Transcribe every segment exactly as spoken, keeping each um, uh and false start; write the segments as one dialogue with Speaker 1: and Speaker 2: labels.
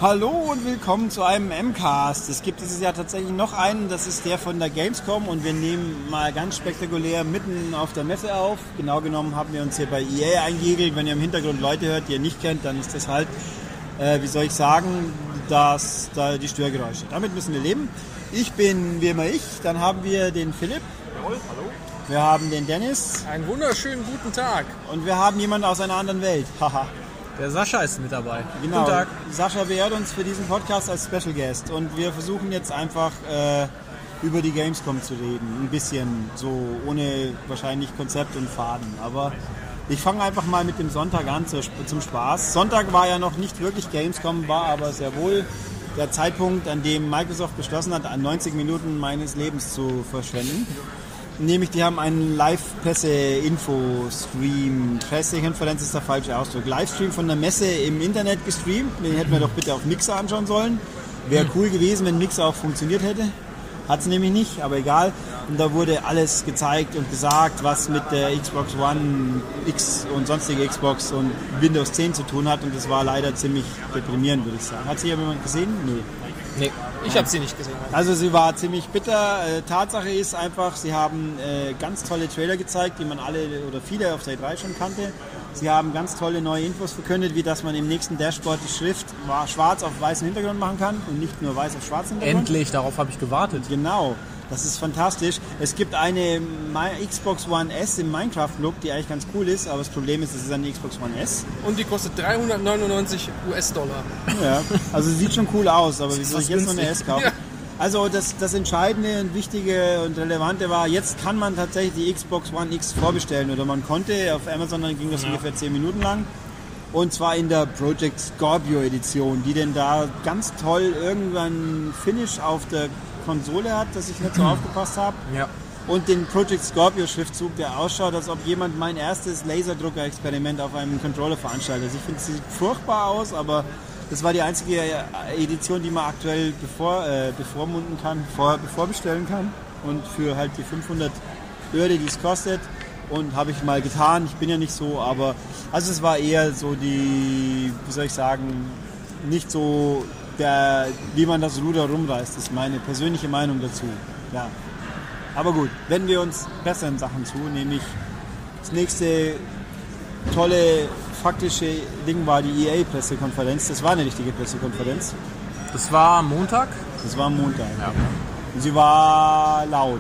Speaker 1: Hallo und willkommen zu einem M-Cast. Es gibt dieses Jahr tatsächlich noch einen, das ist der von der Gamescom und wir nehmen mal ganz spektakulär mitten auf der Messe auf. Genau genommen haben wir uns hier bei E A eingeigelt. Wenn ihr im Hintergrund Leute hört, die ihr nicht kennt, dann ist das halt, äh, wie soll ich sagen, dass da die Störgeräusche. Damit müssen wir leben. Ich bin wie immer ich, dann haben wir den Philipp.
Speaker 2: Jawohl, hallo.
Speaker 1: Wir haben den Dennis.
Speaker 2: Einen wunderschönen guten Tag.
Speaker 1: Und wir haben jemanden aus einer anderen Welt. Haha.
Speaker 3: Der Sascha ist mit dabei.
Speaker 1: Genau.
Speaker 3: Guten Tag.
Speaker 1: Sascha beehrt uns für diesen Podcast als Special Guest und wir versuchen jetzt einfach äh, über die Gamescom zu reden. Ein bisschen so ohne wahrscheinlich Konzept und Faden. Aber ich fange einfach mal mit dem Sonntag an zu, zum Spaß. Sonntag war ja noch nicht wirklich Gamescom, war aber sehr wohl der Zeitpunkt, an dem Microsoft beschlossen hat, neunzig Minuten meines Lebens zu verschwenden. Nämlich, die haben einen Live-Presse-Info-Stream, Pressekonferenz ist der falsche Ausdruck, Livestream von der Messe im Internet gestreamt. Den hätten wir doch bitte auf Mixer anschauen sollen. Wäre cool gewesen, wenn Mixer auch funktioniert hätte. Hat es nämlich nicht, aber egal. Und da wurde alles gezeigt und gesagt, was mit der Xbox One X und sonstige Xbox und Windows zehn zu tun hat. Und das war leider ziemlich deprimierend, würde ich sagen. Hat sie jemand gesehen? Nö.
Speaker 2: Nee, ich habe sie nicht gesehen.
Speaker 1: Also sie war ziemlich bitter. Äh, Tatsache ist einfach, sie haben äh, ganz tolle Trailer gezeigt, die man alle oder viele auf der E drei schon kannte. Sie haben ganz tolle neue Infos verkündet, wie dass man im nächsten Dashboard die Schrift schwarz auf weißem Hintergrund machen kann und nicht nur weiß auf schwarzem Hintergrund.
Speaker 3: Endlich, darauf habe ich gewartet.
Speaker 1: Genau. Das ist fantastisch. Es gibt eine Xbox One S im Minecraft-Look, die eigentlich ganz cool ist, aber das Problem ist, es ist eine Xbox One S.
Speaker 2: Und die kostet dreihundertneunundneunzig US-Dollar.
Speaker 1: Ja, also sieht schon cool aus, aber wie soll ich jetzt noch eine
Speaker 3: günstig.
Speaker 1: S kaufen? Ja. Also das, das Entscheidende und Wichtige und Relevante war, jetzt kann man tatsächlich die Xbox One X vorbestellen oder man konnte, auf Amazon dann ging das ja. ungefähr zehn Minuten lang. Und zwar in der Project Scorpio Edition, die denn da ganz toll irgendwann Finish auf der Konsole hat, dass ich nicht so aufgepasst habe.
Speaker 3: Ja.
Speaker 1: Und den Project Scorpio Schriftzug, der ausschaut, als ob jemand mein erstes Laserdrucker-Experiment auf einem Controller veranstaltet. Also ich finde, es sieht furchtbar aus, aber das war die einzige Edition, die man aktuell bevor, äh, bevormunden kann, vor, bevorbestellen kann. Und für halt die fünfhundert Öre, die es kostet. Und habe ich mal getan. Ich bin ja nicht so, aber also es war eher so die, wie soll ich sagen, nicht so der, wie man das Ruder rumreißt, ist meine persönliche Meinung dazu. Ja. Aber gut, wenden wir uns besseren Sachen zu, nämlich das nächste tolle faktische Ding war die E A-Pressekonferenz. Das war eine richtige Pressekonferenz.
Speaker 3: Das war Montag?
Speaker 1: Das war Montag.
Speaker 3: Ja.
Speaker 1: Und sie war laut.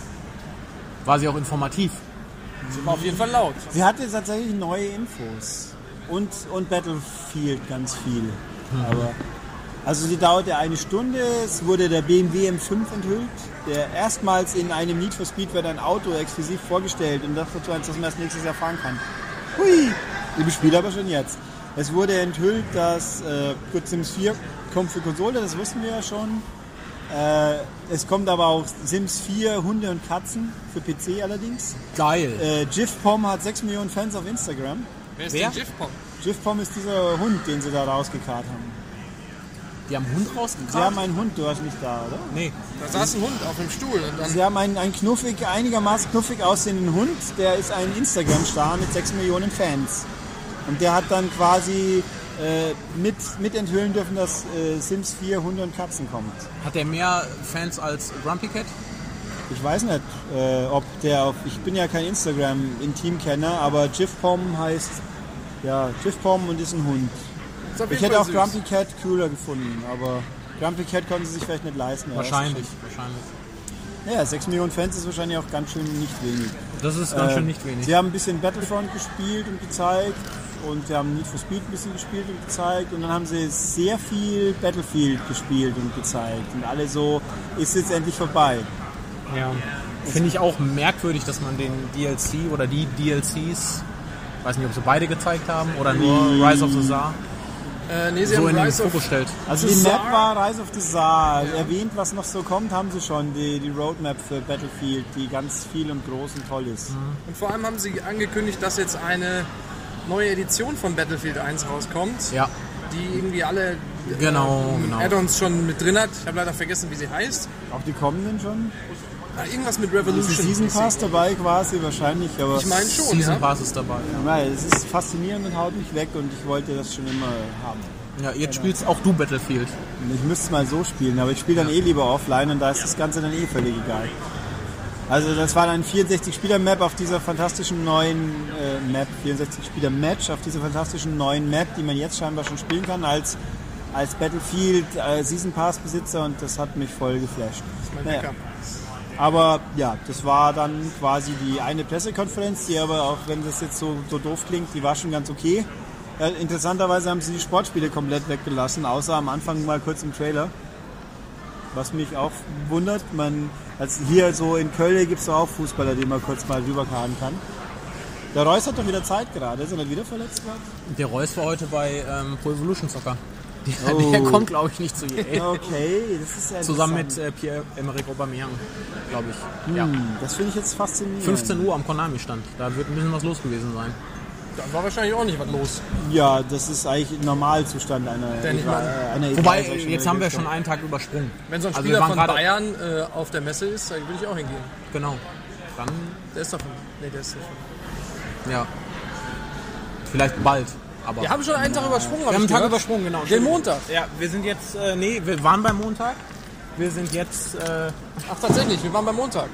Speaker 3: War sie auch informativ?
Speaker 2: Sie war auf jeden Fall laut.
Speaker 1: Sie hatte tatsächlich neue Infos. Und, und Battlefield ganz viel. Mhm. Aber also sie dauerte eine Stunde, es wurde der B M W M fünf enthüllt, der erstmals in einem Need for Speed wird ein Auto exklusiv vorgestellt und das dazu eins, das man erst nächstes Jahr fahren kann. Hui! Liebe Spieler aber schon jetzt. Es wurde enthüllt, dass äh, gut, Sims vier kommt für Konsole, das wussten wir ja schon. Äh, es kommt aber auch Sims vier Hunde und Katzen, für P C allerdings.
Speaker 3: Geil.
Speaker 1: Äh, Jifpom hat sechs Millionen Fans auf Instagram.
Speaker 2: Wer ist
Speaker 3: Wer?
Speaker 2: denn Jifpom?
Speaker 1: Jifpom ist dieser Hund, den sie da rausgekarrt haben.
Speaker 3: Die haben einen Hund rausgekarrt?
Speaker 1: Sie haben einen Hund, du warst nicht da, oder?
Speaker 3: Nee.
Speaker 2: Da saß ein Hund auf dem Stuhl. Und dann
Speaker 1: Sie haben einen, einen knuffig, einigermaßen knuffig aussehenden Hund, der ist ein Instagram-Star mit sechs Millionen Fans. Und der hat dann quasi äh, mit, mit enthüllen dürfen, dass äh, Sims vier Hunde und Katzen kommt.
Speaker 3: Hat der mehr Fans als Grumpy Cat?
Speaker 1: Ich weiß nicht, äh, ob der auf, ich bin ja kein Instagram-Intim-Kenner, aber Jifpom heißt, ja, Jifpom und ist ein Hund.
Speaker 2: ist auf
Speaker 1: Ich
Speaker 2: jeden
Speaker 1: hätte
Speaker 2: Fall
Speaker 1: auch
Speaker 2: süß.
Speaker 1: Grumpy Cat cooler gefunden, aber Grumpy Cat konnten sie sich vielleicht nicht leisten. Ja,
Speaker 3: Wahrscheinlich, wahrscheinlich.
Speaker 1: Ja, sechs Millionen Fans ist wahrscheinlich auch ganz schön nicht wenig.
Speaker 3: Das ist ganz
Speaker 1: Äh,
Speaker 3: schön nicht wenig.
Speaker 1: Sie haben ein bisschen Battlefront gespielt und gezeigt und sie haben Need for Speed ein bisschen gespielt und gezeigt und dann haben sie sehr viel Battlefield gespielt und gezeigt und alle so, ist jetzt endlich vorbei.
Speaker 3: Ja. Finde ich auch merkwürdig, dass man den D L C oder die D L Cs, weiß nicht, ob sie beide gezeigt haben oder nur
Speaker 1: Die-
Speaker 3: Rise of the Tsar,
Speaker 2: Äh, nee, sie
Speaker 3: so
Speaker 2: haben
Speaker 3: in den
Speaker 2: Rise of
Speaker 3: Fokus stellt.
Speaker 1: Also die
Speaker 2: The
Speaker 1: Map
Speaker 2: Tsar?
Speaker 1: war Rise of the Tsar. Erwähnt, was noch so kommt, haben sie schon. Die, die Roadmap für Battlefield, die ganz viel und groß und toll ist.
Speaker 2: Und vor allem haben sie angekündigt, dass jetzt eine neue Edition von Battlefield eins rauskommt,
Speaker 3: Ja,
Speaker 2: die irgendwie alle
Speaker 3: genau,
Speaker 2: äh,
Speaker 3: genau.
Speaker 2: Add-ons schon mit drin hat. Ich habe leider vergessen, wie sie heißt.
Speaker 1: Auch die kommenden schon.
Speaker 2: Ah, irgendwas mit
Speaker 1: Ist ein
Speaker 2: Revolution.
Speaker 1: Season Pass dabei quasi wahrscheinlich, aber
Speaker 2: Ich meine schon,
Speaker 3: Season
Speaker 2: ja.
Speaker 3: Pass ist dabei. Ja.
Speaker 1: nein, es ist faszinierend und haut mich weg und ich wollte das schon immer haben.
Speaker 3: Ja, jetzt spielst auch du Battlefield.
Speaker 1: Ich müsste es mal so spielen, aber ich spiele dann eh lieber offline und da ist das Ganze dann eh völlig egal. Also das war dann vierundsechzig Spieler Map auf dieser fantastischen neuen äh, Map, vierundsechzig Spieler Match auf dieser fantastischen neuen Map, die man jetzt scheinbar schon spielen kann als, als Battlefield äh, Season Pass Besitzer und das hat mich voll geflasht.
Speaker 2: Das ist mein
Speaker 1: Naja.
Speaker 2: Backup.
Speaker 1: Aber ja, das war dann quasi die eine Pressekonferenz, die aber auch, wenn das jetzt so, so doof klingt, die war schon ganz okay. Ja, interessanterweise haben sie die Sportspiele komplett weggelassen, außer am Anfang mal kurz im Trailer. Was mich auch wundert, man, als hier so in Köln gibt es auch Fußballer, die man kurz mal rüberfahren kann. Der Reus hat doch wieder Zeit gerade, ist er nicht wieder verletzt gerade?
Speaker 3: Der Reus war heute bei ähm, Pro Evolution Soccer. Der,
Speaker 1: Oh.
Speaker 3: der kommt, glaube ich, nicht zu E A.
Speaker 1: Okay, das ist ja
Speaker 3: Zusammen mit
Speaker 1: interessant.
Speaker 3: äh, Pierre-Emerick Aubameyang, glaube ich. Ja.
Speaker 1: Hm, das finde ich jetzt faszinierend.
Speaker 3: fünfzehn Uhr am Konami-Stand. Da wird ein bisschen was los gewesen sein.
Speaker 2: Da war wahrscheinlich auch nicht was los.
Speaker 1: Ja, das ist eigentlich Normalzustand einer,
Speaker 2: Denn ich meine-
Speaker 1: äh, einer
Speaker 3: Wobei,
Speaker 1: E drei, solche
Speaker 3: jetzt haben wir
Speaker 1: Richtung.
Speaker 3: schon einen Tag übersprungen.
Speaker 2: Wenn so ein
Speaker 3: Also
Speaker 2: Spieler
Speaker 3: wir waren
Speaker 2: von
Speaker 3: gerade-
Speaker 2: Bayern äh, auf der Messe ist, da würde ich auch hingehen.
Speaker 3: Genau. Dann,
Speaker 2: Der ist doch von... Nee, der ist nicht von...
Speaker 3: ja. Vielleicht bald. Aber
Speaker 2: Wir haben schon einen Tag übersprungen,
Speaker 3: wir
Speaker 2: hab
Speaker 3: haben einen
Speaker 2: ich
Speaker 3: Tag
Speaker 2: gehört.
Speaker 3: übersprungen, genau.
Speaker 2: Den Montag.
Speaker 3: Ja, wir sind jetzt, äh, nee, wir waren beim Montag. Wir sind jetzt, äh,
Speaker 2: Ach, tatsächlich, wir waren beim Montag.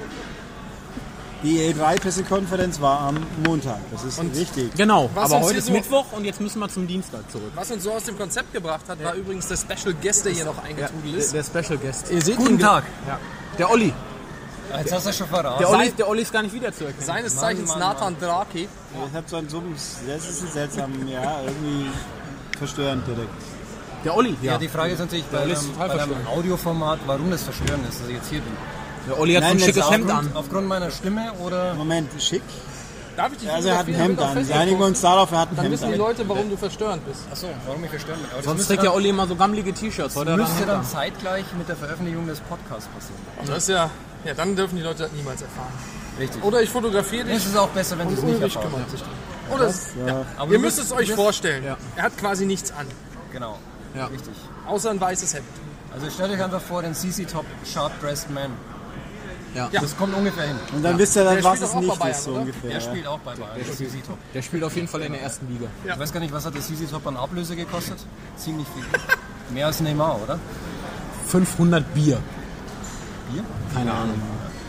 Speaker 1: Die E drei Pressekonferenz war am Montag, das ist
Speaker 2: Und-
Speaker 1: richtig.
Speaker 3: genau.
Speaker 2: Was
Speaker 3: Aber
Speaker 2: uns
Speaker 3: heute
Speaker 2: hier
Speaker 3: ist
Speaker 2: so-
Speaker 3: Mittwoch und jetzt müssen wir zum Dienstag zurück.
Speaker 2: Was uns so aus dem Konzept gebracht hat, war übrigens der Special Guest, der hier noch eingetrudelt ist.
Speaker 3: Der, der Special Guest.
Speaker 2: Ihr seht
Speaker 4: Guten
Speaker 2: ihn ge-
Speaker 4: Tag.
Speaker 3: Ja. Der Olli.
Speaker 4: Jetzt hast du schon verraten.
Speaker 3: Der Olli, der Olli ist gar nicht wiederzuerkennen.
Speaker 2: Seines Zeichens
Speaker 4: Mann,
Speaker 2: Nathan Draki.
Speaker 1: Ich habe so einen so, das ist ein seltsam, ja, irgendwie verstörend direkt.
Speaker 3: Der Olli,
Speaker 4: Ja,
Speaker 3: ja.
Speaker 4: die Frage ist natürlich bei
Speaker 3: Olli ist
Speaker 4: einem,
Speaker 3: total
Speaker 4: bei einem
Speaker 3: verstörend.
Speaker 4: Audioformat, warum das verstörend ist, dass ich jetzt hier bin.
Speaker 3: Der Olli hat so
Speaker 1: Nein,
Speaker 3: ein
Speaker 1: jetzt
Speaker 3: schickes
Speaker 1: auch
Speaker 3: Hemd an.
Speaker 4: Aufgrund, aufgrund meiner Stimme oder...
Speaker 1: Moment, schick.
Speaker 2: Darf ich dich
Speaker 1: Also er hat ein
Speaker 2: fotografieren,
Speaker 1: Hemd
Speaker 2: damit
Speaker 1: an.
Speaker 2: auf
Speaker 1: Wir einigen
Speaker 2: Facebook
Speaker 1: uns darauf, er hat ein
Speaker 2: Dann
Speaker 1: Hemd
Speaker 2: wissen die
Speaker 1: an.
Speaker 2: Leute, warum du verstörend bist.
Speaker 4: Achso, warum ich verstörend bin. Aber das
Speaker 3: Sonst
Speaker 4: müsste
Speaker 3: trägt der
Speaker 4: dann-
Speaker 3: Olli immer so gammelige T-Shirts. Heute hat er ein
Speaker 4: müsste
Speaker 3: Hemd
Speaker 4: dann
Speaker 3: an.
Speaker 4: zeitgleich mit der Veröffentlichung des Podcasts passieren.
Speaker 2: Das ist ja... Ja, dann dürfen die Leute das niemals erfahren.
Speaker 4: Richtig.
Speaker 2: Oder ich fotografiere dich
Speaker 4: es ist auch besser, wenn sie es
Speaker 2: und
Speaker 4: nicht
Speaker 2: Ulrich
Speaker 4: erfahren.
Speaker 2: kümmert sich drum. Oder es, ja.
Speaker 4: Aber
Speaker 2: Ihr
Speaker 4: du
Speaker 2: müsst
Speaker 4: bist-
Speaker 2: es euch
Speaker 4: du bist-
Speaker 2: vorstellen.
Speaker 3: Ja.
Speaker 2: Er hat quasi nichts an.
Speaker 4: Genau,
Speaker 3: Ja.
Speaker 4: richtig.
Speaker 2: Außer ein weißes Hemd.
Speaker 4: Also stellt euch einfach vor, den C C Top Sharp Dressed Man.
Speaker 3: Ja.
Speaker 2: Ja.
Speaker 4: Das kommt ungefähr hin.
Speaker 1: Und dann wisst ihr dann,
Speaker 2: Der
Speaker 1: was
Speaker 2: spielt
Speaker 1: es
Speaker 2: doch auch
Speaker 1: nicht
Speaker 2: bei Bayern,
Speaker 1: ist, so
Speaker 2: oder?
Speaker 1: ungefähr.
Speaker 4: Der
Speaker 1: ja.
Speaker 4: spielt auch bei Bayern, der C C Top.
Speaker 3: Der spielt auf jeden Fall in der ersten Liga.
Speaker 2: Ja.
Speaker 4: Ich weiß gar nicht, was hat der C C Top an Ablöse gekostet? Ziemlich viel. Mehr als Neymar, oder?
Speaker 3: fünfhundert Bier.
Speaker 4: Bier?
Speaker 3: Keine Ahnung.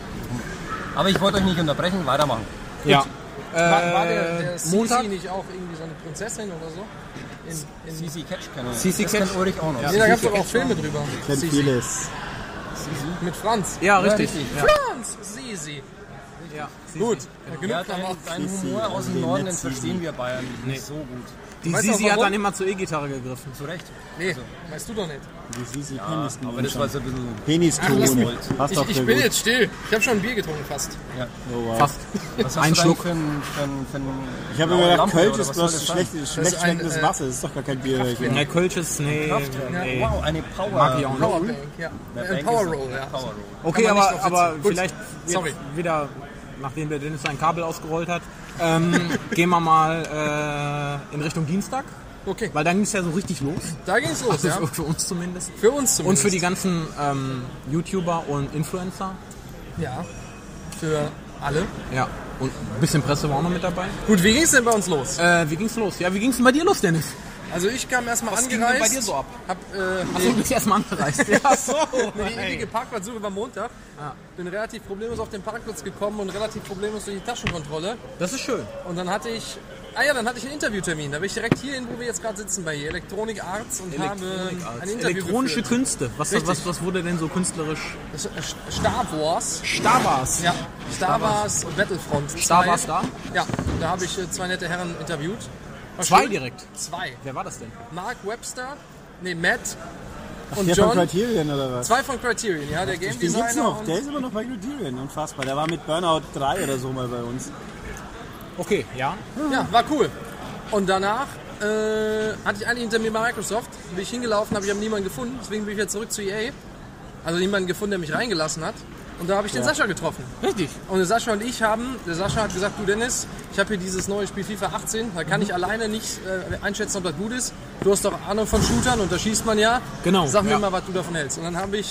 Speaker 4: Aber ich wollte euch nicht unterbrechen, weitermachen.
Speaker 3: Ja.
Speaker 2: War, war der, der Sisi
Speaker 3: Montag?
Speaker 2: nicht auch irgendwie so eine Prinzessin oder so? In, in,
Speaker 4: C C Catch kennt
Speaker 3: C C
Speaker 4: das
Speaker 3: Catch?
Speaker 4: kennt Ulrich auch noch.
Speaker 2: nee, da gab es doch auch Filme drüber.
Speaker 1: Kennt
Speaker 2: Sisi.
Speaker 1: vieles.
Speaker 2: Mit Franz.
Speaker 3: Ja, richtig.
Speaker 4: richtig.
Speaker 3: Ja.
Speaker 2: Franz! Sisi.
Speaker 3: Ja.
Speaker 2: Gut. Ja,
Speaker 4: Ja,
Speaker 2: genug
Speaker 4: dein,
Speaker 2: davon.
Speaker 4: dein
Speaker 1: Sisi,
Speaker 4: Humor aus
Speaker 1: also
Speaker 4: dem
Speaker 1: den
Speaker 4: Norden, den
Speaker 1: Netz Sisi.
Speaker 4: verstehen wir Bayern nicht so gut.
Speaker 3: Die
Speaker 2: Weißt du auch
Speaker 3: Sisi hat
Speaker 2: warum?
Speaker 3: dann immer zur E-Gitarre gegriffen.
Speaker 4: Zu Recht.
Speaker 2: Nee, weißt du doch nicht.
Speaker 1: Die Sisi
Speaker 4: Ja,
Speaker 1: Penis
Speaker 4: aber das war so ein bisschen...
Speaker 1: Penistone. Passt
Speaker 2: Ich,
Speaker 1: doch
Speaker 2: ich
Speaker 1: sehr
Speaker 2: bin
Speaker 1: gut.
Speaker 2: jetzt still. Ich habe schon ein Bier getrunken fast.
Speaker 4: Ja.
Speaker 1: Oh, wow.
Speaker 3: Fast.
Speaker 4: Was hast
Speaker 3: Ein
Speaker 4: du da
Speaker 3: Schluck.
Speaker 4: Für ein, für ein, für ein
Speaker 1: Ich habe
Speaker 4: blaue
Speaker 1: mir gedacht,
Speaker 4: Lampe,
Speaker 1: Kölsch
Speaker 4: oder
Speaker 1: ist
Speaker 4: was soll
Speaker 1: bloß
Speaker 4: das sein?
Speaker 1: schlecht, schlecht
Speaker 2: ist ein,
Speaker 1: schmeckendes
Speaker 2: äh,
Speaker 1: Wasser. Das ist doch gar kein Bier.
Speaker 3: Ne, Kölsch ist, nee,
Speaker 4: Kraftwerk.
Speaker 3: nee.
Speaker 4: Wow, eine Power...
Speaker 3: Mag ich auch nicht.
Speaker 2: Powerbank, ja.
Speaker 4: Eine
Speaker 2: Äh,
Speaker 4: Bank
Speaker 2: Power
Speaker 4: ist-
Speaker 2: Roll, ja.
Speaker 4: Power Roll.
Speaker 3: Okay,
Speaker 2: Kann man
Speaker 3: aber,
Speaker 2: nicht drauf
Speaker 3: aber
Speaker 2: sitzen. Gut.
Speaker 3: vielleicht jetzt
Speaker 2: Sorry.
Speaker 3: wieder, nachdem der Dennis sein Kabel ausgerollt hat, ähm, gehen wir mal äh, in Richtung Dienstag.
Speaker 2: Okay,
Speaker 3: Weil dann ging es ja so richtig los.
Speaker 2: da ging's los,
Speaker 3: Also
Speaker 2: ja.
Speaker 3: für, für uns zumindest.
Speaker 2: Für uns
Speaker 3: Und
Speaker 2: zumindest.
Speaker 3: für die ganzen ähm, YouTuber und Influencer.
Speaker 2: Ja, für alle.
Speaker 3: Ja. Und ein bisschen Presse war auch noch mit dabei.
Speaker 2: Gut, wie ging's denn bei uns los?
Speaker 3: Äh, wie ging's los? Ja, wie ging's denn bei dir los, Dennis?
Speaker 2: Also ich kam erstmal
Speaker 3: Was ging denn
Speaker 2: angereist.
Speaker 3: bei dir so ab?
Speaker 2: Hab äh,
Speaker 3: Achso, du bist erstmal angereist. Ja, so.
Speaker 2: die ewige Parkplatzsuche war Montag. Bin relativ problemlos auf den Parkplatz gekommen und relativ problemlos durch die Taschenkontrolle.
Speaker 3: Das ist schön.
Speaker 2: Und dann hatte ich, ah ja, dann hatte ich einen Interviewtermin. Da bin ich direkt hier hin, wo wir jetzt gerade sitzen, bei Electronic Arts und habe ein Interview
Speaker 3: Elektronische
Speaker 2: geführt.
Speaker 3: Künste. Was,
Speaker 2: Richtig.
Speaker 3: was, was wurde denn so künstlerisch?
Speaker 2: Das- äh, Star Wars.
Speaker 3: Star Wars.
Speaker 2: Ja, Star Wars Battlefront zwei.
Speaker 3: Star Wars da?
Speaker 2: Ja, da habe ich äh, zwei nette Herren interviewt. War
Speaker 3: Zwei
Speaker 2: schön.
Speaker 3: direkt.
Speaker 2: Zwei.
Speaker 3: Wer war das denn?
Speaker 2: Mark Webster, nee, Matt und
Speaker 1: Der von
Speaker 2: John.
Speaker 1: Criterion oder was?
Speaker 2: Zwei von Criterion, ja, der Game
Speaker 1: Den gibt's
Speaker 2: Designer.
Speaker 1: noch.
Speaker 2: und-
Speaker 1: Der ist immer noch bei Criterion. Unfassbar. Der war mit Burnout drei oder so mal bei uns.
Speaker 3: Okay, ja.
Speaker 2: Ja, war cool. Und danach äh, hatte ich eigentlich hinter mir bei Microsoft. Bin ich hingelaufen, habe ich aber niemanden gefunden. Deswegen bin ich wieder zurück zu E A. Also niemanden gefunden, der mich reingelassen hat. Und da habe ich den Sascha getroffen.
Speaker 3: Richtig.
Speaker 2: Und der Sascha und ich haben, der Sascha hat gesagt, du Dennis, ich habe hier dieses neue Spiel FIFA achtzehn, da kann ich alleine nicht äh, einschätzen, ob das gut ist. Du hast doch Ahnung von Shootern und da schießt man ja.
Speaker 3: Genau,
Speaker 2: Sag mir
Speaker 3: ja.
Speaker 2: mal, was du davon hältst. Und dann habe ich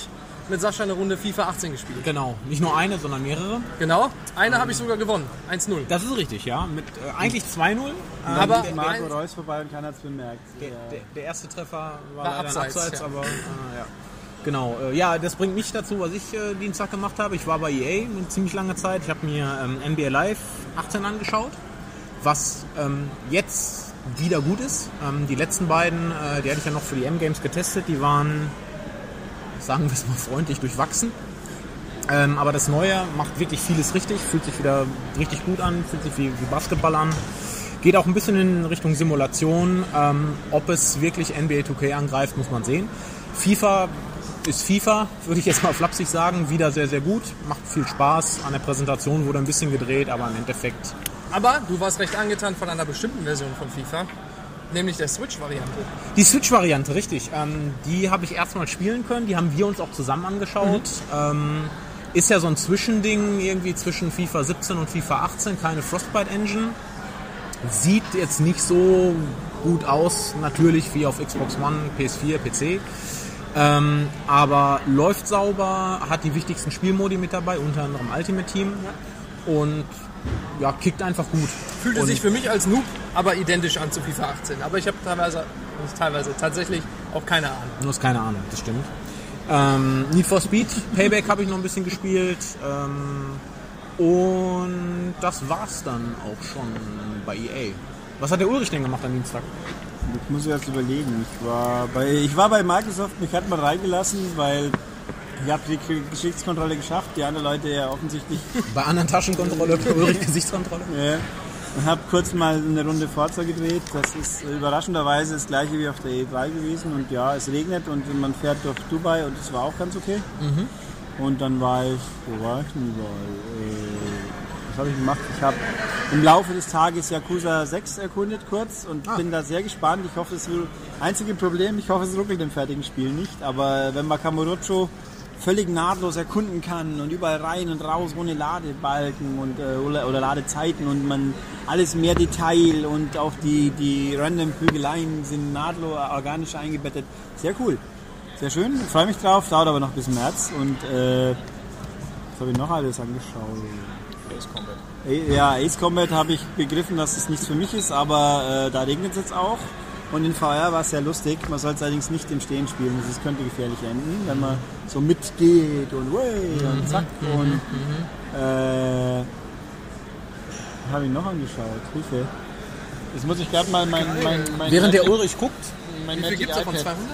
Speaker 2: mit Sascha eine Runde FIFA achtzehn gespielt.
Speaker 3: Genau, nicht nur eine, sondern mehrere.
Speaker 2: Genau, eine habe ich sogar gewonnen, eins null.
Speaker 3: Das ist richtig, ja. Mit äh, eigentlich zwei null.
Speaker 1: Dann
Speaker 2: Aber
Speaker 1: geht Marco
Speaker 2: ein-
Speaker 1: Reus vorbei und keiner hat es bemerkt.
Speaker 3: Der,
Speaker 1: Ja.
Speaker 3: der, der erste Treffer war,
Speaker 2: War
Speaker 3: leider ein
Speaker 2: abseits,
Speaker 3: Abseits,
Speaker 2: ja.
Speaker 3: aber äh, ja. Genau, äh, ja, das bringt mich dazu, was ich äh, Dienstag gemacht habe. Ich war bei E A eine ziemlich lange Zeit. Ich habe mir ähm, N B A Live achtzehn angeschaut, was ähm, jetzt wieder gut ist. Ähm, die letzten beiden, äh, die hatte ich ja noch für die M-Games getestet, die waren, sagen wir es mal freundlich, durchwachsen. Ähm, aber das Neue macht wirklich vieles richtig, fühlt sich wieder richtig gut an, fühlt sich wie, wie Basketball an. Geht auch ein bisschen in Richtung Simulation. Ähm, ob es wirklich N B A zwei K angreift, muss man sehen. FIFA ist FIFA, würde ich jetzt mal flapsig sagen, wieder sehr, sehr gut. Macht viel Spaß. An der Präsentation wurde ein bisschen gedreht, aber im Endeffekt...
Speaker 2: Aber du warst recht angetan von einer bestimmten Version von FIFA, nämlich der Switch-Variante.
Speaker 3: Die Switch-Variante, richtig. Ähm, die habe ich erstmal spielen können. Die haben wir uns auch zusammen angeschaut. Mhm. Ähm, ist ja so ein Zwischending irgendwie zwischen FIFA siebzehn und FIFA achtzehn. Keine Frostbite-Engine. Sieht jetzt nicht so gut aus, natürlich wie auf Xbox One, P S vier, P C. Ähm, aber läuft sauber, hat die wichtigsten Spielmodi mit dabei, unter anderem Ultimate Team. Und ja, kickt einfach gut.
Speaker 2: Fühlte
Speaker 3: und
Speaker 2: sich für mich als Noob aber identisch an zu FIFA achtzehn. Aber ich habe teilweise, nicht teilweise, tatsächlich auch keine Ahnung.
Speaker 3: Du hast keine Ahnung, das stimmt. Ähm, Need for Speed, Payback habe ich noch ein bisschen gespielt. Ähm, und das war's dann auch schon bei E A. Was hat der Ulrich denn gemacht am Dienstag?
Speaker 1: Ich muss jetzt überlegen. Ich war bei, ich war bei Microsoft, mich hat man reingelassen, weil ich habe die Gesichtskontrolle geschafft, die anderen Leute ja offensichtlich.
Speaker 3: Bei anderen Taschenkontrolle, bei Ulrich Gesichtskontrolle.
Speaker 1: Ja. Und habe kurz mal eine Runde Forza gedreht. Das ist überraschenderweise das gleiche wie auf der E drei gewesen. Und ja, es regnet und man fährt durch Dubai und das war auch ganz okay. Mhm. Und dann war ich, wo war ich denn überall? Äh, was habe ich gemacht? Ich habe im Laufe des Tages Yakuza sechs erkundet kurz und ah. bin da sehr gespannt. Ich hoffe, es will, einzige Problem, ich hoffe, es ruckelt im fertigen Spiel nicht. Aber wenn man Kamurocho völlig nahtlos erkunden kann und überall rein und raus ohne Ladebalken und, äh, oder, oder Ladezeiten und man alles mehr Detail und auch die, die random Bügeleien sind nahtlos organisch eingebettet. Sehr cool. Sehr schön, ich freue mich drauf, dauert aber noch bis März und äh, was habe ich noch alles angeschaut?
Speaker 4: Ace Combat.
Speaker 1: Ja, Ace Combat habe ich begriffen, dass es nichts für mich ist, aber äh, da regnet es jetzt auch. Und in V R war es sehr lustig. Man soll es allerdings nicht im Stehen spielen. Das könnte gefährlich enden, wenn man so mitgeht und way und zack. Und äh, was habe ich noch angeschaut? Hilfe. Jetzt muss ich gerade mal mein, mein, mein
Speaker 3: Während der
Speaker 1: Magic,
Speaker 3: Ulrich guckt,
Speaker 1: mein
Speaker 2: Wie viel
Speaker 1: Magic
Speaker 2: gibt es davon?
Speaker 1: iPad.
Speaker 2: zweihundert?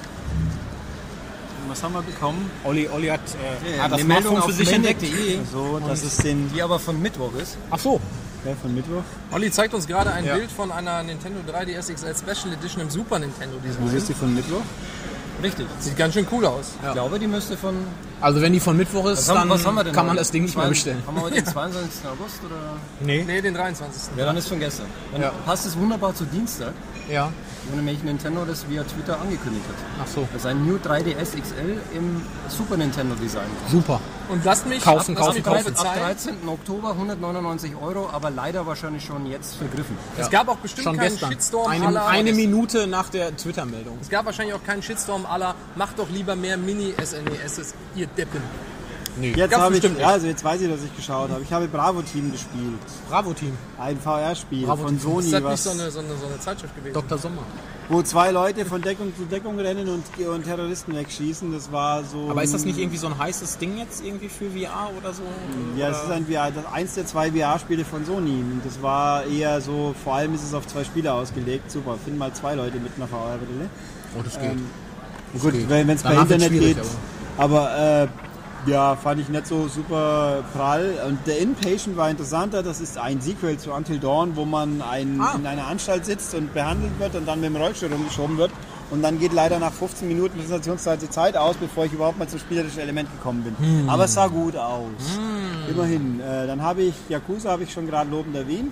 Speaker 1: Was haben wir bekommen?
Speaker 3: Olli, Olli hat, äh,
Speaker 4: Ja,
Speaker 3: hat das
Speaker 4: eine Meldung
Speaker 3: Smartphone für
Speaker 4: auf
Speaker 3: sich entdeckt.
Speaker 4: Maniac.de,
Speaker 1: So, das ist den
Speaker 4: die aber von Mittwoch ist.
Speaker 3: Ach so,
Speaker 1: ja, von Mittwoch.
Speaker 2: Olli zeigt uns gerade ein
Speaker 3: Ja.
Speaker 2: Bild von einer Nintendo drei D S X L Special Edition im Super Nintendo
Speaker 1: Wo
Speaker 2: Design.
Speaker 1: ist die von Mittwoch?
Speaker 4: Richtig.
Speaker 2: Sieht ganz schön cool aus.
Speaker 4: Ich glaube, die müsste von...
Speaker 3: also wenn die von Mittwoch ist,
Speaker 4: Was haben,
Speaker 3: dann
Speaker 4: was haben wir denn
Speaker 3: kann man
Speaker 4: heute?
Speaker 3: das Ding nicht mehr
Speaker 4: Zwei-
Speaker 3: bestellen.
Speaker 4: Haben wir heute den zweiundzwanzigsten August oder?
Speaker 3: Nee.
Speaker 2: Nee, den dreiundzwanzigsten
Speaker 4: Ja, dann ist von gestern. Dann
Speaker 3: Ja.
Speaker 4: passt es wunderbar zu Dienstag,
Speaker 3: Ja.
Speaker 4: wo nämlich Nintendo das via Twitter angekündigt hat.
Speaker 3: Ach so,
Speaker 4: Das ist ein New drei D S X L im Super Nintendo Design.
Speaker 3: super.
Speaker 2: Und lasst mich
Speaker 3: Kaufen,
Speaker 2: lasst
Speaker 3: kaufen,
Speaker 2: mich
Speaker 3: kaufen.
Speaker 2: drauf
Speaker 4: Ab
Speaker 2: bezahlen.
Speaker 4: dreizehnten Oktober hundertneunundneunzig Euro, aber leider wahrscheinlich schon jetzt vergriffen.
Speaker 2: Es gab auch bestimmt
Speaker 3: Schon
Speaker 2: keinen
Speaker 3: gestern.
Speaker 2: Shitstorm
Speaker 3: Eine,
Speaker 2: aller.
Speaker 3: eine Minute nach der Twitter-Meldung.
Speaker 2: Es gab wahrscheinlich auch keinen Shitstorm aller. Macht doch lieber mehr Mini-S N E Ss, ihr Deppen.
Speaker 3: Nee.
Speaker 1: Jetzt
Speaker 2: Gab's
Speaker 1: habe ich,
Speaker 2: bestimmt
Speaker 1: ja, also jetzt weiß ich, dass ich geschaut habe. Ich habe Bravo Team gespielt.
Speaker 3: Bravo-Team,
Speaker 1: Ein V R-Spiel
Speaker 3: Bravo
Speaker 1: von
Speaker 3: Team.
Speaker 1: Sony,
Speaker 2: Ist das nicht
Speaker 1: was,
Speaker 2: so eine, so, eine, so eine Zeitschrift gewesen?
Speaker 3: Doktor Sommer.
Speaker 1: wo zwei Leute von Deckung zu Deckung rennen und, und Terroristen wegschießen. Das war so.
Speaker 3: Aber ist das nicht irgendwie so ein heißes Ding jetzt irgendwie für V R oder so?
Speaker 1: Ja,
Speaker 3: Oder?
Speaker 1: es ist ein V R, das eins der zwei V R-Spiele von Sony. Und das war eher so, vor allem ist es auf zwei Spieler ausgelegt. Super, finden mal zwei Leute mit einer V R-Brille.
Speaker 3: Oh, das geht.
Speaker 1: Ähm, Gut,
Speaker 3: geht.
Speaker 1: wenn es per
Speaker 3: Danach wird's
Speaker 1: Internet
Speaker 3: schwierig,
Speaker 1: geht. Aber äh, ja, fand ich nicht so super prall. Und der Inpatient war interessanter. Das ist ein Sequel zu Until Dawn, wo man ein,
Speaker 3: Ah.
Speaker 1: in einer Anstalt sitzt und behandelt wird und dann mit dem Rollstuhl rumgeschoben wird. Und dann geht leider nach fünfzehn Minuten Präsentationszeit die Zeit aus, bevor ich überhaupt mal zum spielerischen Element gekommen bin.
Speaker 3: Hm.
Speaker 1: Aber es sah gut aus. Immerhin. Äh, dann habe ich Yakuza, habe ich schon gerade lobend erwähnt.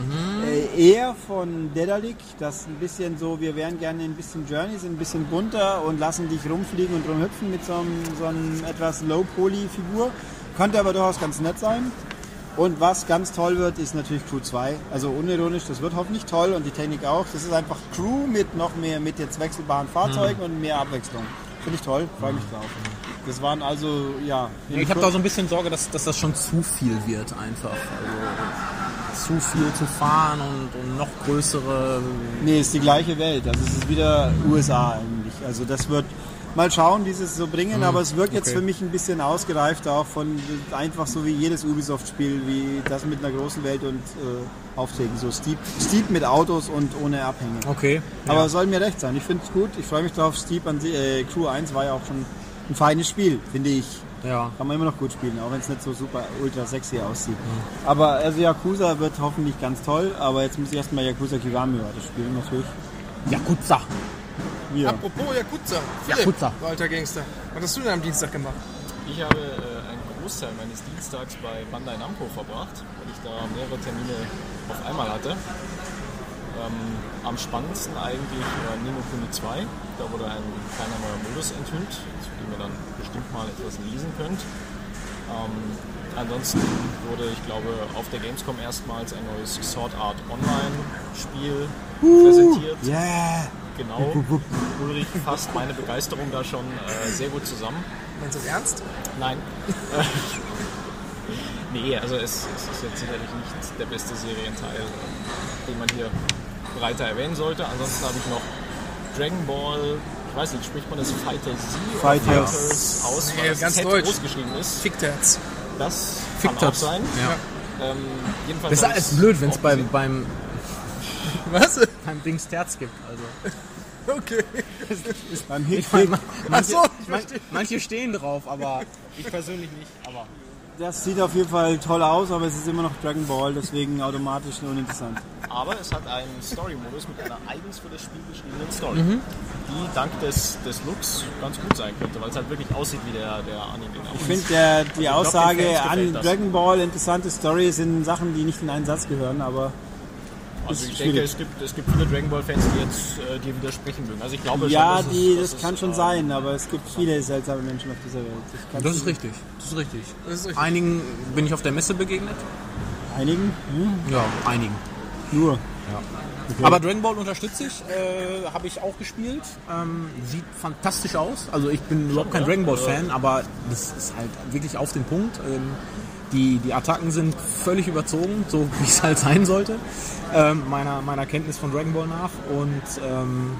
Speaker 1: Äh, eher von Dedalic, das ein bisschen so, wir wären gerne ein bisschen Journey, sind ein bisschen bunter und lassen dich rumfliegen und rumhüpfen mit so einem, so einem etwas Low-Poly-Figur. Könnte aber durchaus ganz nett sein. Und was ganz toll wird, ist natürlich Crew zwei. Also unironisch, das wird hoffentlich toll und die Technik auch. Das ist einfach Crew mit noch mehr, mit jetzt wechselbaren Fahrzeugen und mehr Abwechslung. Finde ich toll, freue mich drauf. Das waren also, ja...
Speaker 3: Ja, ich habe da so ein bisschen Sorge, dass, dass das schon zu viel wird einfach. Also zu viel zu fahren und, und noch größere...
Speaker 1: Nee, ist die gleiche Welt. Also es ist wieder U S A eigentlich. Also das wird... Mal schauen, wie sie es so bringen, aber es wirkt jetzt
Speaker 3: okay.
Speaker 1: für mich ein bisschen ausgereift auch von einfach so wie jedes Ubisoft-Spiel, wie das mit einer großen Welt und äh, Aufträgen. So Steep, Steep mit Autos und ohne Abhänge.
Speaker 3: Okay.
Speaker 1: Aber
Speaker 3: ja.
Speaker 1: soll mir recht sein. Ich finde es gut. Ich freue mich drauf. Steep an sie, äh, Crew eins war ja auch schon ein feines Spiel, finde ich.
Speaker 3: Ja.
Speaker 1: Kann man immer noch gut spielen, auch wenn es nicht so super ultra sexy aussieht. Mhm. Aber also Yakuza wird hoffentlich ganz toll, aber jetzt muss ich erstmal Yakuza Kiwami weiter spielen natürlich.
Speaker 3: Yakuza.
Speaker 1: Ja.
Speaker 2: Apropos Yakuza. Philipp,
Speaker 3: Yakuza.
Speaker 2: du alter Gangster. Was hast du denn am Dienstag gemacht?
Speaker 4: Ich habe äh, einen Großteil meines Dienstags bei Bandai Namco verbracht, weil ich da mehrere Termine auf einmal hatte. Ähm, am spannendsten eigentlich äh, Ni no Kuni zwei. Da wurde ein kleiner neuer Modus enthüllt, zu dem ihr dann bestimmt mal etwas lesen könnt. Ähm, ansonsten wurde, ich glaube, auf der Gamescom erstmals ein neues Sword Art Online Spiel uh, präsentiert.
Speaker 1: Yeah.
Speaker 4: Genau. Ulrich fasst meine Begeisterung da schon äh, sehr gut zusammen.
Speaker 2: Meinst du das ernst?
Speaker 4: Nein. Nee, also es, es ist jetzt sicherlich nicht der beste Serienteil, den man hier breiter erwähnen sollte. Ansonsten habe ich noch Dragon Ball, ich weiß nicht, spricht man das Fighter Z
Speaker 1: Fighters.
Speaker 4: oder Fighters aus, weil
Speaker 2: Nee,
Speaker 4: das
Speaker 2: ganz
Speaker 4: Z
Speaker 2: deutsch.
Speaker 4: groß geschrieben ist.
Speaker 2: Fickterz.
Speaker 4: Das
Speaker 3: Fickt
Speaker 4: kann auch
Speaker 3: das.
Speaker 4: sein.
Speaker 3: Ja.
Speaker 4: Ähm, jedenfalls
Speaker 3: Das ist
Speaker 4: habe
Speaker 3: alles
Speaker 4: ich's
Speaker 3: blöd, wenn es
Speaker 4: auch
Speaker 3: beim,
Speaker 4: gesehen.
Speaker 3: beim,
Speaker 2: Was?
Speaker 3: beim Dings Terz gibt. Also.
Speaker 2: Okay.
Speaker 1: Beim
Speaker 3: Ich
Speaker 1: Hick,
Speaker 3: meine,
Speaker 1: Hick.
Speaker 3: man-
Speaker 2: Ach
Speaker 3: manche,
Speaker 2: so, ich
Speaker 3: man,
Speaker 2: verstehe.
Speaker 3: manche stehen drauf, aber ich persönlich nicht. Aber
Speaker 1: Das sieht auf jeden Fall toll aus, aber es ist immer noch Dragon Ball, deswegen automatisch uninteressant.
Speaker 4: Aber es hat einen Story-Modus mit einer eigens für das Spiel geschriebenen Story, die dank des, des Looks ganz gut sein könnte, weil es halt wirklich aussieht wie der, der Anime.
Speaker 1: Ich finde der, die
Speaker 4: den
Speaker 1: Aussage
Speaker 4: Fans
Speaker 1: an
Speaker 4: gefällt das.
Speaker 1: Dragon Ball, interessante Story, sind Sachen, die nicht in einen Satz gehören, aber
Speaker 4: Also
Speaker 1: ist
Speaker 4: ich denke,
Speaker 1: schwierig.
Speaker 4: es gibt, es gibt viele Dragon Ball-Fans, die jetzt äh, dir widersprechen mögen. Also ich glaube
Speaker 1: ja,
Speaker 4: schon, dass
Speaker 1: die,
Speaker 4: es,
Speaker 1: das
Speaker 4: dass
Speaker 1: kann
Speaker 4: es,
Speaker 1: schon
Speaker 4: äh,
Speaker 1: sein, aber es gibt viele seltsame Menschen auf dieser Welt. Ich kann's
Speaker 3: das ist
Speaker 1: nicht-
Speaker 3: richtig. Das ist richtig.
Speaker 2: Das ist richtig.
Speaker 3: Einigen bin ich auf der Messe begegnet.
Speaker 1: Einigen? Hm,
Speaker 3: Ja, einigen.
Speaker 1: nur.
Speaker 3: Aber Dragon Ball unterstütze ich, äh, habe ich auch gespielt. Ähm, sieht fantastisch aus. Also ich bin überhaupt kein
Speaker 4: ja?
Speaker 3: Dragon Ball Fan, aber das ist halt wirklich auf den Punkt. Ähm, die, die Attacken sind völlig überzogen, so wie es halt sein sollte, ähm, meiner, meiner Kenntnis von Dragon Ball nach. Und ähm,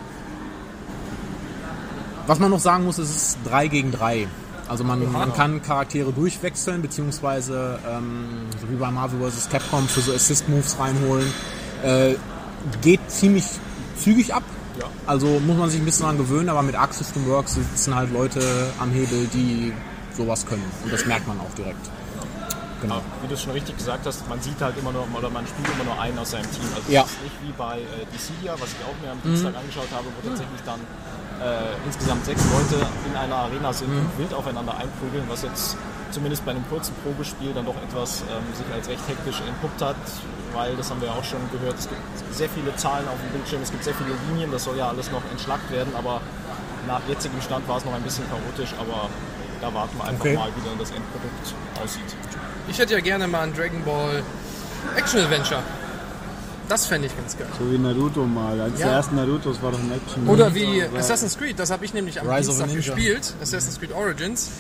Speaker 3: was man noch sagen muss, es ist drei gegen drei. Also man, man kann Charaktere durchwechseln, beziehungsweise ähm, so wie bei Marvel versus. Capcom für so Assist-Moves reinholen. Äh, geht ziemlich zügig ab.
Speaker 4: Ja.
Speaker 3: Also muss man sich ein bisschen daran gewöhnen, aber mit Arc System Works sitzen halt Leute am Hebel, die sowas können. Und das merkt man auch direkt. Genau.
Speaker 4: Aber wie du es schon richtig gesagt hast, man sieht halt immer nur, oder man spielt immer nur einen aus seinem Team. Also
Speaker 3: Ja.
Speaker 4: es ist nicht wie bei äh, Dissidia, was ich auch mir am Dienstag angeschaut habe, wo tatsächlich dann äh, insgesamt sechs Leute in einer Arena sind und wild aufeinander einprügeln, was jetzt zumindest bei einem kurzen Probespiel dann doch etwas ähm, sich als recht hektisch entpuppt hat, weil, das haben wir ja auch schon gehört, es gibt sehr viele Zahlen auf dem Bildschirm, es gibt sehr viele Linien, das soll ja alles noch entschlackt werden, aber nach jetzigem Stand war es noch ein bisschen chaotisch, aber da warten wir einfach
Speaker 3: Okay.
Speaker 4: mal, wie dann das Endprodukt aussieht.
Speaker 2: Ich hätte ja gerne mal ein Dragon Ball Action Adventure. Das fände ich ganz geil.
Speaker 1: So wie Naruto mal. Als
Speaker 2: Ja.
Speaker 1: der ersten Narutos war doch ein Action.
Speaker 2: Oder wie
Speaker 1: Aber-
Speaker 2: Assassin's Creed, das habe ich nämlich am
Speaker 3: Rise of a
Speaker 2: Dienstag
Speaker 3: Ninja.
Speaker 2: gespielt. Assassin's Creed Origins.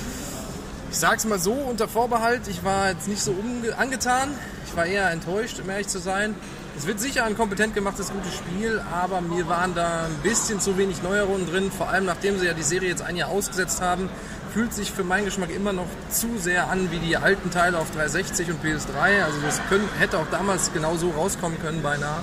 Speaker 2: Ich sag's mal so, unter Vorbehalt, ich war jetzt nicht so umge- angetan. Ich war eher enttäuscht, um ehrlich zu sein. Es wird sicher ein kompetent gemachtes, gutes Spiel, aber mir waren da ein bisschen zu wenig Neuerungen drin. Vor allem, nachdem sie ja die Serie jetzt ein Jahr ausgesetzt haben, fühlt sich für meinen Geschmack immer noch zu sehr an wie die alten Teile auf dreihundertsechzig und P S drei. Also das können, hätte auch damals genau so rauskommen können, beinahe.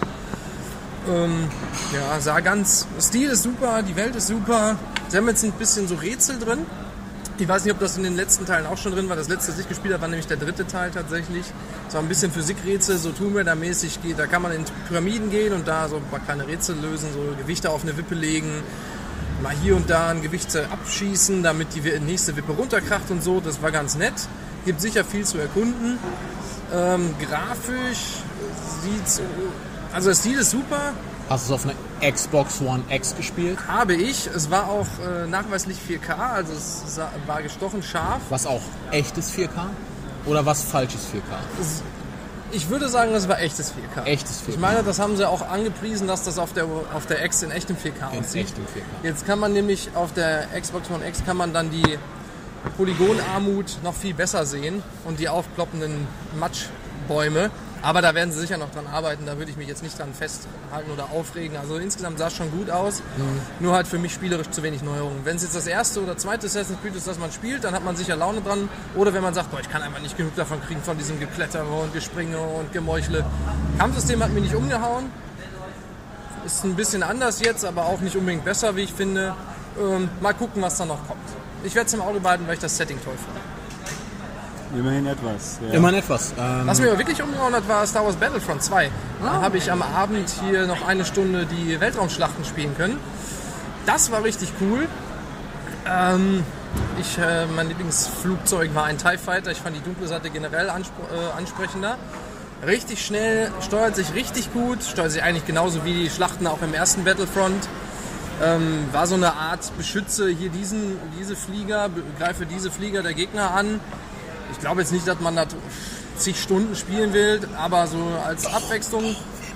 Speaker 2: Ähm, ja, sah ganz... Stil ist super, die Welt ist super. Sie haben jetzt ein bisschen so Rätsel drin. Ich weiß nicht, ob das in den letzten Teilen auch schon drin war. Das letzte, das ich gespielt habe, war nämlich der dritte Teil tatsächlich. Es war ein bisschen Physikrätsel, so Tomb Raider-mäßig. geht. Da kann man in Pyramiden gehen und da so ein paar kleine Rätsel lösen, so Gewichte auf eine Wippe legen. Mal hier und da ein Gewicht abschießen, damit die nächste Wippe runterkracht und so. Das war ganz nett. Gibt sicher viel zu erkunden. Ähm, grafisch sieht so... Also der Stil ist super.
Speaker 3: Hast du es auf einer Xbox One X gespielt?
Speaker 2: Habe ich. Es war auch äh, nachweislich vier K, also es sah, war gestochen scharf.
Speaker 3: Was auch echtes vier K? Oder was falsches vier K?
Speaker 2: Ich würde sagen, das war echtes vier K.
Speaker 3: Echtes vier K.
Speaker 2: Ich meine, das haben sie auch angepriesen, dass das auf der, auf der X in echtem vier K
Speaker 3: In
Speaker 2: aussieht.
Speaker 3: echtem vier K.
Speaker 2: Jetzt kann man nämlich auf der Xbox One X kann man dann die Polygonarmut noch viel besser sehen und die aufploppenden Matschbäume. Aber da werden sie sicher noch dran arbeiten, da würde ich mich jetzt nicht dran festhalten oder aufregen. Also insgesamt sah es schon gut aus, mhm. nur halt für mich spielerisch zu wenig Neuerungen. Wenn es jetzt das erste oder zweite Assassin's Creed ist, das man spielt, dann hat man sicher Laune dran. Oder wenn man sagt, boah, ich kann einfach nicht genug davon kriegen, von diesem Geklettere und Gespringe und Gemeuchle. Kampfsystem hat mich nicht umgehauen. Ist ein bisschen anders jetzt, aber auch nicht unbedingt besser, wie ich finde. Ähm, mal gucken, was da noch kommt. Ich werde es im Auge behalten, weil ich das Setting toll finde.
Speaker 1: Immerhin etwas. Ja.
Speaker 3: Immerhin etwas. Ähm
Speaker 2: Was mir aber wirklich umgehauen hat, war Star Wars Battlefront zwei. Da habe ich am Abend hier noch eine Stunde die Weltraumschlachten spielen können. Das war richtig cool. Ähm, ich, äh, mein Lieblingsflugzeug war ein TIE Fighter. Ich fand die dunkle Seite generell anspr- äh, ansprechender. Richtig schnell, steuert sich richtig gut. Steuert sich eigentlich genauso wie die Schlachten auch im ersten Battlefront. Ähm, war so eine Art Beschütze hier diesen, diese Flieger, greife diese Flieger der Gegner an. Ich glaube jetzt nicht, dass man das zig Stunden spielen will, aber so als Abwechslung,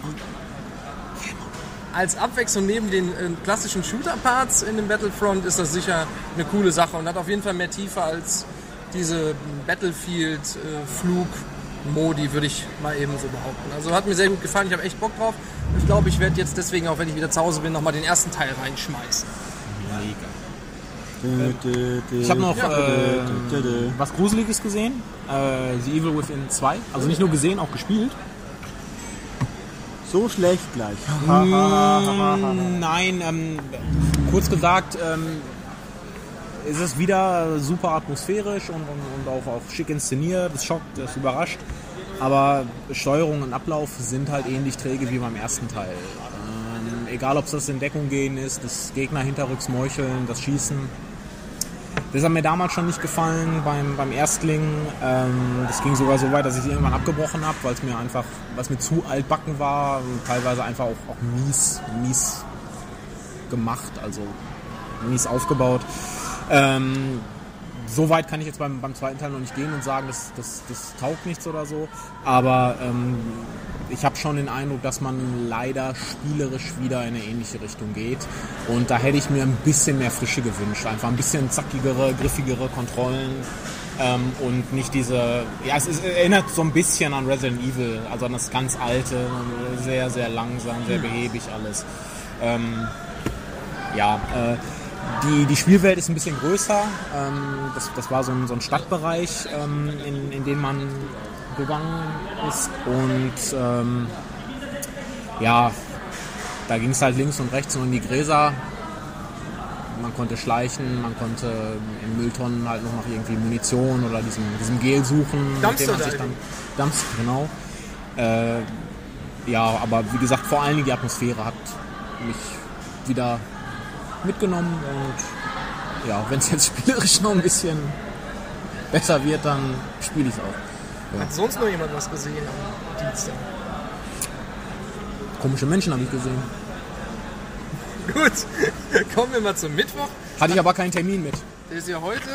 Speaker 2: als Abwechslung neben den äh, klassischen Shooter-Parts in dem Battlefront ist das sicher eine coole Sache und hat auf jeden Fall mehr Tiefe als diese Battlefield-Flug-Modi, würde ich mal eben so behaupten. Also hat mir sehr gut gefallen, ich habe echt Bock drauf. Ich glaube, ich werde jetzt deswegen, auch wenn ich wieder zu Hause bin, nochmal den ersten Teil reinschmeißen.
Speaker 3: Mega. Ich habe noch äh, was Gruseliges gesehen, äh, The Evil Within zwei, also nicht nur gesehen, auch gespielt.
Speaker 1: So schlecht gleich.
Speaker 3: mm, nein, ähm, kurz gesagt, ähm, ist es wieder super atmosphärisch und, und, und auch, auch schick inszeniert, das schockt, das überrascht, aber Steuerung und Ablauf sind halt ähnlich träge wie beim ersten Teil. Ähm, egal, ob es das in Deckung gehen ist, das Gegner hinterrücks meucheln, das Schießen. Das hat mir damals schon nicht gefallen beim, beim Erstling. Ähm, das ging sogar so weit, dass ich es irgendwann abgebrochen habe, weil es mir einfach, weil es mir zu altbacken war und teilweise einfach auch, auch mies, mies gemacht, also mies aufgebaut. Ähm, so weit kann ich jetzt beim, beim zweiten Teil noch nicht gehen und sagen, das, das, das taugt nichts oder so. Aber ähm, ich habe schon den Eindruck, dass man leider spielerisch wieder in eine ähnliche Richtung geht. Und da hätte ich mir ein bisschen mehr Frische gewünscht. Einfach ein bisschen zackigere, griffigere Kontrollen. Ähm, und nicht diese... Ja, es, ist, es erinnert so ein bisschen an Resident Evil. Also an das ganz alte. Sehr, sehr langsam, sehr behäbig alles. Ähm, ja, äh, Die, die Spielwelt ist ein bisschen größer. Ähm, das, das war so ein, so ein Stadtbereich, ähm, in, in den man gegangen ist. Und ähm, ja, da ging es halt links und rechts nur in die Gräser. Man konnte schleichen, man konnte in Mülltonnen halt noch nach irgendwie Munition oder diesem, diesem Gel suchen.
Speaker 2: Dumpster
Speaker 3: mit dem man sich dann Dumpster, genau. Äh, ja, aber wie gesagt, vor allen Dingen die Atmosphäre hat mich wieder mitgenommen und ja, wenn es jetzt spielerisch noch ein bisschen besser wird, dann spiele ich es auch. Ja.
Speaker 2: Hat sonst noch jemand was gesehen am Dienstag?
Speaker 3: Komische Menschen habe ich gesehen.
Speaker 2: Gut, kommen wir mal zum Mittwoch.
Speaker 3: Hatte ich aber keinen Termin mit.
Speaker 2: Der ist ja heute.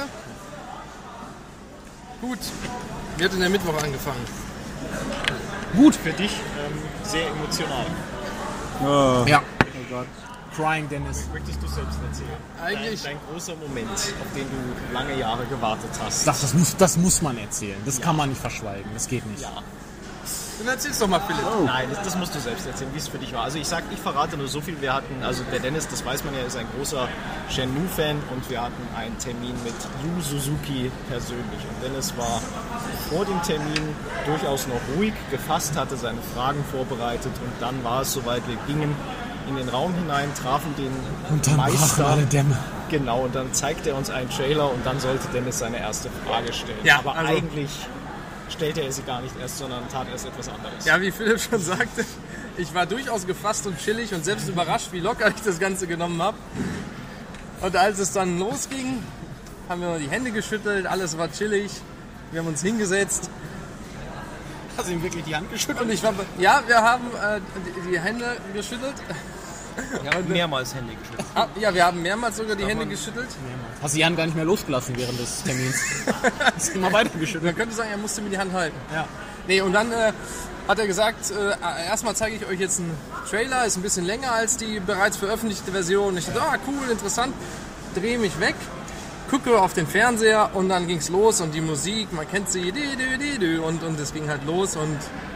Speaker 2: Gut, wie hat denn der Mittwoch angefangen?
Speaker 4: Gut. Für dich ähm, sehr emotional.
Speaker 1: Oh.
Speaker 3: Ja.
Speaker 1: Oh Gott.
Speaker 3: Crying Dennis.
Speaker 4: Möchtest du selbst erzählen?
Speaker 2: Eigentlich-
Speaker 4: Dein, dein großer Moment, auf den du lange Jahre gewartet hast.
Speaker 3: Das, das, muss, das muss man erzählen. Das ja. kann man nicht verschweigen. Das geht nicht.
Speaker 4: Ja.
Speaker 2: Dann erzähl's doch mal, Philipp.
Speaker 1: Oh.
Speaker 4: Nein, das, das musst du selbst erzählen, wie es für dich war. Also ich sag, ich verrate nur so viel. Wir hatten, also der Dennis, das weiß man ja, ist ein großer Shenmue-Fan und wir hatten einen Termin mit Yu Suzuki persönlich. Und Dennis war vor dem Termin durchaus noch ruhig, gefasst, hatte seine Fragen vorbereitet und dann war es soweit, wir gingen in den Raum hinein, trafen den
Speaker 3: Und dann brachen
Speaker 4: Meister.
Speaker 3: alle Dämme.
Speaker 4: Genau, und dann zeigte er uns einen Trailer und dann sollte Dennis seine erste Frage stellen.
Speaker 2: Ja,
Speaker 4: aber
Speaker 2: also-
Speaker 4: eigentlich stellte er sie gar nicht erst, sondern tat erst etwas anderes.
Speaker 2: Ja, wie Philipp schon sagte, ich war durchaus gefasst und chillig und selbst überrascht, wie locker ich das Ganze genommen habe. Und als es dann losging, haben wir die Hände geschüttelt, alles war chillig, wir haben uns hingesetzt.
Speaker 4: Hast du ihm wirklich die Hand geschüttelt?
Speaker 2: Und ich war, ja, wir haben äh, die, die Hände geschüttelt.
Speaker 4: Wir haben mehrmals Hände geschüttelt.
Speaker 2: Ah, ja, wir haben mehrmals sogar die Hände geschüttelt.
Speaker 3: Hast du die Hand gar nicht mehr losgelassen während des Termins? Ist immer weiter geschüttelt.
Speaker 2: Man könnte sagen, er musste mir die Hand halten.
Speaker 3: Ja.
Speaker 2: Nee, und dann äh, hat er gesagt, äh, erstmal zeige ich euch jetzt einen Trailer, ist ein bisschen länger als die bereits veröffentlichte Version. Ich dachte, ah, cool, interessant, drehe mich weg, gucke auf den Fernseher und dann ging's los und die Musik, man kennt sie, und, und es ging halt los und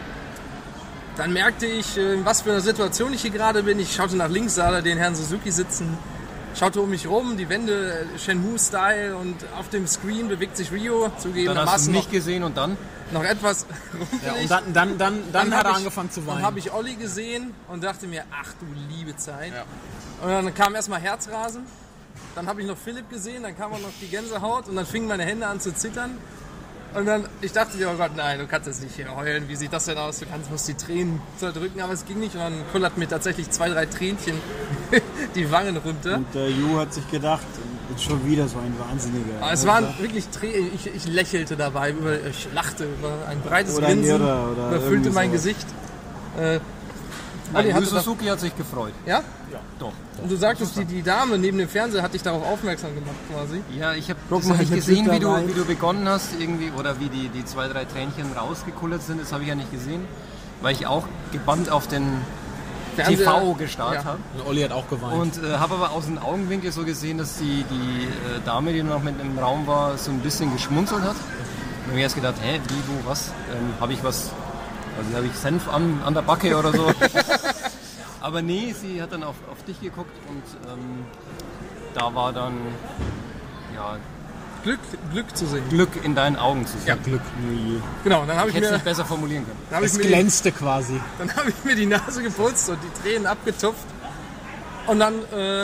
Speaker 2: dann merkte ich, in was für eine Situation ich hier gerade bin. Ich schaute nach links, sah da den Herrn Suzuki sitzen, schaute um mich rum, die Wände Shenmue-Style und auf dem Screen bewegt sich Ryo, zugegebenermaßen
Speaker 4: Dann hast du nicht
Speaker 2: noch,
Speaker 4: gesehen und dann?
Speaker 2: noch etwas
Speaker 3: Ja,
Speaker 2: rumpelig.
Speaker 3: und dann, dann, dann, dann,
Speaker 2: Dann
Speaker 3: hat er
Speaker 2: hab ich-
Speaker 3: angefangen zu
Speaker 2: Dann
Speaker 3: weinen.
Speaker 2: habe ich Olli gesehen und dachte mir, ach du liebe Zeit.
Speaker 3: Ja.
Speaker 2: Und dann kam erstmal Herzrasen, dann habe ich noch Philipp gesehen, dann kam auch noch die Gänsehaut und dann fingen meine Hände an zu zittern. Und dann, ich dachte mir, oh Gott, nein, du kannst jetzt nicht hier heulen, wie sieht das denn aus? Du kannst, musst die Tränen zerdrücken, aber es ging nicht. Und dann kullert mir tatsächlich zwei, drei Tränchen die Wangen runter.
Speaker 1: Und der Ju hat sich gedacht, jetzt schon wieder so ein Wahnsinniger.
Speaker 2: Aber es waren wirklich Tränen, ich, ich lächelte dabei, über, ich lachte über ein breites
Speaker 1: Oder ein
Speaker 2: Grinsen,
Speaker 1: Irrer oder
Speaker 2: überfüllte
Speaker 1: irgendwie
Speaker 2: mein
Speaker 1: sowas.
Speaker 2: Gesicht. Äh,
Speaker 4: Nein,
Speaker 2: Olli
Speaker 4: Yu
Speaker 2: hatte da-
Speaker 4: Suzuki hat sich gefreut.
Speaker 2: ja?
Speaker 4: Doch.
Speaker 2: Und du sagtest, die, die Dame neben dem Fernseher hat dich darauf aufmerksam gemacht quasi.
Speaker 4: Ja, ich habe
Speaker 1: Guck
Speaker 4: das
Speaker 1: mal,
Speaker 4: hab nicht
Speaker 1: mit
Speaker 4: gesehen, wie du,
Speaker 1: dabei.
Speaker 4: wie du begonnen hast irgendwie oder wie die, die zwei, drei Tränchen rausgekullert sind. Das habe ich ja nicht gesehen, weil ich auch gebannt auf den
Speaker 2: Fernseher-
Speaker 4: T V gestarrt
Speaker 2: Ja.
Speaker 4: habe.
Speaker 3: Und Olli hat auch geweint.
Speaker 4: Und äh, habe aber aus dem Augenwinkel so gesehen, dass die, die äh, Dame, die noch mit im Raum war, so ein bisschen geschmunzelt hat. Und ich mir erst gedacht, hä, wie, wo, was? Ähm, habe ich was, also habe ich Senf an, an der Backe oder so? Aber nee, sie hat dann auf, auf dich geguckt und ähm, da war dann ja,
Speaker 2: Glück, Glück zu sehen.
Speaker 4: Glück in deinen Augen zu sehen.
Speaker 2: Ja.
Speaker 3: Glück.
Speaker 2: Genau, dann habe
Speaker 4: Ich
Speaker 2: ich,
Speaker 4: hätte es
Speaker 2: mir,
Speaker 4: nicht besser formulieren können.
Speaker 2: dann hab ich,
Speaker 3: Es
Speaker 2: mir die,
Speaker 3: glänzte quasi.
Speaker 2: dann hab ich mir die Nase geputzt und die Tränen abgetupft. Und dann, äh,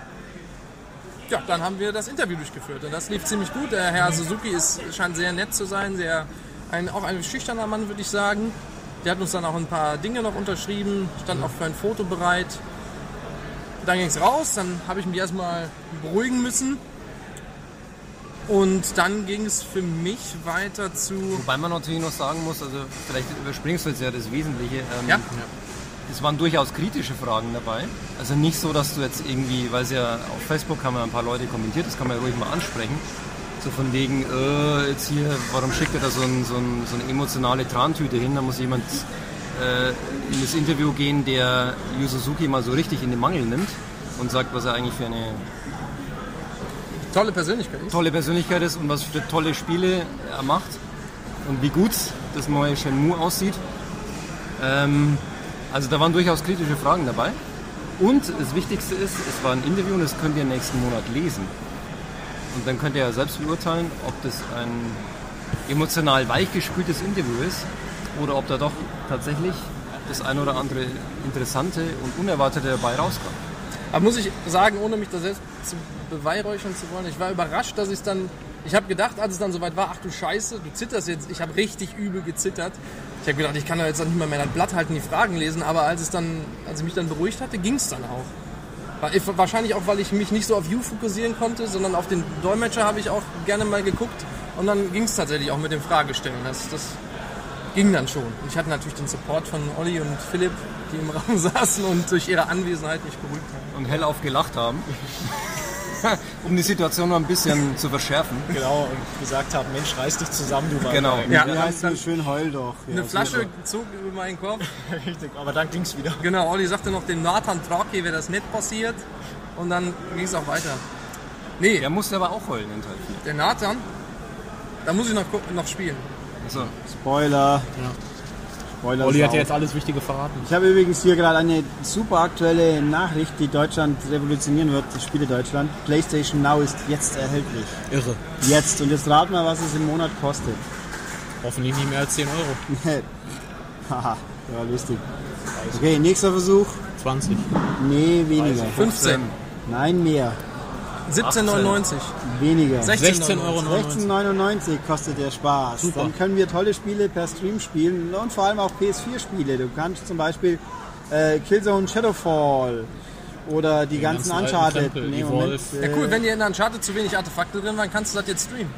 Speaker 2: ja, dann haben wir das Interview durchgeführt. Und das lief ziemlich gut. Der Herr Suzuki ist, scheint sehr nett zu sein, sehr, ein, auch ein schüchterner Mann, würde ich sagen. Der hat uns dann auch ein paar Dinge noch unterschrieben, stand auch für ein Foto bereit. Dann ging es raus, dann habe ich mich erstmal beruhigen müssen. Und dann ging es für mich weiter zu...
Speaker 4: Wobei man natürlich noch sagen muss, also vielleicht überspringst du jetzt ja das Wesentliche. Ähm,
Speaker 2: Ja?
Speaker 4: Es waren durchaus kritische Fragen dabei. Also nicht so, dass du jetzt irgendwie, weil es ja auf Facebook haben ja ein paar Leute kommentiert, das kann man ja ruhig mal ansprechen. So von wegen, äh, jetzt hier, warum schickt er da so, ein, so, ein, so eine emotionale Trantüte hin? Da muss jemand äh, in das Interview gehen, der Yu Suzuki mal so richtig in den Mangel nimmt und sagt, was er eigentlich für eine
Speaker 2: Tolle Persönlichkeit ist.
Speaker 4: tolle Persönlichkeit ist und was für tolle Spiele er macht und wie gut das neue Shenmue aussieht. Ähm, also da waren durchaus kritische Fragen dabei. Und das Wichtigste ist, es war ein Interview und das könnt ihr nächsten Monat lesen. Und dann könnt ihr ja selbst beurteilen, ob das ein emotional weichgespültes Interview ist oder ob da doch tatsächlich das ein oder andere Interessante und Unerwartete dabei rauskam.
Speaker 2: Aber muss ich sagen, ohne mich da selbst zu beweihräuchern zu wollen, ich war überrascht, dass ich dann, ich habe gedacht, als es dann soweit war, ach du Scheiße, du zitterst jetzt, ich habe richtig übel gezittert. Ich habe gedacht, ich kann da jetzt nicht mal mehr das Blatt halten, die Fragen lesen, aber als es dann, als ich mich dann beruhigt hatte, ging es dann auch. Wahrscheinlich auch, weil ich mich nicht so auf You fokussieren konnte, sondern auf den Dolmetscher habe ich auch gerne mal geguckt und dann ging es tatsächlich auch mit dem Fragestellen. Das, das ging dann schon. Und ich hatte natürlich den Support von Olli und Philipp, die im Raum saßen und durch ihre Anwesenheit mich beruhigt haben.
Speaker 4: Und hellauf gelacht haben, um die Situation noch ein bisschen zu verschärfen.
Speaker 5: Genau, und gesagt haben, Mensch, reiß dich zusammen, du
Speaker 4: Genau.
Speaker 2: Ja,
Speaker 1: Wie
Speaker 2: dann,
Speaker 1: heißt so
Speaker 2: dann
Speaker 1: schön, heul doch. Ja,
Speaker 2: eine Flasche
Speaker 1: super.
Speaker 2: zog über meinen Kopf.
Speaker 5: Richtig, aber dann ging's wieder.
Speaker 2: Genau, Olli sagte noch dem Nathan Traki, wäre das nicht passiert. Und dann ging es auch weiter. Nee,
Speaker 4: Der musste aber auch heulen in Teil vier.
Speaker 2: der Nathan, da muss ich noch, gu- noch spielen.
Speaker 4: Also,
Speaker 1: Spoiler. Spoiler.
Speaker 3: Olli hat
Speaker 1: Sau.
Speaker 3: ja jetzt alles Wichtige verraten.
Speaker 1: Ich habe übrigens hier gerade eine super aktuelle Nachricht, die Deutschland revolutionieren wird. Die Spiele Deutschland. PlayStation Now ist jetzt erhältlich.
Speaker 3: Irre.
Speaker 1: Jetzt. Und jetzt rat mal, was es im Monat kostet.
Speaker 3: Hoffentlich nicht mehr als zehn Euro.
Speaker 1: Haha, ja, lustig. Okay, nächster Versuch.
Speaker 3: zwanzig.
Speaker 1: Nee, weniger.
Speaker 2: fünfzehn,
Speaker 1: Nein, mehr.
Speaker 2: siebzehn neunundneunzig,
Speaker 1: Weniger.
Speaker 2: sechzehn
Speaker 3: Euro
Speaker 1: sechzehn neunundneunzig kostet der Spaß.
Speaker 3: Super.
Speaker 1: Dann können wir tolle Spiele per Stream spielen und vor allem auch P S vier Spiele. Du kannst zum Beispiel äh, Killzone Shadowfall oder die ganzen
Speaker 3: ganzen alten
Speaker 1: Uncharted.
Speaker 3: Krempel,
Speaker 1: Nee,
Speaker 3: Evolve.
Speaker 1: Moment,
Speaker 2: Ja
Speaker 1: äh,
Speaker 2: cool, wenn dir in Uncharted zu wenig Artefakte drin waren, kannst du das jetzt streamen.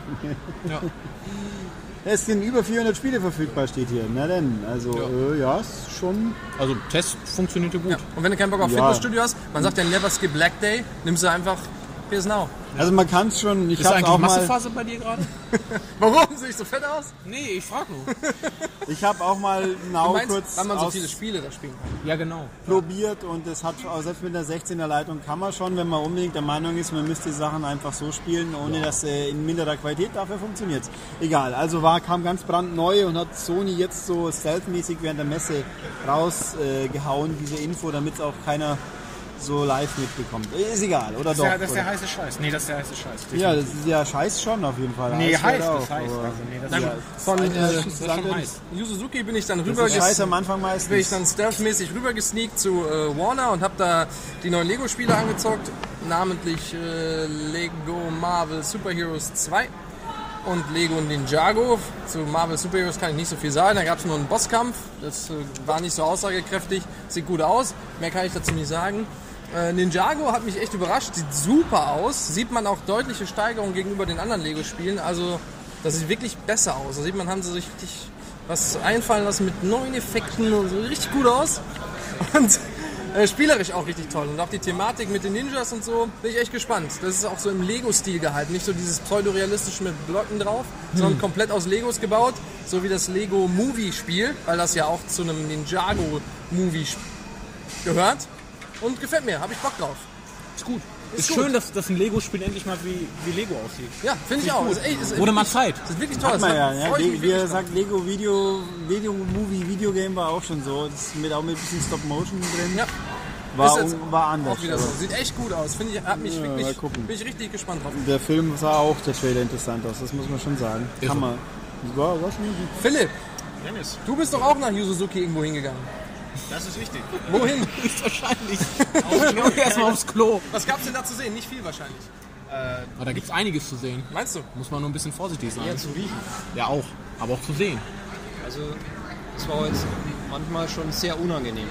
Speaker 1: es sind über vierhundert Spiele verfügbar, steht hier. Na denn, also ja, äh, ja ist schon.
Speaker 3: Also Test funktionierte gut.
Speaker 2: Ja. Und wenn du keinen Bock auf
Speaker 1: Ja.
Speaker 2: Fitnessstudio hast, man sagt ja never skip Black Day, nimmst du einfach P S Now.
Speaker 1: Also man kann es schon, ich
Speaker 3: Ist
Speaker 1: habe
Speaker 3: eigentlich
Speaker 1: auch mal,
Speaker 3: Massephase bei dir gerade?
Speaker 2: Warum? Sehe ich so fett aus?
Speaker 3: Nee, ich frag nur.
Speaker 1: ich habe auch mal
Speaker 2: Du
Speaker 1: Now
Speaker 2: meinst,
Speaker 1: kurz
Speaker 2: weil man so
Speaker 1: aus-
Speaker 2: viele Spiele da spielen kann.
Speaker 3: Ja, genau.
Speaker 1: probiert und es hat auch selbst mit der sechzehner Leitung kann man schon, wenn man unbedingt der Meinung ist, man müsste die Sachen einfach so spielen, ohne dass äh, in minderer Qualität, dafür funktioniert es. Egal, also war, kam ganz brandneu und hat Sony jetzt so stealthmäßig während der Messe rausgehauen, äh, gehauen, diese Info, damit es auch keiner so live mitbekommt. Ist egal, oder
Speaker 6: Das ist,
Speaker 1: doch?
Speaker 6: ja, das ist der
Speaker 1: oder?
Speaker 6: heiße Scheiß. Nee, das ist der heiße Scheiß.
Speaker 1: Ja, das ist ja scheiß schon auf jeden Fall.
Speaker 6: Nee,
Speaker 1: Heiß
Speaker 6: heiß,
Speaker 1: halt
Speaker 6: das
Speaker 1: auch,
Speaker 6: heißt.
Speaker 1: aber-
Speaker 6: Also, nee, das
Speaker 1: Ja,
Speaker 6: ist
Speaker 2: Von
Speaker 1: eine-
Speaker 2: äh,
Speaker 6: das ist schon heiß.
Speaker 2: Yu Suzuki bin ich dann
Speaker 1: das
Speaker 2: rüber
Speaker 1: ist scheiß am
Speaker 2: ges-
Speaker 1: Anfang meistens.
Speaker 2: bin ich dann stealthmäßig rüber gesneakt zu äh, Warner und habe da die neuen Lego-Spiele angezockt, namentlich äh, Lego Marvel Super Heroes zwei und Lego Ninjago. Zu Marvel Super Heroes kann ich nicht so viel sagen, da gab es nur einen Bosskampf, das äh, war nicht so aussagekräftig, sieht gut aus, mehr kann ich dazu nicht sagen. Äh, Ninjago hat mich echt überrascht, sieht super aus, sieht man auch deutliche Steigerungen gegenüber den anderen Lego-Spielen, also das sieht wirklich besser aus. Da sieht man, haben sie sich richtig was einfallen lassen mit neuen Effekten und so, richtig gut aus. Und äh, spielerisch auch richtig toll. Und auch die Thematik mit den Ninjas und so, bin ich echt gespannt. Das ist auch so im Lego-Stil gehalten, nicht so dieses pseudorealistische mit Blöcken drauf, sondern komplett aus Legos gebaut, so wie das Lego-Movie-Spiel, weil das ja auch zu einem Ninjago-Movie gehört. Und gefällt mir, habe ich Bock drauf.
Speaker 3: Ist gut.
Speaker 2: Ist
Speaker 3: Ist,
Speaker 2: gut.
Speaker 3: schön, dass das ein Lego-Spiel endlich mal wie, wie Lego aussieht.
Speaker 2: Ja, finde ich auch. Ist, echt- ist
Speaker 3: Wurde mal
Speaker 2: wirklich-
Speaker 3: Zeit.
Speaker 2: Das ist wirklich toll.
Speaker 1: Hat man
Speaker 2: Das
Speaker 1: ja,
Speaker 2: hat-
Speaker 1: ja.
Speaker 2: freu ich
Speaker 1: Le-
Speaker 2: mich
Speaker 1: Wie er
Speaker 2: wirklich
Speaker 1: sagt, Lego Video, Video Movie, Videogame war auch schon so. Das ist mit, auch mit ein bisschen Stop Motion drin.
Speaker 2: Ja.
Speaker 1: War,
Speaker 2: Ist jetzt
Speaker 1: un- war anders.
Speaker 2: Auch wieder so.
Speaker 1: aber
Speaker 2: Sieht echt gut aus. Finde ich, hat mich
Speaker 1: Ja,
Speaker 2: wirklich,
Speaker 1: mal gucken.
Speaker 2: bin ich richtig gespannt drauf.
Speaker 1: Der Film sah auch, der Trailer, interessant aus. Das muss man schon sagen.
Speaker 3: Ist
Speaker 1: Kann
Speaker 3: so.
Speaker 1: man. War, was nicht?
Speaker 2: Philipp,
Speaker 6: Dennis,
Speaker 2: du bist doch auch nach Yu Suzuki irgendwo hingegangen.
Speaker 6: das ist richtig.
Speaker 2: Wohin?
Speaker 3: Wahrscheinlich. Ich geh erstmal aufs Klo.
Speaker 2: Was gab's denn da zu sehen? Nicht viel wahrscheinlich.
Speaker 3: Aber da gibt es einiges zu sehen.
Speaker 2: Meinst du?
Speaker 3: Muss man nur ein bisschen vorsichtig sein.
Speaker 4: Eher zu riechen.
Speaker 3: Ja, auch. Aber auch zu sehen.
Speaker 4: Also, das war jetzt manchmal schon sehr unangenehm.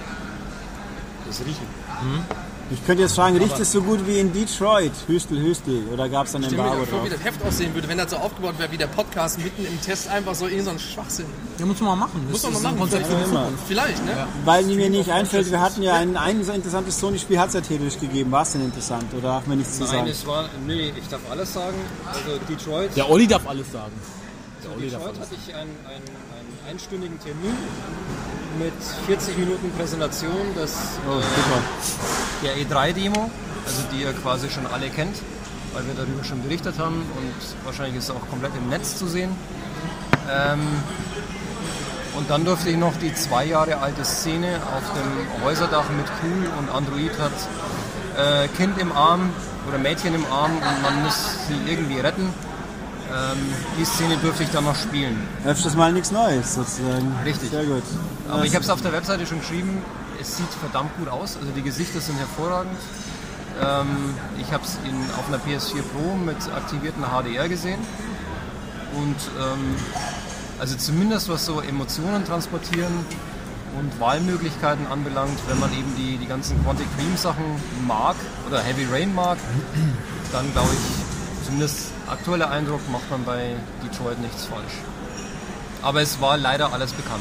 Speaker 4: Das Riechen.
Speaker 1: Ich könnte jetzt fragen, riecht es so gut wie in Detroit? Hüstel, Hüstel. Oder gab es dann
Speaker 2: Ich
Speaker 1: ein
Speaker 2: stelle mir
Speaker 1: Embargo
Speaker 2: vor, wie
Speaker 1: drauf?
Speaker 2: das Heft aussehen würde, wenn das so aufgebaut wäre wie der Podcast mitten im Test einfach so irgend so ein Schwachsinn.
Speaker 3: Ja, muss man mal machen.
Speaker 2: Muss
Speaker 3: Das
Speaker 2: man
Speaker 3: ist
Speaker 2: mal
Speaker 3: ein
Speaker 2: machen.
Speaker 3: Konzept für die
Speaker 1: Ja, immer.
Speaker 3: Zukunft.
Speaker 2: Vielleicht, ne?
Speaker 1: Weil mir nicht einfällt, wir hatten ja ein, ein so interessantes Sony-Spiel, hat es ja theoretisch gegeben. War es denn interessant? Oder darf man nichts zu
Speaker 4: Nein,
Speaker 1: sagen?
Speaker 4: es war. Nee, ich darf alles sagen. Also, Detroit.
Speaker 3: Der Olli darf alles sagen.
Speaker 4: In
Speaker 3: Olli darf
Speaker 4: Detroit
Speaker 3: alles.
Speaker 4: hatte ich einen, einen, einen einstündigen Termin mit vierzig Minuten Präsentation des,
Speaker 1: Oh,
Speaker 4: äh,
Speaker 1: super.
Speaker 4: der E drei Demo, also die ihr quasi schon alle kennt, weil wir darüber schon berichtet haben und wahrscheinlich ist es auch komplett im Netz zu sehen. Ähm, und dann durfte ich noch die zwei Jahre alte Szene auf dem Häuserdach mit Cool und Android hat äh, Kind im Arm oder Mädchen im Arm und man muss sie irgendwie retten. Ähm, die Szene durfte ich dann noch spielen.
Speaker 1: Öfters mal nichts Neues sozusagen.
Speaker 4: Richtig.
Speaker 1: Sehr gut.
Speaker 4: Aber ich habe es auf der Webseite schon geschrieben, es sieht verdammt gut aus, also die Gesichter sind hervorragend. Ähm, ich habe es auf einer P S vier Pro mit aktivierten H D R gesehen und ähm, also zumindest was so Emotionen transportieren und Wahlmöglichkeiten anbelangt, wenn man eben die, die ganzen Quantic Dream Sachen mag oder Heavy Rain mag, dann glaube ich, zumindest aktueller Eindruck, macht man bei Detroit nichts falsch. Aber es war leider alles bekannt.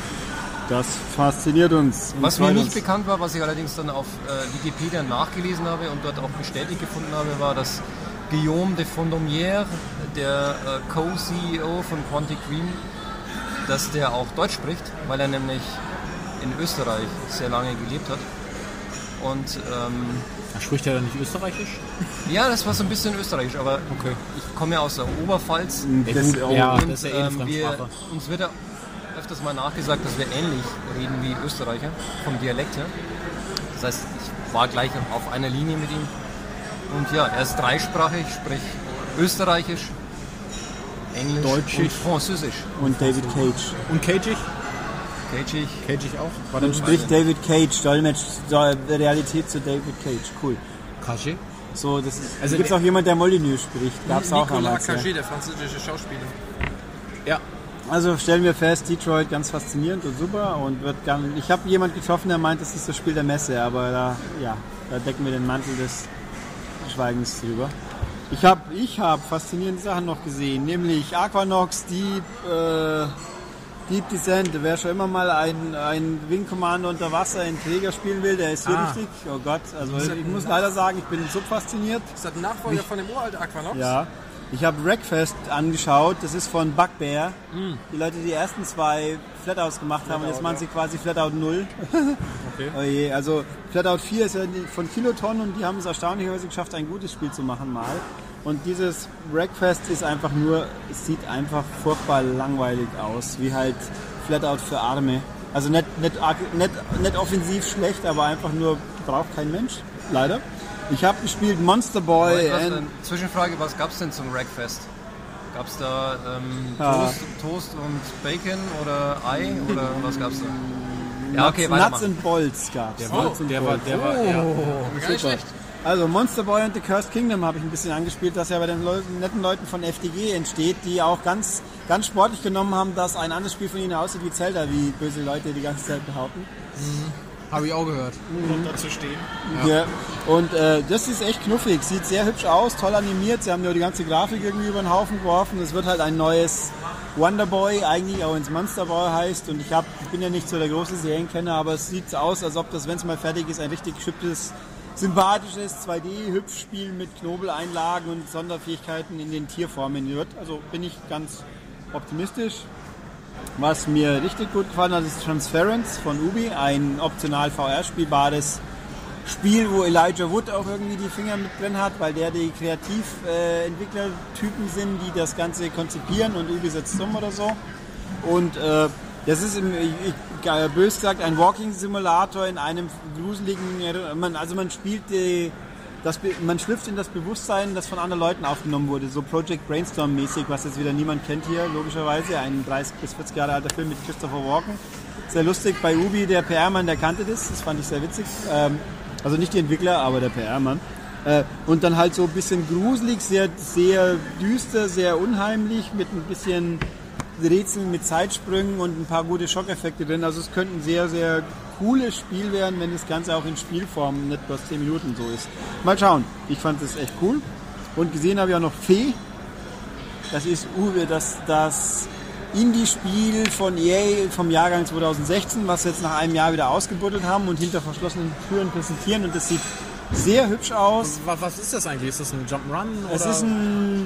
Speaker 1: Das fasziniert uns. und
Speaker 4: Was mir
Speaker 1: freut
Speaker 4: nicht
Speaker 1: uns.
Speaker 4: bekannt war, was ich allerdings dann auf äh, Wikipedia nachgelesen habe und dort auch bestätigt gefunden habe, war, dass Guillaume de Fondomière, der äh, Co-C E O von Quantic Dream, dass der auch Deutsch spricht, weil er nämlich in Österreich sehr lange gelebt hat. Und ähm,
Speaker 3: Spricht er dann nicht Österreichisch?
Speaker 4: ja, das war so ein bisschen österreichisch, aber
Speaker 3: Okay.
Speaker 4: ich komme ja aus der Oberpfalz.
Speaker 1: Das, oh,
Speaker 3: Ja,
Speaker 4: Und
Speaker 3: das ist ja eh eine
Speaker 4: ähm, wir,
Speaker 3: Fremdsprache.
Speaker 4: uns wird ja öfters mal nachgesagt, dass wir ähnlich reden wie Österreicher, vom Dialekt her. Das heißt, ich war gleich auf einer Linie mit ihm. Und ja, er ist dreisprachig, spricht Österreichisch, Englisch
Speaker 3: Deutschisch.
Speaker 4: und Französisch.
Speaker 1: Und David Cage.
Speaker 3: Und Cagig?
Speaker 4: Cagig.
Speaker 3: Cagig auch? War
Speaker 1: Dann
Speaker 3: das
Speaker 1: spricht David Cage, Dolmetsch, so, Realität zu David Cage. Cool.
Speaker 3: Cagig?
Speaker 1: So, das ist.
Speaker 3: Also
Speaker 1: Also gibt es auch jemand, der Molyneux spricht. Gab's auch
Speaker 2: Nicolas
Speaker 1: damals. Ja.
Speaker 2: Cagé, der französische Schauspieler.
Speaker 3: Ja.
Speaker 1: Also stellen wir fest, Detroit ganz faszinierend und super und wird gern. Ich habe jemand getroffen, der meint, das ist das Spiel der Messe, aber da, ja, da decken wir den Mantel des Schweigens drüber. Ich habe ich hab faszinierende Sachen noch gesehen, nämlich Aquanox, die, äh, Deep Descent, wer schon immer mal ein, ein Wing Commander unter Wasser in Träger spielen will, der ist hier
Speaker 3: Ah.
Speaker 1: richtig. Oh Gott, also ich muss leider sagen, ich bin so fasziniert.
Speaker 2: Ist das ein Nachfolger von dem uralten Aquanox?
Speaker 1: Ja. Ich habe Wreckfest angeschaut, das ist von Bugbear. Die Leute, die die ersten zwei Flatouts gemacht haben, und jetzt machen sie quasi Flatout null.
Speaker 3: Okay.
Speaker 1: Oh je, also Flatout vier ist ja von Kiloton und die haben es erstaunlicherweise geschafft, ein gutes Spiel zu machen mal. Und dieses Wreckfest ist einfach nur, es sieht einfach furchtbar langweilig aus, wie halt Flatout für Arme. Also nicht, nicht, arg- nicht, nicht offensiv schlecht, aber einfach nur braucht kein Mensch, leider. Ich habe gespielt Monster Boy.
Speaker 7: Was,
Speaker 1: and-
Speaker 7: ähm, Zwischenfrage, was gab's denn zum Wreckfest? Gab's da ähm,
Speaker 1: Ja.
Speaker 7: Toast, Toast und Bacon oder Ei oder was gab's da? Ja, okay,
Speaker 1: Nuts
Speaker 7: weitermachen.
Speaker 1: and Bolts gab es.
Speaker 3: Der war, der war, der war, ja.
Speaker 2: Gar nicht schlecht.
Speaker 1: Also Monster Boy und The Cursed Kingdom habe ich ein bisschen angespielt, das ja bei den Leuten, netten Leuten von F D G entsteht, die auch ganz, ganz sportlich genommen haben, dass ein anderes Spiel von ihnen aussieht wie Zelda, wie böse Leute die ganze Zeit behaupten.
Speaker 3: Habe ich auch gehört.
Speaker 6: Drunter zu stehen.
Speaker 1: Ja. Und äh, das ist echt knuffig, sieht sehr hübsch aus, toll animiert. Sie haben ja die ganze Grafik irgendwie über den Haufen geworfen. Es wird halt ein neues Wonder Boy, eigentlich auch ins Monster Boy heißt. Und ich, hab, ich bin ja nicht so der große Serienkenner, aber es sieht so aus, als ob das, wenn es mal fertig ist, ein richtig hübsches, sympathisches zwei D-Hüpfspiel mit Knobeleinlagen und Sonderfähigkeiten in den Tierformen wird. Also bin ich ganz optimistisch. Was mir richtig gut gefallen hat, ist Transference von Ubi, ein optional V R-spielbares Spiel, wo Elijah Wood auch irgendwie die Finger mit drin hat, weil der die Kreativentwicklertypen sind, die das Ganze konzipieren und Ubi setzt um oder so. Und äh, das ist, im, ich, ich, bös gesagt, ein Walking-Simulator in einem gruseligen, man, also man spielt die, das, man schlüpft in das Bewusstsein, das von anderen Leuten aufgenommen wurde, so Project Brainstorm-mäßig, was jetzt wieder niemand kennt hier, logischerweise, ein dreißig bis vierzig Jahre alter Film mit Christopher Walken. Sehr lustig, bei Ubi, der P R-Mann, der kannte das, das fand ich sehr witzig. Ähm, also nicht die Entwickler, aber der P R-Mann. Äh, und dann halt so ein bisschen gruselig, sehr, sehr düster, sehr unheimlich, mit ein bisschen Rätseln mit Zeitsprüngen und ein paar gute Schockeffekte drin. Also es könnte ein sehr, sehr cooles Spiel werden, wenn das Ganze auch in Spielform nicht bloß zehn Minuten so ist. Mal schauen. Ich fand das echt cool. Und gesehen habe ich auch noch Fee. Das ist Uwe, das, das Indie-Spiel von E A vom Jahrgang zwanzig sechzehn, was wir jetzt nach einem Jahr wieder ausgebuddelt haben und hinter verschlossenen Türen präsentieren. Und das sieht sehr hübsch aus.
Speaker 3: Was, was ist das eigentlich? Ist das ein Jump'n'Run?
Speaker 1: Es
Speaker 3: oder?
Speaker 1: ist ein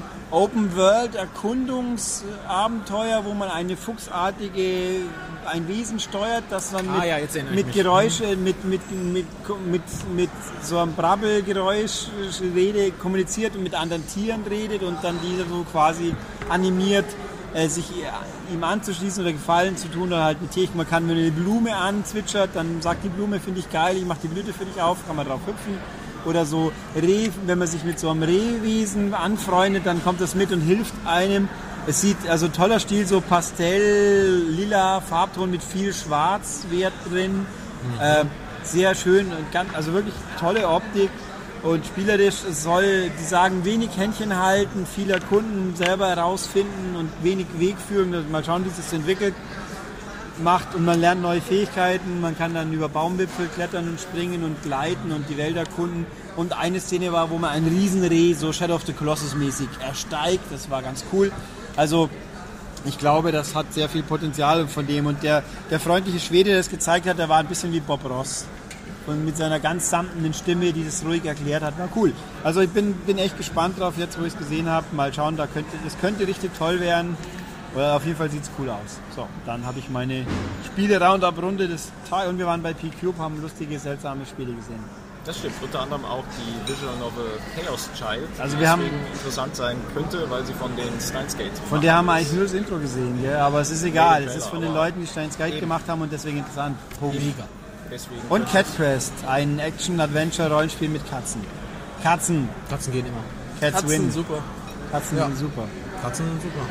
Speaker 1: Open-World-Erkundungsabenteuer, wo man eine fuchsartige, ein Wesen steuert, das dann mit,
Speaker 3: Ah ja, jetzt erinnere ich
Speaker 1: mit
Speaker 3: mich.
Speaker 1: Geräusche, mit, mit, mit, mit, mit so einem Brabbelgeräusch Rede kommuniziert und mit anderen Tieren redet und dann diese so quasi animiert, äh, sich ihm anzuschließen oder Gefallen zu tun oder halt mit Tier. Man kann, wenn eine Blume anzwitschert, dann sagt die Blume, finde ich geil, ich mache die Blüte für dich auf, kann man drauf hüpfen. Oder so Reh, wenn man sich mit so einem Rehwesen anfreundet, dann kommt das mit und hilft einem. Es sieht also toller Stil, so Pastell, lila Farbton mit viel Schwarzwert drin. Mhm. Äh, sehr schön und ganz, also wirklich tolle Optik. Und spielerisch soll, die sagen, wenig Händchen halten, viel erkunden, selber herausfinden und wenig Weg führen. Mal schauen, wie sich das entwickelt. Macht und man lernt neue Fähigkeiten, man kann dann über Baumwipfel klettern und springen und gleiten und die Welt erkunden. Und eine Szene war, wo man ein Riesenreh, so Shadow of the Colossus mäßig, ersteigt, das war ganz cool. Also ich glaube, das hat sehr viel Potenzial von dem und der, der freundliche Schwede, der das gezeigt hat, der war ein bisschen wie Bob Ross. Und mit seiner ganz samtenden Stimme, die das ruhig erklärt hat, war cool. Also ich bin, bin echt gespannt drauf, jetzt wo ich es gesehen habe, mal schauen, da könnte, das könnte richtig toll werden. Oder auf jeden Fall sieht es cool aus. So, dann habe ich meine Spiele-Roundup-Runde des Tages und wir waren bei P-Cube, haben lustige, seltsame Spiele gesehen.
Speaker 4: Das stimmt, unter anderem auch die Visual Novel Chaos Child,
Speaker 1: Also
Speaker 4: die
Speaker 1: wir haben-
Speaker 4: deswegen interessant sein könnte, weil sie von den Steins Gate
Speaker 1: Von der haben wir eigentlich nur das Intro gesehen, gell? Aber es ist egal. Es ist von den
Speaker 4: aber-
Speaker 1: Leuten, die Steins Gate gemacht haben und deswegen interessant.
Speaker 3: Mega.
Speaker 4: deswegen
Speaker 1: Und Cat Quest, ein Action-Adventure-Rollenspiel mit Katzen. Katzen.
Speaker 3: Katzen gehen immer.
Speaker 1: Cats
Speaker 2: Katzen,
Speaker 1: win.
Speaker 2: super.
Speaker 1: Katzen
Speaker 2: Ja.
Speaker 1: sind super.
Speaker 3: Katzen sind super.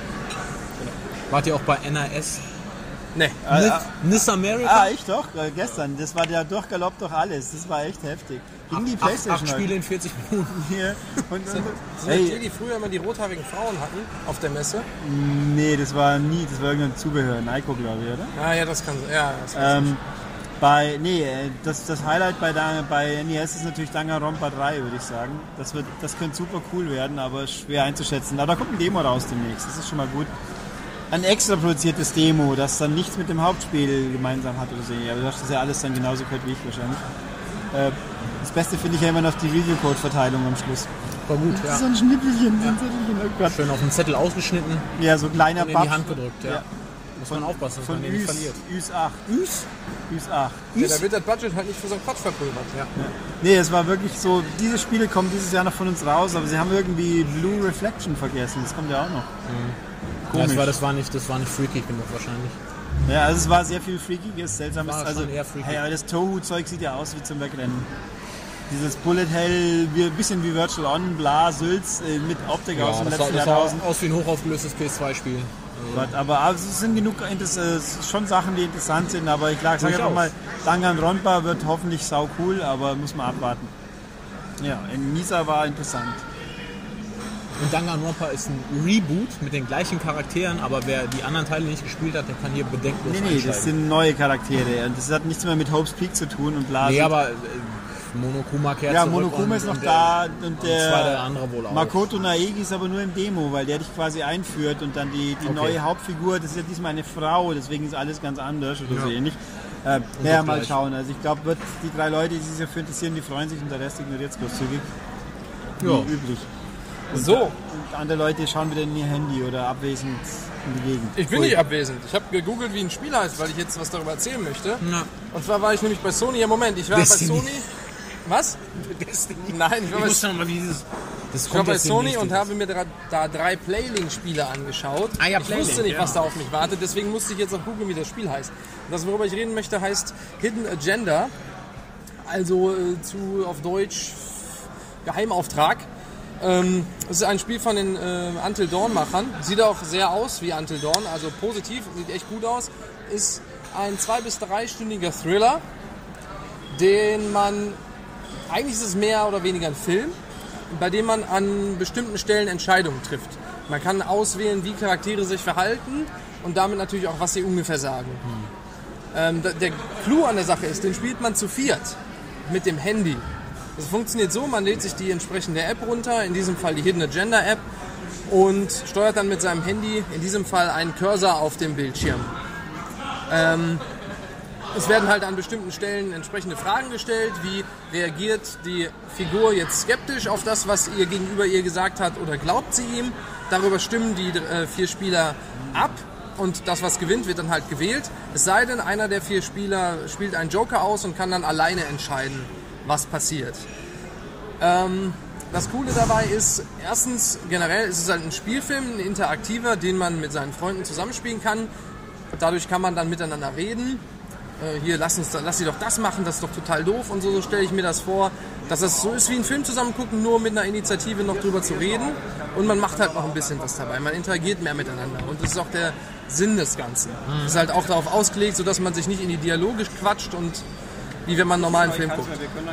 Speaker 3: Wart ihr auch bei N A S?
Speaker 2: Nee.
Speaker 1: Äh,
Speaker 3: Miss America?
Speaker 1: Ah, ich doch, äh, gestern. Das war der Durchgalopp durch alles. Das war echt heftig. Gegen die
Speaker 3: acht,
Speaker 1: Playstation.
Speaker 3: acht Spiele in vierzig Minuten.
Speaker 1: Hier. Und, und,
Speaker 2: Sind das die,
Speaker 1: hey,
Speaker 2: die früher immer die rothaarigen Frauen hatten auf der Messe?
Speaker 1: nee, das war nie, das war irgendein Zubehör. Nico, glaube ich, oder?
Speaker 2: Ah ja, das kann ja, das weiß
Speaker 1: Ähm, bei, nee, äh, das, das Highlight bei, da- bei N E S ist natürlich Danganronpa drei, würde ich sagen. Das, wird, das könnte super cool werden, aber schwer einzuschätzen. Aber da kommt ein Demo raus demnächst, das ist schon mal gut. ein extra produziertes Demo, das dann nichts mit dem Hauptspiel gemeinsam hat oder so. Aber du hast das ja alles dann genauso gehört wie ich wahrscheinlich. Äh, das Beste finde ich ja immer noch die Review-Code-Verteilung am Schluss.
Speaker 3: War gut, ja.
Speaker 1: So ein Schnippelchen, so ein Zettelchen, oh Gott.
Speaker 3: Schön auf den Zettel ausgeschnitten
Speaker 1: Ja, so ein kleiner
Speaker 3: und in die
Speaker 1: Batsch.
Speaker 3: Hand gedrückt, ja.
Speaker 1: Ja.
Speaker 3: Muss man aufpassen, dass
Speaker 1: Von
Speaker 3: man den nicht
Speaker 1: Üs,
Speaker 3: verliert.
Speaker 1: Üs acht. Üs? Üs acht.
Speaker 2: Ja, da wird das Budget halt nicht für so einen Quatsch verpulvert.
Speaker 3: Ja.
Speaker 1: Nee, es war wirklich so, diese Spiele kommen dieses Jahr noch von uns raus, aber sie haben irgendwie Blue Reflection vergessen, das kommt ja auch noch.
Speaker 3: Ja,
Speaker 1: Komisch.
Speaker 3: das, war, das, war nicht, das war nicht freaky genug wahrscheinlich.
Speaker 1: Ja, also es war sehr viel Freakiges, Seltsames.
Speaker 3: War
Speaker 1: Also,
Speaker 3: schon eher freaky.
Speaker 1: hey, aber das Tohu-Zeug sieht ja aus wie zum Wegrennen. Dieses Bullet Hell, wie, ein bisschen wie Virtual On, bla, Sülz, äh, mit Optik aus dem
Speaker 3: das sah,
Speaker 1: letzten
Speaker 3: das sah
Speaker 1: Jahrtausend.
Speaker 3: aus wie ein hochaufgelöstes P S zwei Spiel.
Speaker 1: Gott, aber also es sind genug Interess- äh, es ist schon Sachen, die interessant sind, aber ich sage einfach
Speaker 3: Durchaus.
Speaker 1: mal, Danganronpa wird hoffentlich sau cool, aber muss man abwarten. Ja, in Nisa war interessant.
Speaker 3: Und Danganronpa ist ein Reboot mit den gleichen Charakteren, aber wer die anderen Teile nicht gespielt hat, der kann hier bedenkenlos
Speaker 1: Nee, nee,
Speaker 3: einsteigen.
Speaker 1: das sind neue Charaktere und das hat nichts mehr mit Hope's Peak zu tun und bla.
Speaker 3: Nee,
Speaker 1: so-
Speaker 3: aber äh, Monokuma kehrt
Speaker 1: ja,
Speaker 3: zurück
Speaker 1: Monokuma
Speaker 3: und,
Speaker 1: ist noch
Speaker 3: und
Speaker 1: da
Speaker 3: der,
Speaker 1: und
Speaker 3: zwei der
Speaker 1: der
Speaker 3: andere wohl auch.
Speaker 1: Makoto Naegi ist aber nur im Demo, weil der dich quasi einführt und dann die, die
Speaker 3: Okay.
Speaker 1: neue Hauptfigur, das ist ja diesmal eine Frau, deswegen ist alles ganz anders oder so
Speaker 3: Ja.
Speaker 1: ähnlich. Äh, naja,
Speaker 3: doch
Speaker 1: mal
Speaker 3: gleich.
Speaker 1: schauen. Also ich glaube, wird die drei Leute, die sich dafür interessieren, die freuen sich und der Rest ignoriert es großzügig.
Speaker 3: Ja.
Speaker 1: Wie üblich. Und,
Speaker 2: So.
Speaker 1: und andere Leute schauen wieder in ihr Handy oder abwesend in die Gegend.
Speaker 2: Ich bin
Speaker 1: Ui.
Speaker 2: nicht abwesend. Ich habe gegoogelt, wie ein Spiel heißt, weil ich jetzt was darüber erzählen möchte.
Speaker 3: Ja.
Speaker 2: Und zwar war ich nämlich bei Sony. Ja, Moment, ich war
Speaker 3: Destiny.
Speaker 2: bei Sony. Was?
Speaker 3: Destiny.
Speaker 2: Nein, ich war
Speaker 3: Ich
Speaker 2: bei,
Speaker 3: wusste noch mal, wie dieses... Das
Speaker 2: ich war
Speaker 3: kommt
Speaker 2: bei
Speaker 3: jetzt
Speaker 2: Sony
Speaker 3: demnächst
Speaker 2: und
Speaker 3: dieses-
Speaker 2: habe mir da, da drei Playlink-Spiele angeschaut.
Speaker 3: Ah ja,
Speaker 2: ich
Speaker 3: Playlink,
Speaker 2: wusste nicht,
Speaker 3: ja.
Speaker 2: was da auf mich wartet, deswegen musste ich jetzt auch googeln, wie das Spiel heißt. Und das, worüber ich reden möchte, heißt Hidden Agenda. Also äh, zu, auf Deutsch Geheimauftrag. Ähm, es ist ein Spiel von den äh, Until Dawn-Machern. Sieht auch sehr aus wie Until Dawn, also positiv, sieht echt gut aus. Ist ein zwei- bis dreistündiger Thriller, den man, eigentlich ist es mehr oder weniger ein Film, bei dem man an bestimmten Stellen Entscheidungen trifft. Man kann auswählen, wie Charaktere sich verhalten und damit natürlich auch, was sie ungefähr sagen. Ähm, da- der Clou an der Sache ist, den spielt man zu viert mit dem Handy. Das funktioniert so, man lädt sich die entsprechende App runter, in diesem Fall die Hidden Agenda App, und steuert dann mit seinem Handy, in diesem Fall einen Cursor auf dem Bildschirm. Ähm, es werden halt an bestimmten Stellen entsprechende Fragen gestellt, wie reagiert die Figur jetzt skeptisch auf das, was ihr gegenüber ihr gesagt hat, oder glaubt sie ihm. Darüber stimmen die äh, vier Spieler ab und das, was gewinnt, wird dann halt gewählt. Es sei denn, einer der vier Spieler spielt einen Joker aus und kann dann alleine entscheiden, was passiert. Ähm, das Coole dabei ist, erstens, generell ist es halt ein Spielfilm, ein interaktiver, den man mit seinen Freunden zusammenspielen kann. Dadurch kann man dann miteinander reden. Äh, hier, lass, uns, lass sie doch das machen, das ist doch total doof und so, so stelle ich mir das vor. Dass das so ist wie ein Film zusammen gucken, nur mit einer Initiative noch drüber zu reden. Und man macht halt noch ein bisschen was dabei. Man interagiert mehr miteinander. Und das ist auch der Sinn des Ganzen. Das ist halt auch darauf ausgelegt, sodass man sich nicht in die Dialoge quatscht und wie wenn man einen normalen Film guckt.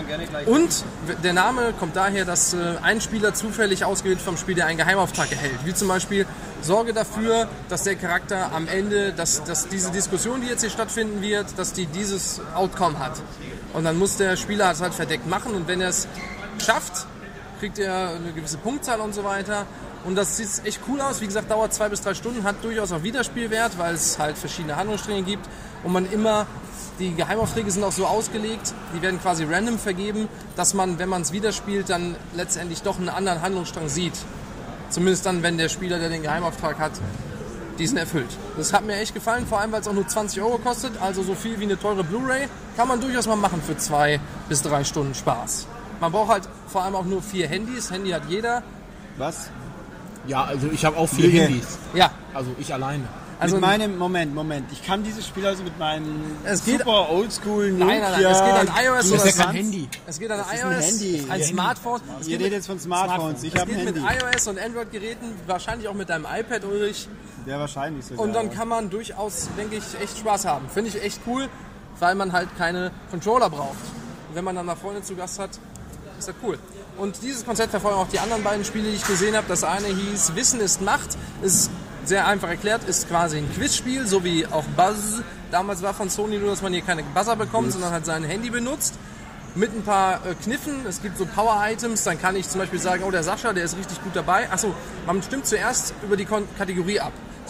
Speaker 2: Und der Name kommt daher, dass äh, ein Spieler zufällig ausgewählt vom Spiel, der einen Geheimauftrag erhält. Wie zum Beispiel, sorge dafür, dass der Charakter am Ende, dass, dass diese Diskussion, die jetzt hier stattfinden wird, dass die dieses Outcome hat. Und dann muss der Spieler es halt verdeckt machen, und wenn er es schafft, kriegt er eine gewisse Punktzahl und so weiter. Und das sieht echt cool aus. Wie gesagt, dauert zwei bis drei Stunden, hat durchaus auch Wiederspielwert, weil es halt verschiedene Handlungsstränge gibt und man immer, die Geheimaufträge sind auch so ausgelegt, die werden quasi random vergeben, dass man, wenn man es wieder spielt, dann letztendlich doch einen anderen Handlungsstrang sieht. Zumindest dann, wenn der Spieler, der den Geheimauftrag hat, diesen erfüllt. Das hat mir echt gefallen, vor allem, weil es auch nur zwanzig Euro kostet, also so viel wie eine teure Blu-ray, kann man durchaus mal machen für zwei bis drei Stunden Spaß. Man braucht halt vor allem auch nur vier Handys, Handy hat jeder.
Speaker 1: Was?
Speaker 3: Ja, also ich habe auch vier
Speaker 1: Lüge.
Speaker 3: Handys.
Speaker 2: Ja,
Speaker 3: Also ich alleine.
Speaker 2: also
Speaker 1: mit meinem, Moment, Moment. Ich kann dieses Spiel also mit meinem
Speaker 2: Es geht-
Speaker 1: super oldschool Nokia...
Speaker 2: Nein, nein, nein, es geht an iOS
Speaker 3: Das
Speaker 2: oder
Speaker 3: ist ja kein
Speaker 2: Samsung.
Speaker 3: Handy.
Speaker 2: Es geht an
Speaker 1: ist ein
Speaker 2: iOS,
Speaker 1: Handy.
Speaker 2: ein
Speaker 1: Ja,
Speaker 2: Smartphone. Es
Speaker 1: Ihr
Speaker 2: geht,
Speaker 1: redet jetzt von Smartphones, ich
Speaker 2: es
Speaker 1: habe ein
Speaker 2: geht mit
Speaker 1: Handy.
Speaker 2: iOS und Android-Geräten, wahrscheinlich auch mit deinem iPad, Ulrich.
Speaker 1: Ja, wahrscheinlich sogar.
Speaker 2: Und dann kann man durchaus, denke ich, echt Spaß haben. Finde ich echt cool, weil man halt keine Controller braucht. Und wenn man dann mal Freunde zu Gast hat, ist das cool. Und dieses Konzept verfolgen auch die anderen beiden Spiele, die ich gesehen habe. Das eine hieß Wissen ist Macht, ist sehr einfach erklärt, ist quasi ein Quizspiel, so wie auch Buzz. Damals war von Sony nur, dass man hier keine Buzzer bekommt, sondern halt sein Handy benutzt. Mit ein paar äh, Kniffen, es gibt so Power-Items, dann kann ich zum Beispiel sagen, oh, der Sascha, der ist richtig gut dabei. Achso, man stimmt zuerst über die Kon- Kategorie ab.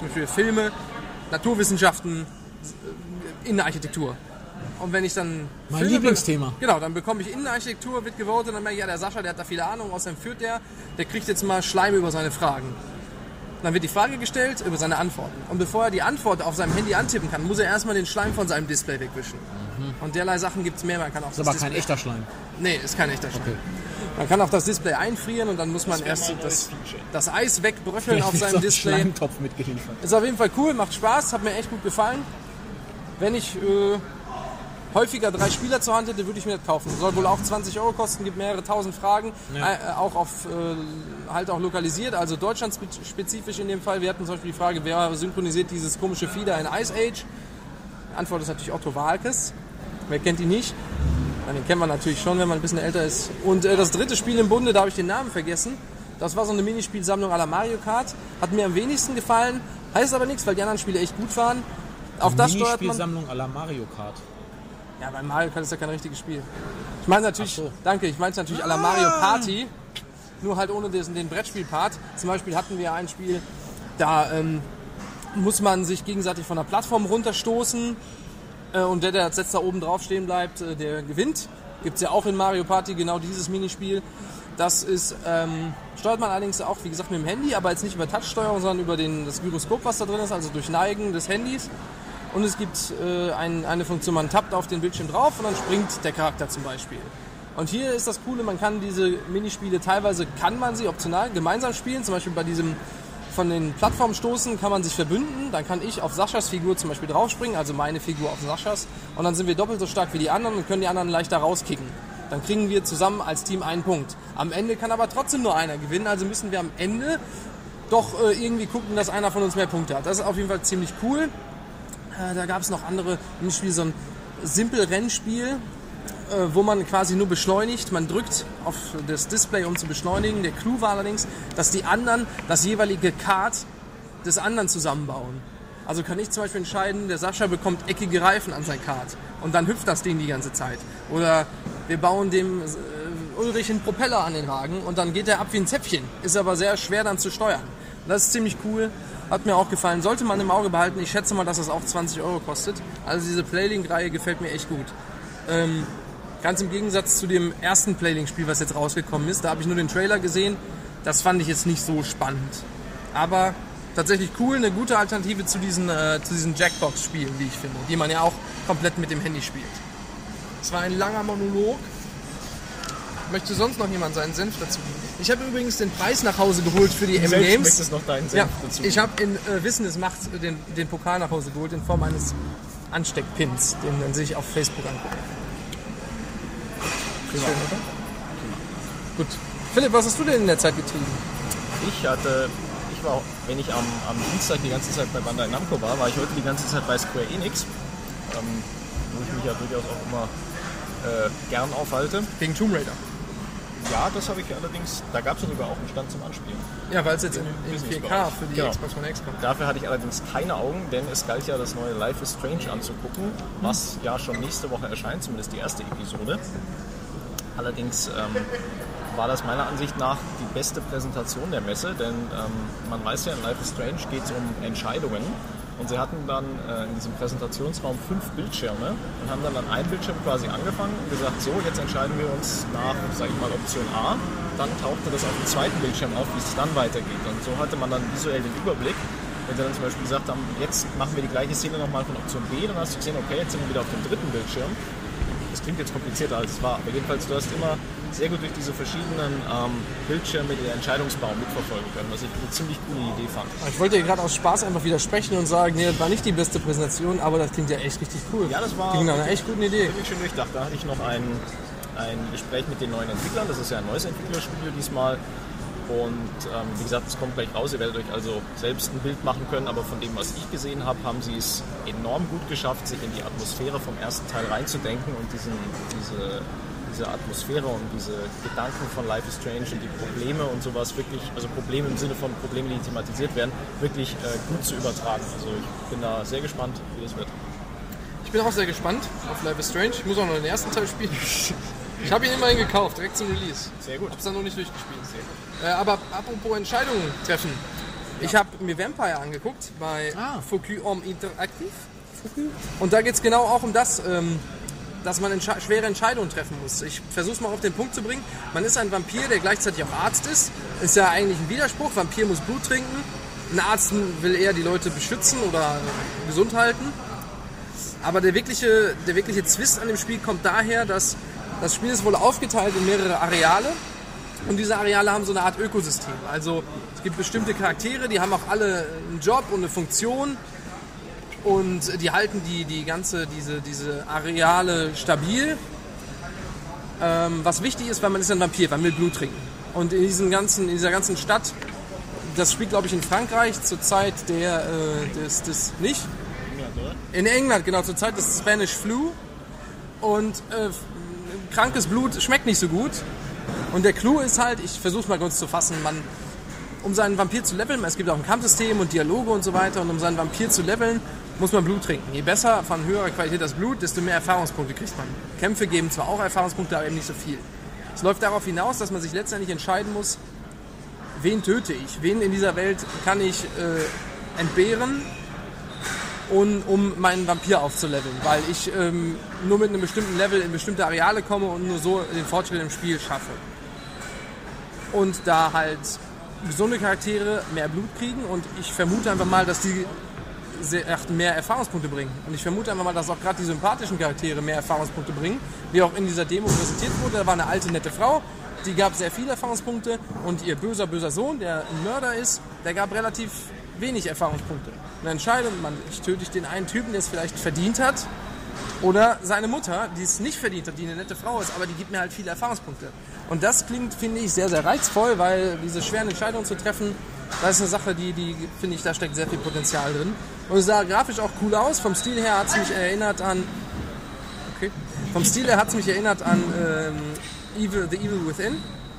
Speaker 2: zum Beispiel Filme, Naturwissenschaften, Innenarchitektur. Und wenn ich dann...
Speaker 3: Mein
Speaker 2: Filme
Speaker 3: Lieblingsthema.
Speaker 2: Be- genau, dann bekomme ich Innenarchitektur, wird gewotet und dann merke ich, ja, der Sascha, der hat da viele Ahnung, außerdem führt der, der kriegt jetzt mal Schleim über seine Fragen. Dann wird die Frage gestellt über seine Antworten. Und bevor er die Antwort auf seinem Handy antippen kann, muss er erstmal den Schleim von seinem Display wegwischen. Mhm. Und derlei Sachen gibt es mehr. Man kann auch
Speaker 3: Das ist
Speaker 2: das
Speaker 3: aber
Speaker 2: Display
Speaker 3: kein echter Schleim.
Speaker 2: Nee, ist kein echter Schleim.
Speaker 3: Okay.
Speaker 2: Man kann auch das Display einfrieren und dann muss man erst das, das Eis wegbröckeln auf seinem Display.
Speaker 3: Schleimtopf mitgeliefert.
Speaker 2: Ist auf jeden Fall cool, macht Spaß, hat mir echt gut gefallen. Wenn ich äh, häufiger drei Spieler zur Hand hätte, würde ich mir das kaufen. Soll wohl auch zwanzig Euro kosten, gibt mehrere tausend Fragen,
Speaker 3: Ja.
Speaker 2: äh, auch auf äh, halt auch lokalisiert, also deutschlandspezifisch in dem Fall. Wir hatten zum Beispiel die Frage, wer synchronisiert dieses komische Fieder in Ice Age? Die Antwort ist natürlich Otto Walkes. Wer kennt ihn nicht? Ja, den kennt man natürlich schon, wenn man ein bisschen älter ist. Und äh, das dritte Spiel im Bunde, da habe ich den Namen vergessen. Das war so eine Minispielsammlung à la Mario Kart. Hat mir am wenigsten gefallen, heißt aber nichts, weil die anderen Spiele echt gut waren. Auf das steuert man...
Speaker 3: Minispielsammlung à la Mario Kart.
Speaker 2: Ja, bei Mario Kart ist ja kein richtiges Spiel. Ich meine natürlich,
Speaker 3: Ach so.
Speaker 2: danke, ich meine es natürlich à la Mario Party, nur halt ohne den, den Brettspiel-Part. Zum Beispiel hatten wir ein Spiel, da ähm, muss man sich gegenseitig von der Plattform runterstoßen äh, und der, der als letzter oben drauf stehen bleibt, äh, der gewinnt. Gibt es ja auch in Mario Party genau dieses Minispiel. Das ist, ähm, steuert man allerdings auch, wie gesagt, mit dem Handy, aber jetzt nicht über Touchsteuerung, sondern über den, das Gyroskop, was da drin ist, also durch Neigen des Handys. Und es gibt äh, ein, eine Funktion, man tappt auf den Bildschirm drauf und dann springt der Charakter zum Beispiel. Und hier ist das Coole, man kann diese Minispiele, teilweise kann man sie optional gemeinsam spielen, zum Beispiel bei diesem von den Plattformstoßen kann man sich verbünden, dann kann ich auf Saschas Figur zum Beispiel draufspringen, also meine Figur auf Saschas, und dann sind wir doppelt so stark wie die anderen und können die anderen leichter rauskicken. Dann kriegen wir zusammen als Team einen Punkt. Am Ende kann aber trotzdem nur einer gewinnen, also müssen wir am Ende doch äh, irgendwie gucken, dass einer von uns mehr Punkte hat. Das ist auf jeden Fall ziemlich cool. Da gab es noch andere Spiele, so ein simpel Rennspiel, wo man quasi nur beschleunigt. Man drückt auf das Display, um zu beschleunigen. Der Clou war allerdings, dass die anderen das jeweilige Kart des anderen zusammenbauen. Also kann ich zum Beispiel entscheiden, der Sascha bekommt eckige Reifen an sein Kart und dann hüpft das Ding die ganze Zeit. Oder wir bauen dem Ulrich einen Propeller an den Wagen und dann geht er ab wie ein Zäpfchen. Ist aber sehr schwer dann zu steuern. Das ist ziemlich cool. Hat mir auch gefallen. Sollte man im Auge behalten. Ich schätze mal, dass das auch zwanzig Euro kostet. Also diese Playlink-Reihe gefällt mir echt gut. Ähm, ganz im Gegensatz zu dem ersten Playlink-Spiel, was jetzt rausgekommen ist. Da habe ich nur den Trailer gesehen. Das fand ich jetzt nicht so spannend. Aber tatsächlich cool. Eine gute Alternative zu diesen, äh, zu diesen Jackbox-Spielen, wie ich finde. Die man ja auch komplett mit dem Handy spielt. Das war ein langer Monolog. Möchte sonst noch jemand seinen Senf dazu geben? Ich habe übrigens den Preis nach Hause geholt für die
Speaker 5: Du
Speaker 2: M
Speaker 5: selbst
Speaker 2: Games.
Speaker 5: möchtest noch deinen Senf
Speaker 2: Ja,
Speaker 5: dazu
Speaker 2: ich habe in äh, Wissen es macht den, den Pokal nach Hause geholt in Form eines Ansteckpins, den man sich auf Facebook angucken kann. Schön, oder? Gut. Philipp, was hast du denn in der Zeit getrieben?
Speaker 4: Ich hatte, ich war, wenn ich am, am Dienstag die ganze Zeit bei Bandai Namco war, war ich heute die ganze Zeit bei Square Enix, ähm, wo ich mich ja durchaus auch immer äh, gern aufhalte.
Speaker 2: Wegen Tomb Raider.
Speaker 4: Ja, das habe ich allerdings, da gab es sogar auch einen Stand zum Anspielen.
Speaker 2: Ja, weil es jetzt in, in
Speaker 4: Business
Speaker 2: vier K
Speaker 4: Bereich.
Speaker 2: für die
Speaker 4: Genau.
Speaker 2: Xbox One X kommt.
Speaker 4: Dafür hatte ich allerdings keine Augen, denn es galt ja das neue Life is Strange anzugucken, was ja schon nächste Woche erscheint, zumindest die erste Episode. Allerdings ähm, war das meiner Ansicht nach die beste Präsentation der Messe, denn ähm, man weiß ja, in Life is Strange geht es um Entscheidungen. Und sie hatten dann äh, in diesem Präsentationsraum fünf Bildschirme und haben dann an einem Bildschirm quasi angefangen und gesagt, so, jetzt entscheiden wir uns nach, sage ich mal, Option A. Dann tauchte das auf dem zweiten Bildschirm auf, wie es dann weitergeht. Und so hatte man dann visuell den Überblick. Wenn sie dann zum Beispiel gesagt haben, jetzt machen wir die gleiche Szene nochmal von Option B, dann hast du gesehen, okay, jetzt sind wir wieder auf dem dritten Bildschirm. Das klingt jetzt komplizierter, als es war. Aber jedenfalls, du hast immer sehr gut durch diese verschiedenen ähm, Bildschirme den Entscheidungsbaum mitverfolgen können, was ich eine ziemlich coole Idee fand.
Speaker 2: Ich wollte dir gerade aus Spaß einfach widersprechen und sagen, nee, das war nicht die beste Präsentation, aber das klingt ja echt richtig cool.
Speaker 4: Ja, das war
Speaker 2: klingt nach einer echt guten Idee.
Speaker 4: wirklich schön durchdacht. Da hatte ich noch ein, ein Gespräch mit den neuen Entwicklern. Das ist ja ein neues Entwicklerstudio diesmal. Und ähm, wie gesagt, es kommt gleich raus. Ihr werdet euch also selbst ein Bild machen können. Aber von dem, was ich gesehen habe, haben sie es enorm gut geschafft, sich in die Atmosphäre vom ersten Teil reinzudenken und diesen, diese, diese Atmosphäre und diese Gedanken von Life is Strange und die Probleme und sowas wirklich, also Probleme im Sinne von Probleme, die thematisiert werden, wirklich äh, gut zu übertragen. Also ich bin da sehr gespannt, wie das wird.
Speaker 2: Ich bin auch sehr gespannt auf Life is Strange. Ich muss auch noch den ersten Teil spielen. Ich habe ihn immerhin gekauft, direkt zum Release.
Speaker 4: Sehr gut.
Speaker 2: Hab's dann noch nicht durchgespielt. Äh, aber apropos Entscheidungen treffen. Ich habe mir Vampire angeguckt bei
Speaker 3: Ah.
Speaker 2: Focus Interactive. Und da geht es genau auch um das, ähm, dass man entsche- schwere Entscheidungen treffen muss. Ich versuche es mal auf den Punkt zu bringen. Man ist ein Vampir, der gleichzeitig auch Arzt ist. Ist ja eigentlich ein Widerspruch. Vampir muss Blut trinken. Ein Arzt will eher die Leute beschützen oder gesund halten. Aber der wirkliche, der wirkliche Zwist an dem Spiel kommt daher, dass das Spiel ist wohl aufgeteilt in mehrere Areale. Und diese Areale haben so eine Art Ökosystem. Also es gibt bestimmte Charaktere, die haben auch alle einen Job und eine Funktion. Und die halten die, die ganze, diese, diese Areale stabil. Ähm, was wichtig ist, weil man ist ein Vampir, man will Blut trinken. Und in, diesen ganzen, in dieser ganzen Stadt, das spielt glaube ich in Frankreich zur Zeit der, äh, des, des, nicht? In England, genau, zur Zeit des Spanish Flu. Und äh, krankes Blut schmeckt nicht so gut. Und der Clou ist halt, ich versuche es mal kurz zu fassen, man, um seinen Vampir zu leveln, es gibt auch ein Kampfsystem und Dialoge und so weiter, und um seinen Vampir zu leveln, muss man Blut trinken. Je besser, von höherer Qualität das Blut, desto mehr Erfahrungspunkte kriegt man. Kämpfe geben zwar auch Erfahrungspunkte, aber eben nicht so viel. Es läuft darauf hinaus, dass man sich letztendlich entscheiden muss, wen töte ich, wen in dieser Welt kann ich äh, entbehren, und, um meinen Vampir aufzuleveln, weil ich ähm, nur mit einem bestimmten Level in bestimmte Areale komme und nur so den Fortschritt im Spiel schaffe. Und da halt gesunde Charaktere mehr Blut kriegen, und ich vermute einfach mal, dass die sehr, mehr Erfahrungspunkte bringen. Und ich vermute einfach mal, dass auch gerade die sympathischen Charaktere mehr Erfahrungspunkte bringen, wie auch in dieser Demo präsentiert wurde. Da war eine alte, nette Frau, die gab sehr viele Erfahrungspunkte, und ihr böser, böser Sohn, der ein Mörder ist, der gab relativ wenig Erfahrungspunkte. Eine Entscheidung, man, ich töte ich den einen Typen, der es vielleicht verdient hat, oder seine Mutter, die es nicht verdient hat, die eine nette Frau ist, aber die gibt mir halt viele Erfahrungspunkte. Und das klingt, finde ich, sehr, sehr reizvoll, weil diese schweren Entscheidungen zu treffen, das ist eine Sache, die, die finde ich, da steckt sehr viel Potenzial drin. Und es sah grafisch auch cool aus. Vom Stil her hat es mich erinnert an... Okay. Vom Stil her hat es mich erinnert an ähm, Evil, The Evil Within.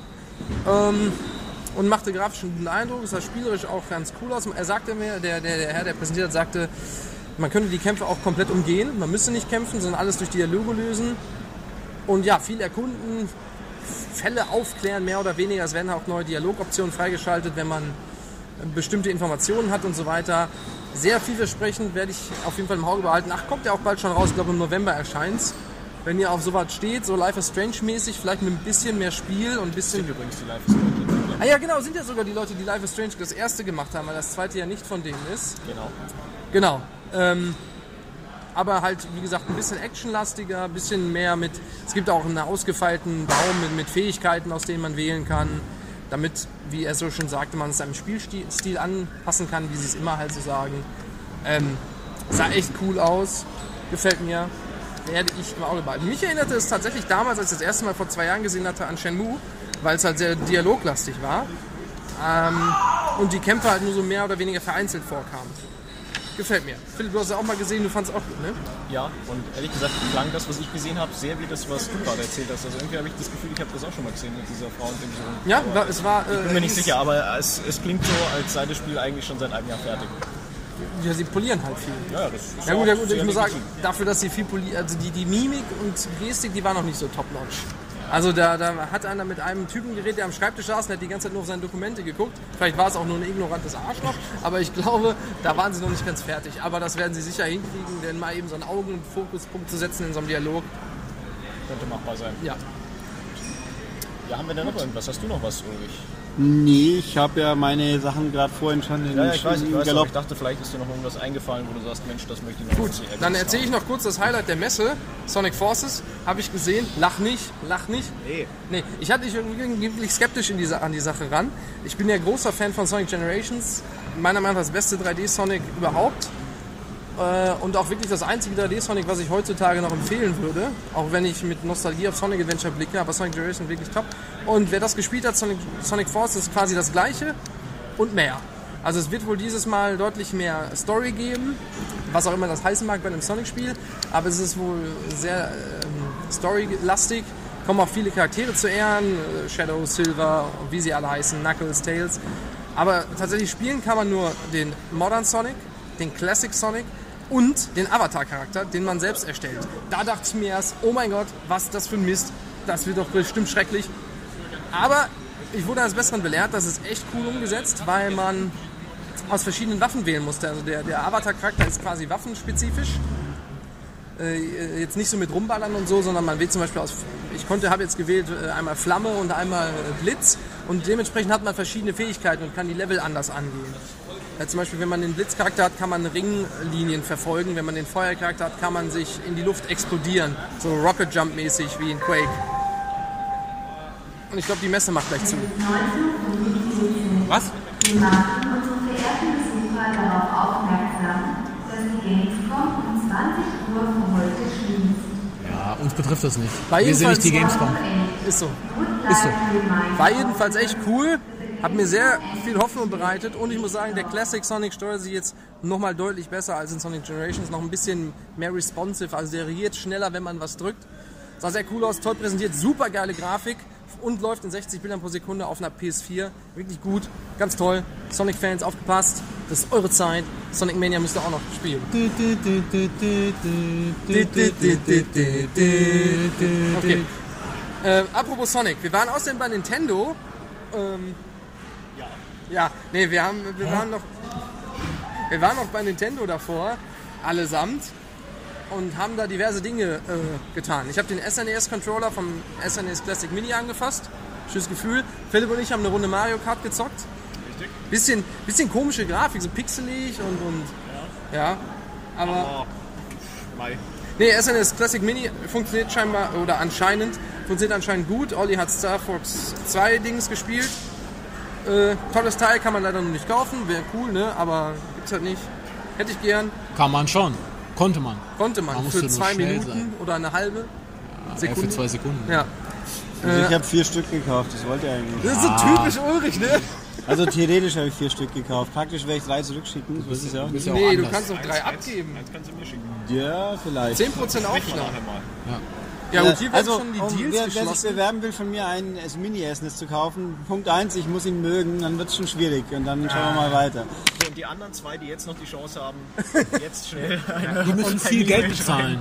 Speaker 2: Ähm, und machte grafisch einen guten Eindruck. Es sah spielerisch auch ganz cool aus. Er sagte mir, der, der, der Herr, der präsentiert hat, sagte, man könnte die Kämpfe auch komplett umgehen. Man müsste nicht kämpfen, sondern alles durch Dialoge lösen. Und ja, viel erkunden, Fälle aufklären, mehr oder weniger. Es werden auch neue Dialogoptionen freigeschaltet, wenn man bestimmte Informationen hat und so weiter. Sehr vielversprechend, werde ich auf jeden Fall im Auge behalten. Ach, kommt ja auch bald schon raus. Ich glaube, im November erscheint's. Wenn ihr auf sowas steht, so Life is Strange-mäßig, vielleicht mit ein bisschen mehr Spiel und ein bisschen...
Speaker 4: Übrigens die Life is Strange.
Speaker 2: Ah ja, genau, sind ja sogar die Leute, die Life is Strange das erste gemacht haben, weil das zweite ja nicht von denen ist.
Speaker 4: Genau.
Speaker 2: Genau. Ähm, aber halt, wie gesagt, ein bisschen actionlastiger, ein bisschen mehr mit... Es gibt auch einen ausgefeilten Baum mit, mit Fähigkeiten, aus denen man wählen kann, damit, wie er so schon sagte, man es seinem Spielstil anpassen kann, wie sie es immer halt so sagen. Ähm, sah echt cool aus, gefällt mir, werde ich im Auge behalten. Mich erinnerte es tatsächlich damals, als ich das erste Mal vor zwei Jahren gesehen hatte, an Shenmue, weil es halt sehr dialoglastig war ähm, und die Kämpfe halt nur so mehr oder weniger vereinzelt vorkamen. Gefällt mir. Philipp, du hast es auch mal gesehen, du fandest es auch gut, ne?
Speaker 4: Ja, und ehrlich gesagt klang das, was ich gesehen habe, sehr wie das, was du gerade erzählt hast. Also irgendwie habe ich das Gefühl, ich habe das auch schon mal gesehen mit dieser Frau und dem Sohn.
Speaker 2: Ja, war, es war... Äh,
Speaker 4: Ich bin mir nicht sicher, aber es, es klingt so, als sei das Spiel eigentlich schon seit einem Jahr fertig.
Speaker 2: Ja, sie polieren halt viel.
Speaker 4: Ja, das ist
Speaker 2: Ja gut, ja
Speaker 4: auch
Speaker 2: gut,
Speaker 4: sehr
Speaker 2: ich muss sagen,
Speaker 4: legitim.
Speaker 2: dafür, dass sie viel polieren, also die, die Mimik und Gestik, die war noch nicht so top-notch. Also da, da hat einer mit einem Typen geredet, der am Schreibtisch saß und hat die ganze Zeit nur auf seine Dokumente geguckt. Vielleicht war es auch nur ein ignorantes Arschloch, aber ich glaube, da waren sie noch nicht ganz fertig. Aber das werden sie sicher hinkriegen, denn mal eben so einen Augenfokuspunkt zu setzen in so einem Dialog.
Speaker 4: Könnte machbar sein.
Speaker 2: Ja.
Speaker 4: Ja, haben wir denn noch irgendwas? Hast du noch was, Ulrich?
Speaker 1: Nee, ich habe ja meine Sachen gerade vorhin schon in
Speaker 4: Ja, ja, ich weiß, ich weiß, aber
Speaker 1: Galopp.
Speaker 4: ich dachte, vielleicht ist dir noch irgendwas eingefallen, wo du sagst, Mensch, das möchte ich noch
Speaker 2: Gut,
Speaker 4: erzählen.
Speaker 2: dann erzähle ich noch kurz das Highlight der Messe. Sonic Forces, habe ich gesehen. Lach nicht, lach nicht.
Speaker 4: Nee.
Speaker 2: Nee, ich hatte mich irgendwie wirklich skeptisch in diese, an die Sache ran. Ich bin ja großer Fan von Sonic Generations. Meiner Meinung nach das beste drei D-Sonic überhaupt. Äh, und auch wirklich das einzige drei D-Sonic, was ich heutzutage noch empfehlen würde. Auch wenn ich mit Nostalgie auf Sonic Adventure blicke, aber Sonic Generations wirklich top. Und wer das gespielt hat, Sonic, Sonic Forces, ist quasi das gleiche und mehr. Also es wird wohl dieses Mal deutlich mehr Story geben, was auch immer das heißen mag bei einem Sonic-Spiel. Aber es ist wohl sehr ähm, storylastig. Kommen auch viele Charaktere zu Ehren, äh, Shadow, Silver, wie sie alle heißen, Knuckles, Tails. Aber tatsächlich spielen kann man nur den Modern Sonic, den Classic Sonic und den Avatar-Charakter, den man selbst erstellt. Da dachte ich mir erst, oh mein Gott, was ist das für ein Mist, das wird doch bestimmt schrecklich. Aber ich wurde als Besseren belehrt, das ist echt cool umgesetzt, weil man aus verschiedenen Waffen wählen musste. Also der, der Avatar-Charakter ist quasi waffenspezifisch. Äh, jetzt nicht so mit Rumballern und so, sondern man wählt zum Beispiel aus, ich konnte, habe jetzt gewählt äh, einmal Flamme und einmal äh, Blitz und dementsprechend hat man verschiedene Fähigkeiten und kann die Level anders angehen. Äh, zum Beispiel, wenn man den Blitzcharakter hat, kann man Ringlinien verfolgen, wenn man den Feuercharakter hat, kann man sich in die Luft explodieren, so Rocket Jump mäßig wie in Quake. Und ich glaube, die Messe macht gleich zu.
Speaker 3: Was?
Speaker 8: Wir machen unsere verehrten Besucher darauf aufmerksam, dass die Gamescom um zwanzig Uhr für heute schließt.
Speaker 3: Ja, uns betrifft das nicht.
Speaker 2: War
Speaker 3: Wir sind nicht die
Speaker 2: jedenfalls-
Speaker 3: Gamescom.
Speaker 2: Ist so.
Speaker 3: Ist so.
Speaker 2: War jedenfalls echt cool, hat mir sehr viel Hoffnung bereitet und ich muss sagen, der Classic Sonic steuert sich jetzt nochmal deutlich besser als in Sonic Generations, noch ein bisschen mehr responsive, also der reagiert schneller, wenn man was drückt. Sah sehr cool aus, toll präsentiert, super geile Grafik und läuft in sechzig Bildern pro Sekunde auf einer P S vier. Wirklich gut, ganz toll. Sonic-Fans, aufgepasst, das ist eure Zeit. Sonic Mania müsst ihr auch noch spielen. Okay. Äh, apropos Sonic, wir waren außerdem bei Nintendo. Ähm, ja. Ja, nee, wir, haben, wir, waren noch, wir waren noch bei Nintendo davor, allesamt. Und haben da diverse Dinge äh, getan. Ich habe den S N E S-Controller vom S N E S Classic Mini angefasst. Schönes Gefühl. Philipp und ich haben eine Runde Mario Kart gezockt. Richtig. Bisschen, bisschen komische Grafik, so pixelig und... und ja. ja. Aber...
Speaker 6: Mai.
Speaker 2: Nee, S N E S Classic Mini funktioniert scheinbar, oder anscheinend, funktioniert anscheinend gut. Olli hat Star Fox zwei Dings gespielt. Äh, tolles Teil, kann man leider noch nicht kaufen. Wäre cool, ne? Aber gibt's halt nicht. Hätte ich gern.
Speaker 3: Kann man schon. Konnte man.
Speaker 2: Konnte man,
Speaker 3: Man musste
Speaker 2: für
Speaker 3: nur
Speaker 2: zwei
Speaker 3: schnell
Speaker 2: Minuten
Speaker 3: sein.
Speaker 2: oder eine halbe
Speaker 3: Ja,
Speaker 2: Sekunde.
Speaker 3: für zwei Sekunden.
Speaker 2: Ja.
Speaker 1: Also
Speaker 2: Äh,
Speaker 1: ich habe vier Stück gekauft, das wollte er eigentlich.
Speaker 2: Das ist so typisch Ulrich, ne?
Speaker 1: Also theoretisch habe ich vier Stück gekauft. Praktisch werde ich drei zurückschicken. Das ist ja.
Speaker 3: Ist ja auch
Speaker 2: Nee, du
Speaker 3: anders.
Speaker 2: kannst doch drei abgeben.
Speaker 6: Eins kannst du mir schicken.
Speaker 1: Ja, vielleicht.
Speaker 2: zehn Prozent
Speaker 6: Nachher
Speaker 2: Aufschlag.
Speaker 6: mal.
Speaker 2: Ja gut, hier werden
Speaker 1: also,
Speaker 2: schon die
Speaker 1: um,
Speaker 2: Deals
Speaker 1: wer, wer sich
Speaker 2: geschlossen.
Speaker 1: bewerben will, von mir ein Mini-S N E S zu kaufen, Punkt eins, ich muss ihn mögen, dann wird es schon schwierig und dann schauen wir mal weiter.
Speaker 6: So, und die anderen zwei, die jetzt noch die Chance haben, jetzt schnell eine.
Speaker 3: Die müssen viel Geld bezahlen.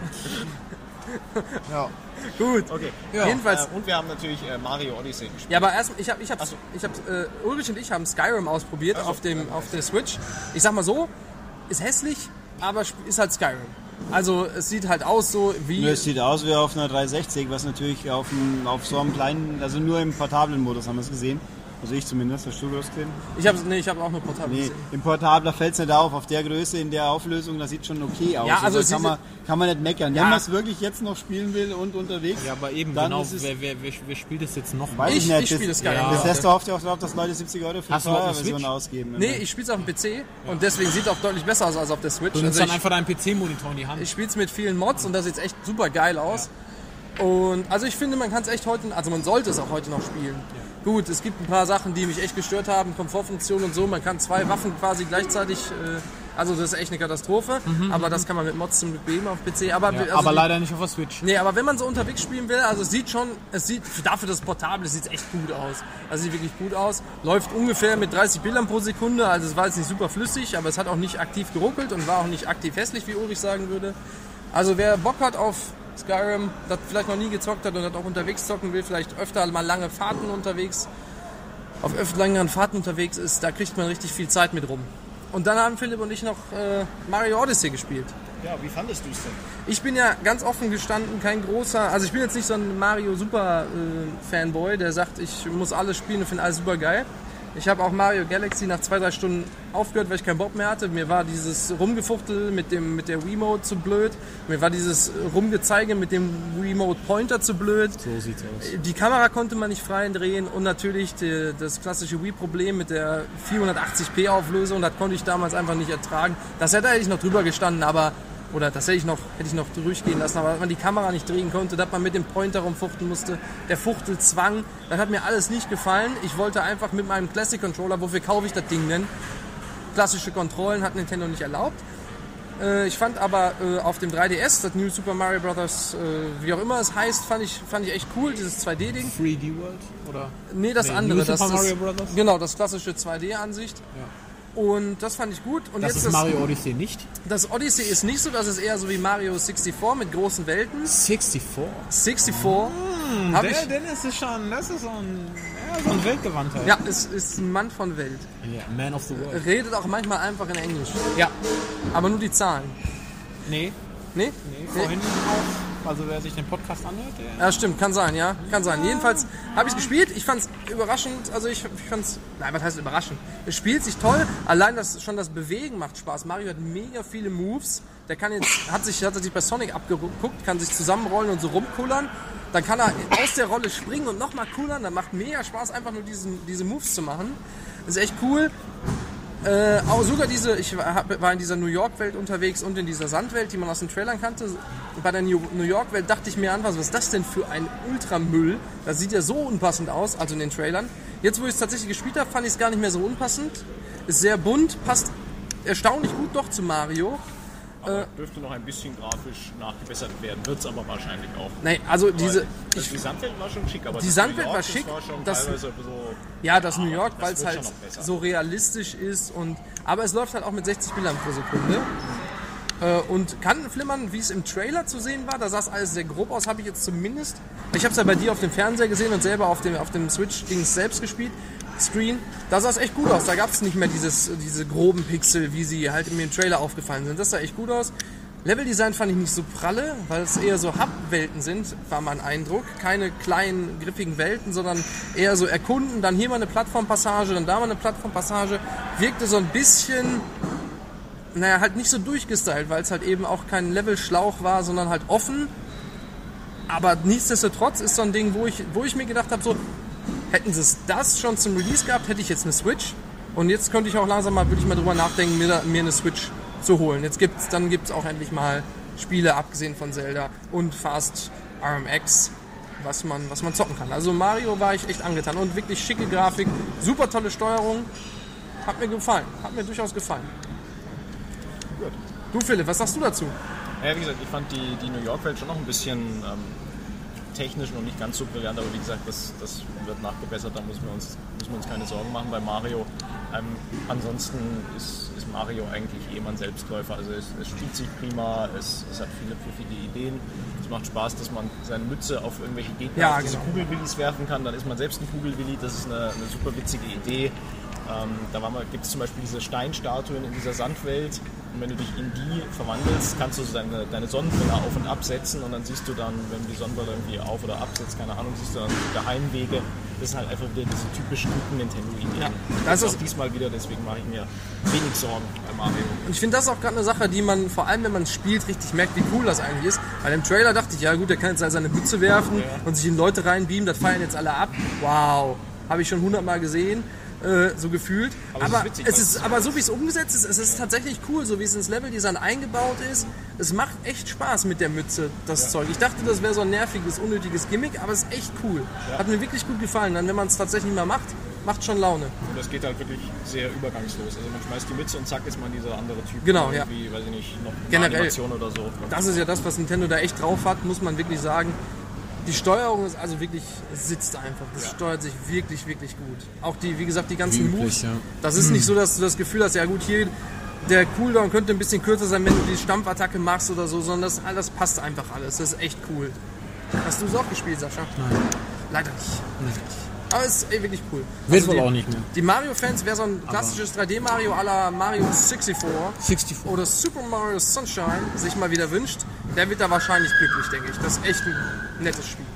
Speaker 6: Ja.
Speaker 2: Gut.
Speaker 6: Okay.
Speaker 3: Ja.
Speaker 2: Jedenfalls.
Speaker 6: Äh, und wir haben natürlich äh, Mario Odyssey gespielt.
Speaker 2: Ja, aber erst, ich habe, ich habe, ich habe, äh, Ulrich und ich haben Skyrim ausprobiert auf dem, auf der Switch. Ich sag mal so, ist hässlich, aber sp- ist halt Skyrim. Also es sieht halt aus so wie.
Speaker 1: Nö, es sieht aus wie auf einer dreihundertsechzig, was natürlich auf, einem, auf so einem kleinen, also nur im portablen Modus haben wir es gesehen. Also ich zumindest, hast du das gesehen?
Speaker 2: Ich habe, nee, ich habe auch nur portabel
Speaker 1: Nee,
Speaker 2: gesehen.
Speaker 1: im Portabler fällt es nicht auf. Auf der Größe, in der Auflösung, das sieht schon okay aus.
Speaker 2: Ja, also es
Speaker 1: kann,
Speaker 2: sieht-
Speaker 1: man, kann man nicht meckern.
Speaker 2: Ja.
Speaker 1: Wenn man es wirklich jetzt noch spielen will und unterwegs,
Speaker 3: Ja, aber eben,
Speaker 1: dann
Speaker 3: genau.
Speaker 1: ist es,
Speaker 3: Wer, wer, wer, wer spielt das jetzt noch?
Speaker 1: weiß ich,
Speaker 2: Ich-
Speaker 1: nicht.
Speaker 2: ich spiele
Speaker 1: das,
Speaker 2: Skyrim.
Speaker 3: Ja.
Speaker 1: Das lässt du hofft ja auch drauf, dass Leute siebzig Euro für die
Speaker 3: Hast du auch eine
Speaker 1: Version
Speaker 3: Switch?
Speaker 1: ausgeben.
Speaker 2: Nee, ich spiele es auf dem P C und deswegen sieht es auch deutlich besser aus als auf der Switch.
Speaker 3: Du nimmst
Speaker 2: Also
Speaker 3: dann
Speaker 2: ich,
Speaker 3: einfach deinen P C-Monitor in die Hand.
Speaker 2: ich spiele es mit vielen Mods und das sieht echt super geil aus. Und also ich finde, man kann es echt heute, also man sollte es auch heute noch spielen. Gut, es gibt ein paar Sachen, die mich echt gestört haben, Komfortfunktionen und so. Man kann zwei Waffen quasi gleichzeitig, äh, also das ist echt eine Katastrophe. Aber das kann man mit Mods zum Glück beheben auf P C. Aber,
Speaker 3: ja,
Speaker 2: also
Speaker 3: aber
Speaker 2: die-
Speaker 3: leider nicht auf der Switch.
Speaker 2: Nee, aber wenn man so unterwegs spielen will, also es sieht schon, es sieht, dafür das Portable sieht es echt gut aus. Also sieht wirklich gut aus. Läuft ungefähr mit dreißig Bildern pro Sekunde, also es war jetzt nicht super flüssig, aber es hat auch nicht aktiv geruckelt und war auch nicht aktiv hässlich, wie Ulrich sagen würde. Also wer Bock hat auf Skyrim, das vielleicht noch nie gezockt hat und das auch unterwegs zocken will, vielleicht öfter mal lange Fahrten unterwegs, auf öfter längeren Fahrten unterwegs ist, da kriegt man richtig viel Zeit mit rum. Und dann haben Philipp und ich noch äh, Mario Odyssey gespielt.
Speaker 6: Ja, wie fandest du es denn?
Speaker 2: Ich bin ja ganz offen gestanden kein großer, also ich bin jetzt nicht so ein Mario Super äh, Fanboy, der sagt, ich muss alles spielen und finde alles super geil. Ich habe auch Mario Galaxy nach zwei, drei Stunden aufgehört, weil ich keinen Bock mehr hatte. Mir war dieses Rumgefuchtel mit, dem, mit der Wiimote zu blöd. Mir war dieses Rumgezeige mit dem Wiimote Pointer zu blöd.
Speaker 3: So sieht's aus.
Speaker 2: Die Kamera konnte man nicht frei drehen und natürlich die, das klassische Wii-Problem mit der vierhundertachtzig p Auflösung, das konnte ich damals einfach nicht ertragen. Das hätte ich noch drüber gestanden, aber oder das hätte ich noch, hätte ich noch durchgehen lassen, aber dass man die Kamera nicht drehen konnte, dass man mit dem Pointer rumfuchteln musste, der Fuchtelzwang, das hat mir alles nicht gefallen. Ich wollte einfach mit meinem Classic Controller, wofür kaufe ich das Ding denn? Klassische Kontrollen hat Nintendo nicht erlaubt. Äh, ich fand aber äh, auf dem drei D S, das New Super Mario Bros., äh, wie auch immer es heißt, fand ich, fand ich echt cool, dieses zwei D Ding.
Speaker 3: drei D World? Oder?
Speaker 2: Nee, das
Speaker 3: Nee,
Speaker 2: andere.
Speaker 3: New
Speaker 2: das,
Speaker 3: Super
Speaker 2: das,
Speaker 3: Mario Bros.?
Speaker 2: Genau, das klassische zwei D Ansicht.
Speaker 3: Ja.
Speaker 2: Und das fand ich gut. Und
Speaker 3: Das
Speaker 2: jetzt
Speaker 3: ist Mario Odyssey nicht?
Speaker 2: Das Odyssey ist nicht so, das ist eher so wie Mario sechsundsiebzig mit großen Welten.
Speaker 3: sechsundsiebzig?
Speaker 2: sechsundsiebzig.
Speaker 3: Hm,
Speaker 2: Hab
Speaker 3: der,
Speaker 2: ich-
Speaker 3: Dennis ist schon, das ist so ein, ja, so ein Weltgewandter.
Speaker 2: Ja, es ist ein Mann von Welt.
Speaker 3: Ja, Man of the World.
Speaker 2: Redet auch manchmal einfach in Englisch.
Speaker 3: Ja.
Speaker 2: Aber nur die Zahlen.
Speaker 3: Nee,
Speaker 2: Nee?
Speaker 3: nee, vorhin auch. Also wer sich den Podcast anhört, der...
Speaker 2: Ja, stimmt, kann sein, ja. Kann sein. Jedenfalls habe ich es gespielt. Ich fand es überraschend. Also ich, ich fand es... Nein, was heißt überraschend? Es spielt sich toll. Allein das, schon das Bewegen macht Spaß. Mario hat mega viele Moves. Der kann jetzt, hat sich, hat sich bei Sonic abgeguckt, kann sich zusammenrollen und so rumkullern. Dann kann er aus der Rolle springen und nochmal kullern. Dann macht mega Spaß, einfach nur diesen, diese Moves zu machen. Das ist echt cool. Äh, auch sogar diese, ich war in dieser New York-Welt unterwegs und in dieser Sandwelt, die man aus den Trailern kannte. Bei der New York-Welt dachte ich mir anfangs, was ist das denn für ein Ultramüll? Das sieht ja so unpassend aus, also in den Trailern. Jetzt, wo ich es tatsächlich gespielt habe, fand ich es gar nicht mehr so unpassend. Ist sehr bunt, passt erstaunlich gut doch zu Mario.
Speaker 4: Aber dürfte noch ein bisschen grafisch nachgebessert werden, wird es aber wahrscheinlich auch.
Speaker 2: Nein, also diese...
Speaker 4: Also die Sandwelt war schon schick, aber
Speaker 2: Die
Speaker 4: das
Speaker 2: Sandwelt
Speaker 4: New York,
Speaker 2: war schick,
Speaker 4: Das war schon
Speaker 2: das-
Speaker 4: teilweise so...
Speaker 2: Ja, das New York,
Speaker 4: das
Speaker 2: weil es
Speaker 4: wird
Speaker 2: halt
Speaker 4: schon noch besser.
Speaker 2: so realistisch ist. Und, aber es läuft halt auch mit sechzig Bildern pro Sekunde. Äh, und Kantenflimmern, wie es im Trailer zu sehen war, da sah es alles sehr grob aus, habe ich jetzt zumindest. Ich habe es ja bei dir auf dem Fernseher gesehen und selber auf dem, auf dem Switch-Dings selbst gespielt. Screen, da sah es echt gut aus. Da gab es nicht mehr dieses, diese groben Pixel, wie sie halt in dem Trailer aufgefallen sind. Das sah echt gut aus. Leveldesign fand ich nicht so pralle, weil es eher so Hub-Welten sind, war mein Eindruck. Keine kleinen, griffigen Welten, sondern eher so erkunden. Dann hier mal eine Plattformpassage, dann da mal eine Plattformpassage. Wirkte so ein bisschen, naja, halt nicht so durchgestylt, weil es halt eben auch kein Levelschlauch war, sondern halt offen. Aber nichtsdestotrotz ist so ein Ding, wo ich, wo ich mir gedacht habe, so, hätten sie es das schon zum Release gehabt, hätte ich jetzt eine Switch. Und jetzt könnte ich auch langsam mal, würde ich mal drüber nachdenken, mir, mir eine Switch zu holen. Jetzt gibt's, dann gibt es auch endlich mal Spiele, abgesehen von Zelda und Fast R M X, was man, was man zocken kann. Also Mario war ich echt angetan und wirklich schicke Grafik, super tolle Steuerung, hat mir gefallen, hat mir durchaus gefallen.
Speaker 4: Gut.
Speaker 2: Du Philipp, was sagst du dazu?
Speaker 4: Ja, wie gesagt, ich fand die, die New York-Welt schon noch ein bisschen ähm, technisch noch nicht ganz so brillant, aber wie gesagt, das, das wird nachgebessert, da müssen wir uns, müssen wir uns keine Sorgen machen bei Mario. Ähm, ansonsten ist, ist Mario eigentlich eh mal ein Selbstläufer, also es, es spielt sich prima, es, es hat viele pfiffige Ideen, es macht Spaß, dass man seine Mütze auf irgendwelche Gegner,
Speaker 2: Ja,
Speaker 4: auf diese
Speaker 2: genau.
Speaker 4: Kugelwillis werfen kann, dann ist man selbst ein Kugelwilli, das ist eine, eine super witzige Idee. Ähm, da gibt es zum Beispiel diese Steinstatuen in dieser Sandwelt und wenn du dich in die verwandelst, kannst du so deine, deine Sonnenbrille auf und absetzen und dann siehst du dann, wenn du die Sonnenbrille irgendwie auf oder absetzt, keine Ahnung, siehst du dann Geheimwege. Das sind halt einfach wieder diese typischen guten Nintendo-Ideen.
Speaker 2: Ja,
Speaker 4: das
Speaker 2: das
Speaker 4: ist auch diesmal wieder, deswegen mache ich mir wenig Sorgen bei Mario.
Speaker 2: Und ich finde das auch gerade eine Sache, die man, vor allem wenn man spielt, richtig merkt, wie cool das eigentlich ist. Weil im Trailer dachte ich, ja gut, der kann jetzt seine Mütze werfen und sich in Leute reinbeamen, das feiern jetzt alle ab. Wow, habe ich schon hundertmal gesehen. Äh, so gefühlt.
Speaker 4: Aber
Speaker 2: Aber,
Speaker 4: es ist witzig,
Speaker 2: es
Speaker 4: was-
Speaker 2: ist, aber so wie es umgesetzt ist, es ist tatsächlich cool, so wie es ins Leveldesign eingebaut ist. Es macht echt Spaß mit der Mütze, das
Speaker 4: Ja.
Speaker 2: Zeug. Ich dachte, das wäre so ein nerviges, unnötiges Gimmick, aber es ist echt cool.
Speaker 4: Ja.
Speaker 2: Hat mir wirklich gut gefallen. Dann, wenn man es tatsächlich mal macht, macht schon Laune.
Speaker 4: Und das geht halt wirklich sehr übergangslos. Also man schmeißt die Mütze und zack ist man dieser andere Typ.
Speaker 2: Genau, ja.
Speaker 4: Irgendwie, weiß ich nicht, noch eine
Speaker 2: Generell.
Speaker 4: Animation oder so.
Speaker 2: Das ist ja das, was Nintendo da echt drauf hat, muss man wirklich sagen. Die Steuerung ist also wirklich, es sitzt einfach. Das
Speaker 4: Ja.
Speaker 2: steuert sich wirklich, wirklich gut. Auch die, wie gesagt, die ganzen
Speaker 3: Wie üblich,
Speaker 2: Moves.
Speaker 3: ja.
Speaker 2: Das ist nicht so, dass du das Gefühl hast, ja gut, hier der Cooldown könnte ein bisschen kürzer sein, wenn du die Stampfattacke machst oder so, sondern das alles passt einfach alles. Das ist echt cool. Hast du es auch gespielt, Sascha?
Speaker 3: Nein.
Speaker 2: Leider nicht. Leider nicht. Aber es ist ey, wirklich cool.
Speaker 3: Wird
Speaker 2: Also
Speaker 3: wohl
Speaker 2: die,
Speaker 3: auch nicht mehr.
Speaker 2: Die Mario-Fans, wer so ein klassisches drei D Mario à la Mario sechsundvierzig
Speaker 3: sechsundvierzig.
Speaker 2: oder Super Mario Sunshine sich mal wieder wünscht, der wird da wahrscheinlich glücklich, denke ich. Das ist echt ein nettes Spiel.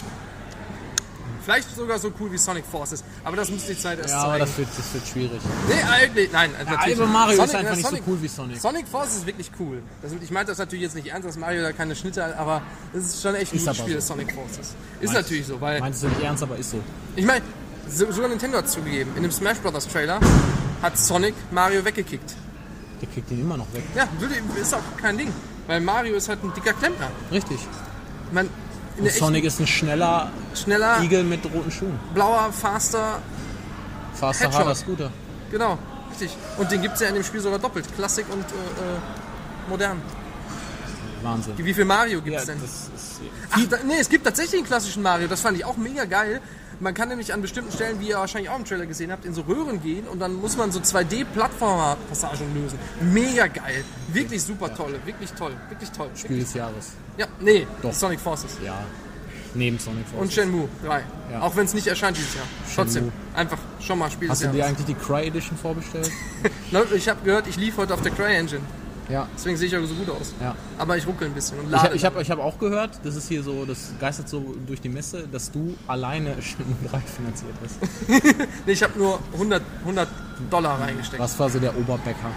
Speaker 2: Vielleicht sogar so cool wie Sonic Forces, aber das muss die Zeit erst
Speaker 3: Ja, aber
Speaker 2: zeigen.
Speaker 3: das wird, das wird schwierig.
Speaker 2: Nee, eigentlich, nein, also natürlich.
Speaker 3: aber Mario ist
Speaker 2: Sonic,
Speaker 3: einfach
Speaker 2: äh,
Speaker 3: nicht so
Speaker 2: Sonic,
Speaker 3: cool wie Sonic.
Speaker 2: Sonic Forces ist wirklich cool. Das, ich meine das natürlich jetzt nicht ernst, dass Mario da keine Schnitte hat, aber es ist schon echt ein
Speaker 3: Ist
Speaker 2: gutes
Speaker 3: aber
Speaker 2: Spiel,
Speaker 3: so.
Speaker 2: Sonic Forces. Ist
Speaker 3: Meinst-
Speaker 2: natürlich so, weil,
Speaker 3: Meinst du nicht ernst, aber ist so.
Speaker 2: ich meine, so, sogar Nintendo hat es zugegeben. In dem Smash Bros. Trailer hat Sonic Mario weggekickt.
Speaker 3: Der kriegt den immer noch weg.
Speaker 2: Ja, würde, ist auch kein Ding, weil Mario ist halt ein dicker Klempner.
Speaker 3: Richtig.
Speaker 2: Ich meine, in
Speaker 3: Und
Speaker 2: der
Speaker 3: Sonic ist ein schneller
Speaker 2: echten, schneller,
Speaker 3: Igel mit roten Schuhen.
Speaker 2: blauer, faster,
Speaker 3: Faster,
Speaker 2: Headshot.
Speaker 3: harder Scooter.
Speaker 2: genau, richtig. Und den gibt es ja in dem Spiel sogar doppelt. Klassik und äh, äh, modern.
Speaker 3: Wahnsinn.
Speaker 2: Wie viel Mario gibt
Speaker 3: Ja,
Speaker 2: es denn?
Speaker 3: das ist,
Speaker 2: Ach, da, nee, es gibt tatsächlich einen klassischen Mario. Das fand ich auch mega geil. Man kann nämlich an bestimmten Stellen, wie ihr wahrscheinlich auch im Trailer gesehen habt, in so Röhren gehen und dann muss man so zwei D-Plattformer-Passagen lösen. Mega geil. Wirklich super toll. Wirklich toll. Wirklich toll.
Speaker 3: Spiel des Jahres.
Speaker 2: Ja, nee,
Speaker 3: Doch.
Speaker 2: Sonic Forces.
Speaker 3: Ja. Neben Sonic Forces.
Speaker 2: Und Shenmue drei.
Speaker 3: Ja.
Speaker 2: Auch wenn es nicht erscheint dieses Jahr. Trotzdem,
Speaker 3: Shenmue.
Speaker 2: einfach schon mal Spiel
Speaker 3: Hast
Speaker 2: des
Speaker 3: du dir
Speaker 2: Jahres.
Speaker 3: eigentlich die Cry Edition vorbestellt?
Speaker 2: Leute, ich habe gehört, ich lief heute auf der Cry Engine.
Speaker 3: Ja.
Speaker 2: Deswegen sehe ich auch so gut aus.
Speaker 3: Ja.
Speaker 2: Aber ich ruckel ein bisschen und
Speaker 3: Ich,
Speaker 2: lade.
Speaker 3: ich habe ich hab auch gehört, das ist hier so, das geistert so durch die Messe, dass du alleine Shenmue drei finanziert hast.
Speaker 2: Nee, ich habe nur hundert, hundert Dollar reingesteckt.
Speaker 3: Was war so der Oberbäcker?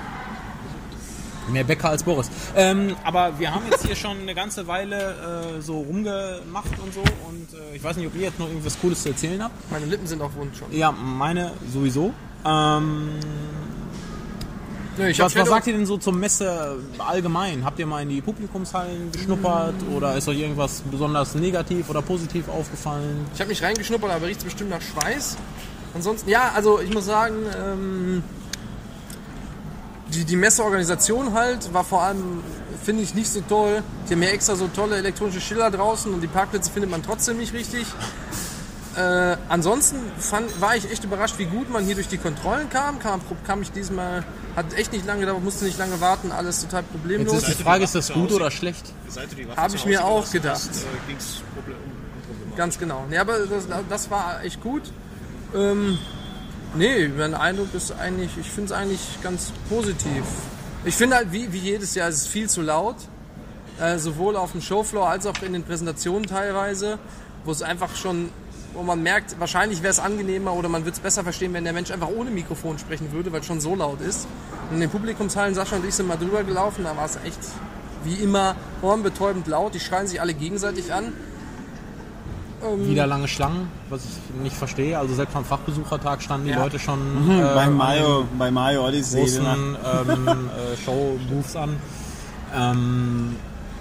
Speaker 3: Mehr Bäcker als Boris. Ähm, aber wir haben jetzt hier schon eine ganze Weile äh, so rumgemacht und so und äh, ich weiß nicht, ob ihr jetzt noch irgendwas Cooles zu erzählen habt.
Speaker 2: Meine Lippen sind auf Wund schon.
Speaker 3: Ja, meine sowieso. Ähm,
Speaker 2: Nee, ich
Speaker 3: was,
Speaker 2: hab
Speaker 3: was sagt ihr denn so zur Messe allgemein? Habt ihr mal in die Publikumshallen geschnuppert oder ist euch irgendwas besonders negativ oder positiv aufgefallen?
Speaker 2: Ich habe mich reingeschnuppert, aber riecht bestimmt nach Schweiß. Ansonsten, ja, also ich muss sagen, ähm, die, die Messeorganisation halt war vor allem, finde ich, nicht so toll. Die haben ja extra so tolle elektronische Schilder draußen und die Parkplätze findet man trotzdem nicht richtig. Äh, ansonsten fand, war ich echt überrascht, wie gut man hier durch die Kontrollen kam. Kam, kam ich diesmal, hat echt nicht lange gedauert, musste nicht lange warten, alles total problemlos.
Speaker 3: Jetzt ist die Frage, ist das gut oder schlecht?
Speaker 2: Habe ich mir auch gedacht.
Speaker 6: Äh, ging's Problem, unproblematisch.
Speaker 2: Ganz genau. Nee, aber das, das war echt gut. Ähm, nee, mein Eindruck ist eigentlich, ich finde es eigentlich ganz positiv. Ich finde halt, wie, wie jedes Jahr, es ist viel zu laut. Äh, sowohl auf dem Showfloor als auch in den Präsentationen teilweise, wo es einfach schon, wo man merkt, wahrscheinlich wäre es angenehmer oder man würde es besser verstehen, wenn der Mensch einfach ohne Mikrofon sprechen würde, weil es schon so laut ist. Und in den Publikumshallen, Sascha und ich sind mal drüber gelaufen, da war es echt wie immer ohrenbetäubend laut. Die schreien sich alle gegenseitig an. Ähm,
Speaker 3: Wieder lange Schlangen, was ich nicht verstehe. Also selbst am Fachbesuchertag standen die
Speaker 2: Ja.
Speaker 3: Leute schon
Speaker 1: Mhm,
Speaker 3: äh,
Speaker 1: bei
Speaker 3: an
Speaker 1: Mario,
Speaker 3: den
Speaker 1: bei Mario Odyssey.
Speaker 3: großen
Speaker 1: ne?
Speaker 3: ähm, äh, Show-Booths an. Ähm,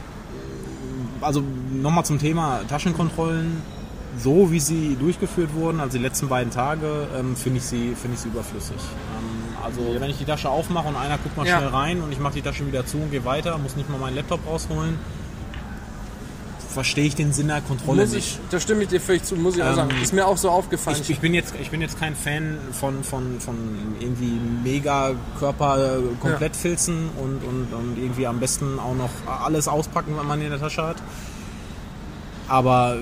Speaker 3: also nochmal zum Thema Taschenkontrollen. So wie sie durchgeführt wurden, also die letzten beiden Tage, ähm, finde ich sie, finde ich sie überflüssig. Ähm, also wenn ich die Tasche aufmache und einer guckt mal
Speaker 2: Ja.
Speaker 3: schnell rein und ich mache die Tasche wieder zu und gehe weiter, muss nicht mal meinen Laptop rausholen, verstehe ich den Sinn der Kontrolle
Speaker 2: muss
Speaker 3: nicht.
Speaker 2: ich, da stimme ich dir völlig zu, muss ich auch
Speaker 3: Ähm,
Speaker 2: sagen. Ist mir auch so aufgefallen.
Speaker 3: Ich, ich, bin jetzt, ich bin jetzt kein Fan von, von, von irgendwie mega Körper-Komplettfilzen und, und, und irgendwie am besten auch noch alles auspacken, was man in der Tasche hat. Aber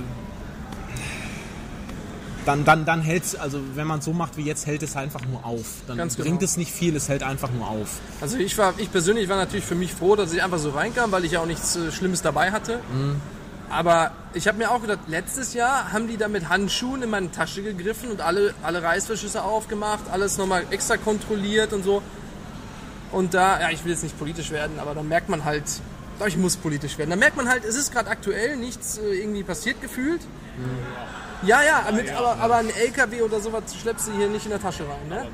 Speaker 3: dann, dann, dann hält es, also wenn man es so macht wie jetzt, hält es einfach nur auf. Dann
Speaker 2: Ganz
Speaker 3: bringt
Speaker 2: genau.
Speaker 3: es nicht viel, es hält einfach nur auf.
Speaker 2: Also ich war, ich persönlich war natürlich für mich froh, dass ich einfach so reinkam, weil ich ja auch nichts äh, Schlimmes dabei hatte.
Speaker 3: Mhm.
Speaker 2: Aber ich habe mir auch gedacht, letztes Jahr haben die da mit Handschuhen in meine Tasche gegriffen und alle, alle Reißverschlüsse aufgemacht, alles nochmal extra kontrolliert und so. Und da, ja, ich will jetzt nicht politisch werden, aber da merkt man halt, ich glaube, ich muss politisch werden. Da merkt man halt, es ist gerade aktuell nichts äh, irgendwie passiert gefühlt. Ja, ja, mit, aber, aber ein L K W oder sowas schleppst du hier nicht in der Tasche rein, ne?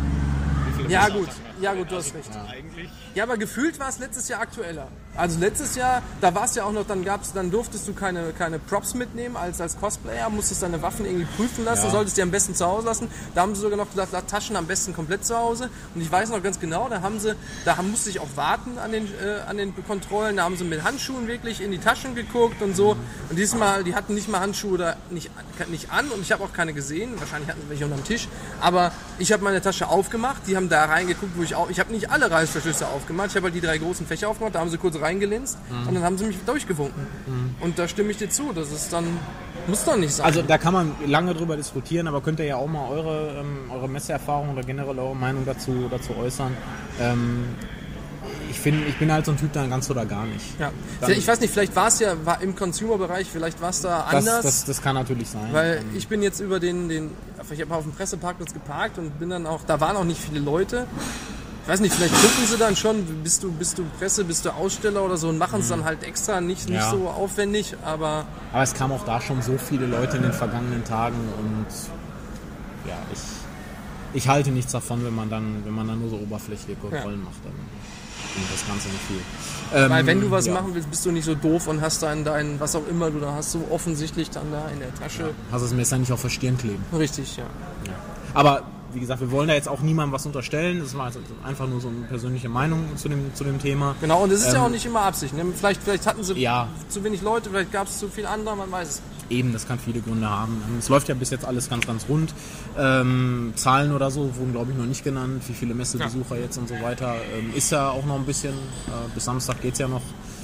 Speaker 2: Ja gut, ja gut, du hast recht.
Speaker 6: Eigentlich
Speaker 2: Ja, aber gefühlt war es letztes Jahr aktueller. Also letztes Jahr, da war es ja auch noch, dann gab's, dann durftest du keine, keine Props mitnehmen als, als Cosplayer, musstest deine Waffen irgendwie prüfen lassen,
Speaker 3: Ja.
Speaker 2: solltest die am besten zu Hause lassen. Da haben sie sogar noch gesagt, lass Taschen am besten komplett zu Hause. Und ich weiß noch ganz genau, da haben sie, da haben, musste ich auch warten an den, äh, an den Kontrollen, da haben sie mit Handschuhen wirklich in die Taschen geguckt und so. Und diesmal, die hatten nicht mal Handschuhe da nicht, nicht an und ich habe auch keine gesehen. Wahrscheinlich hatten sie welche unterm Tisch. Aber ich habe meine Tasche aufgemacht, die haben da reingeguckt, wo ich auch, ich habe nicht alle Reißverschlüsse aufgemacht, ich habe halt die drei großen Fächer aufgemacht, da haben sie kurz reingelinst
Speaker 3: Mhm.
Speaker 2: und dann haben sie mich durchgewunken. Und da stimme ich dir zu, das ist dann, muss doch nicht sein.
Speaker 3: Also da kann man lange drüber diskutieren, aber könnt ihr ja auch mal eure, ähm, eure Messeerfahrung oder generell eure Meinung dazu, dazu äußern. Ähm, ich finde, ich bin halt so ein Typ, der ganz oder gar nicht.
Speaker 2: ja.
Speaker 3: Dann-
Speaker 2: Ich weiß nicht, vielleicht war es ja war im Consumer-Bereich, vielleicht war es da
Speaker 3: Das,
Speaker 2: anders.
Speaker 3: das, das kann natürlich sein.
Speaker 2: Weil
Speaker 3: Ähm,
Speaker 2: ich bin jetzt über den, den ich habe auf dem Presseparkplatz geparkt und bin dann auch, da waren auch nicht viele Leute. Ich weiß nicht, vielleicht gucken sie dann schon, bist du, bist du Presse, bist du Aussteller oder so und machen es dann halt extra, nicht, nicht
Speaker 3: Ja.
Speaker 2: so aufwendig, aber
Speaker 3: Aber es kamen auch da schon so viele Leute in den vergangenen Tagen und ja, ich, ich halte nichts davon, wenn man dann, wenn man dann nur so oberflächliche Kontrollen macht. Dann bringt das Ganze nicht viel. Ähm,
Speaker 2: weil wenn du was
Speaker 3: ja.
Speaker 2: machen willst, bist du nicht so doof und hast dann dein, was auch immer du da hast, so offensichtlich dann da in der Tasche.
Speaker 3: Hast das Messer nicht auf der Stirn kleben.
Speaker 2: Richtig, ja.
Speaker 3: Aber wie gesagt, wir wollen da jetzt auch niemandem was unterstellen. Das war also einfach nur so eine persönliche Meinung zu dem, zu dem Thema.
Speaker 2: Genau, und es ist ja
Speaker 3: Ähm,
Speaker 2: auch nicht immer Absicht. Ne? Vielleicht, vielleicht hatten sie
Speaker 3: Ja.
Speaker 2: zu wenig Leute, vielleicht gab es zu viel andere, man weiß es nicht.
Speaker 3: Eben, das kann viele Gründe haben. Es läuft ja bis jetzt alles ganz, ganz rund. Ähm, Zahlen oder so wurden, glaube ich, noch nicht genannt. Wie viele Messebesucher jetzt und so weiter. Ähm, ist ja auch noch ein bisschen. Äh, bis Samstag geht es ja noch.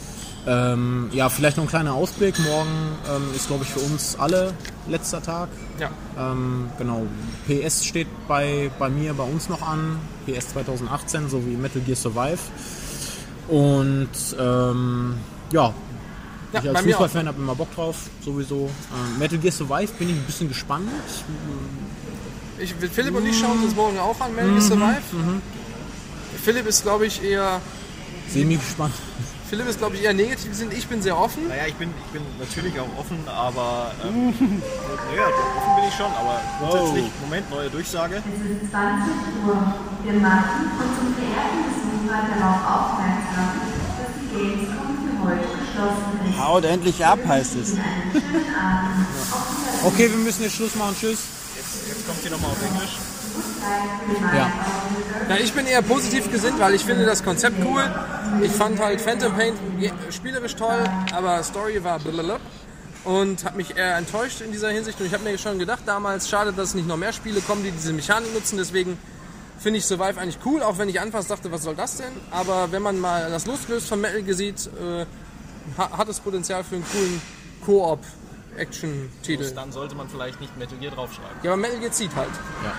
Speaker 3: Ähm, ja, vielleicht noch ein kleiner Ausblick. Morgen ähm, ist, glaube ich, für uns alle letzter Tag.
Speaker 2: Ja.
Speaker 3: Ähm, genau. P S steht bei, bei mir, bei uns noch an. P S zwanzig achtzehn sowie Metal Gear Survive. Und ähm, ja,
Speaker 2: Ja,
Speaker 3: ich als
Speaker 2: bei mir
Speaker 3: Fußballfan habe immer Bock drauf, sowieso. Ähm, Metal Gear Survive bin ich ein bisschen gespannt.
Speaker 2: Ich, Philipp und ich schauen uns morgen auch an, Metal Gear Survive. Philipp ist, glaube ich, eher
Speaker 3: Semi gespannt.
Speaker 2: Philipp ist, glaube ich, eher negativ gesehen. Ich bin sehr offen.
Speaker 6: Naja, ich bin, ich bin natürlich auch offen, aber ähm, naja, offen bin ich schon, aber grundsätzlich, Moment, neue Durchsage.
Speaker 8: Es ist zwanzig Uhr. Wir machen unsere verehrten Besucher darauf aufmerksam, dass die Gamescom für heute geschlossen ist.
Speaker 1: Haut endlich ab, heißt es.
Speaker 8: Einen schönen Abend. Auf
Speaker 3: Okay, wir müssen jetzt Schluss machen. Tschüss.
Speaker 6: Jetzt, jetzt kommt sie nochmal auf Englisch.
Speaker 3: Ja.
Speaker 2: Ja, ich bin eher positiv gesinnt, weil ich finde das Konzept cool. Ich fand halt Phantom Pain spielerisch toll, aber Story war blablabla und habe mich eher enttäuscht in dieser Hinsicht. Und ich habe mir schon gedacht damals, schade, dass es nicht noch mehr Spiele kommen, die diese Mechanik nutzen. Deswegen finde ich Survive eigentlich cool, auch wenn ich anfangs dachte, was soll das denn? Aber wenn man mal das losgelöst von Metal Gear sieht, äh, hat es Potenzial für einen coolen Koop-Action-Titel.
Speaker 4: Bloß dann sollte man vielleicht nicht Metal Gear draufschreiben.
Speaker 2: Ja, aber Metal Gear zieht halt.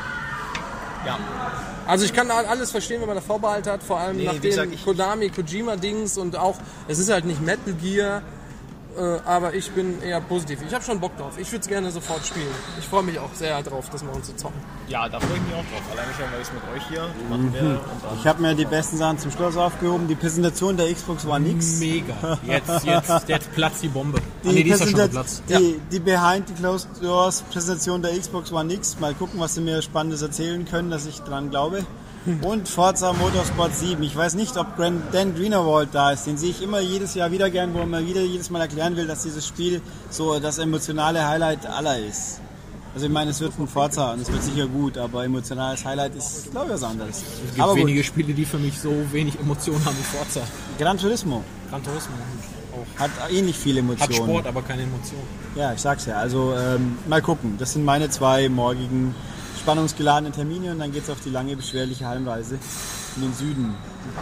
Speaker 4: Ja.
Speaker 2: Also ich kann alles verstehen, wenn man da Vorbehalte hat, vor allem
Speaker 6: Nee,
Speaker 2: nach
Speaker 6: wie
Speaker 2: dem
Speaker 6: gesagt, ich-
Speaker 2: Konami, Kojima-Dings und auch, es ist halt nicht Metal Gear, äh, aber ich bin eher positiv. Ich habe schon Bock drauf. Ich würde es gerne sofort spielen. Ich freue mich auch sehr drauf, das morgen zu zocken.
Speaker 6: Ja, da freue ich mich auch drauf. Alleine schon, weil ich es mit euch hier machen werde. Und dann
Speaker 1: Ich habe mir die besten Sachen zum Schluss aufgehoben. Die Präsentation der Xbox war nix.
Speaker 3: Mega. Jetzt, jetzt, jetzt platzt die Bombe.
Speaker 1: Die,
Speaker 3: ah, nee, die ist ja schon
Speaker 1: Präsentat-
Speaker 3: geplatzt.
Speaker 1: die, die Behind the Closed Doors Präsentation der Xbox war nix. Mal gucken, was sie mir Spannendes erzählen können, dass ich dran glaube. Und Forza Motorsport sieben. Ich weiß nicht, ob Gran- Dan Greenwald da ist. Den sehe ich immer jedes Jahr wieder gern, wo er mal wieder jedes Mal erklären will, dass dieses Spiel so das emotionale Highlight aller ist. Also ich meine, es wird ein Forza und es wird sicher gut, aber emotionales Highlight ist, glaube ich, was anderes.
Speaker 3: Es gibt
Speaker 1: Aber gut,
Speaker 3: wenige Spiele, die für mich so wenig Emotionen haben wie Forza.
Speaker 1: Gran Turismo
Speaker 3: Gran Turismo auch.
Speaker 1: hat ähnlich viele
Speaker 3: Hat
Speaker 1: Emotionen.
Speaker 3: Sport, aber keine Emotionen.
Speaker 1: Ja, ich sag's ja. Also ähm, mal gucken. Das sind meine zwei morgigen spannungsgeladenen Termine und dann geht's auf die lange, beschwerliche Heimreise in den Süden.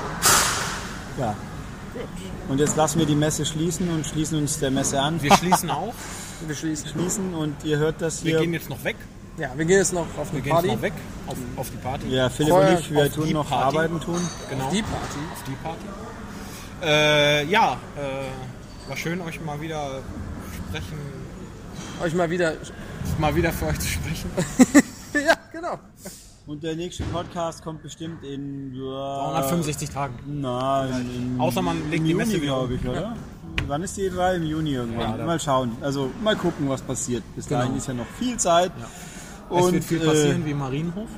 Speaker 1: Ja. Und jetzt lassen wir die Messe schließen und schließen uns der Messe an.
Speaker 3: Wir schließen auch.
Speaker 2: Wir schließen.
Speaker 1: Schließen und ihr hört das
Speaker 3: Wir
Speaker 1: hier.
Speaker 3: gehen jetzt noch weg.
Speaker 2: Ja, wir gehen jetzt noch auf eine
Speaker 3: Wir gehen
Speaker 2: Party.
Speaker 3: jetzt noch weg auf, auf die Party.
Speaker 1: Ja, Philipp
Speaker 2: Vorher
Speaker 1: und ich, wir
Speaker 3: auf
Speaker 1: tun
Speaker 3: die
Speaker 1: noch
Speaker 3: Party.
Speaker 1: Arbeiten tun.
Speaker 3: Genau.
Speaker 2: Die Party.
Speaker 3: Auf die Party. Äh, ja, äh, war schön, euch mal wieder sprechen,
Speaker 2: Euch mal wieder.
Speaker 3: mal wieder für euch zu sprechen.
Speaker 2: Ja, genau.
Speaker 1: Und der nächste Podcast kommt bestimmt in ja,
Speaker 3: dreihundertfünfundsechzig Tagen.
Speaker 1: Nein, in,
Speaker 3: Außer man legt
Speaker 1: im
Speaker 3: die
Speaker 1: Juni,
Speaker 3: Messe wieder
Speaker 1: glaube ich, oder? Wann ist die E drei? Im Juni irgendwann.
Speaker 3: Ja, da-
Speaker 1: mal schauen. Also mal gucken, was passiert. Bis dahin
Speaker 3: Genau.
Speaker 1: ist ja noch viel Zeit.
Speaker 3: Es
Speaker 1: Und,
Speaker 3: wird viel
Speaker 1: äh,
Speaker 3: passieren wie im Marienhof.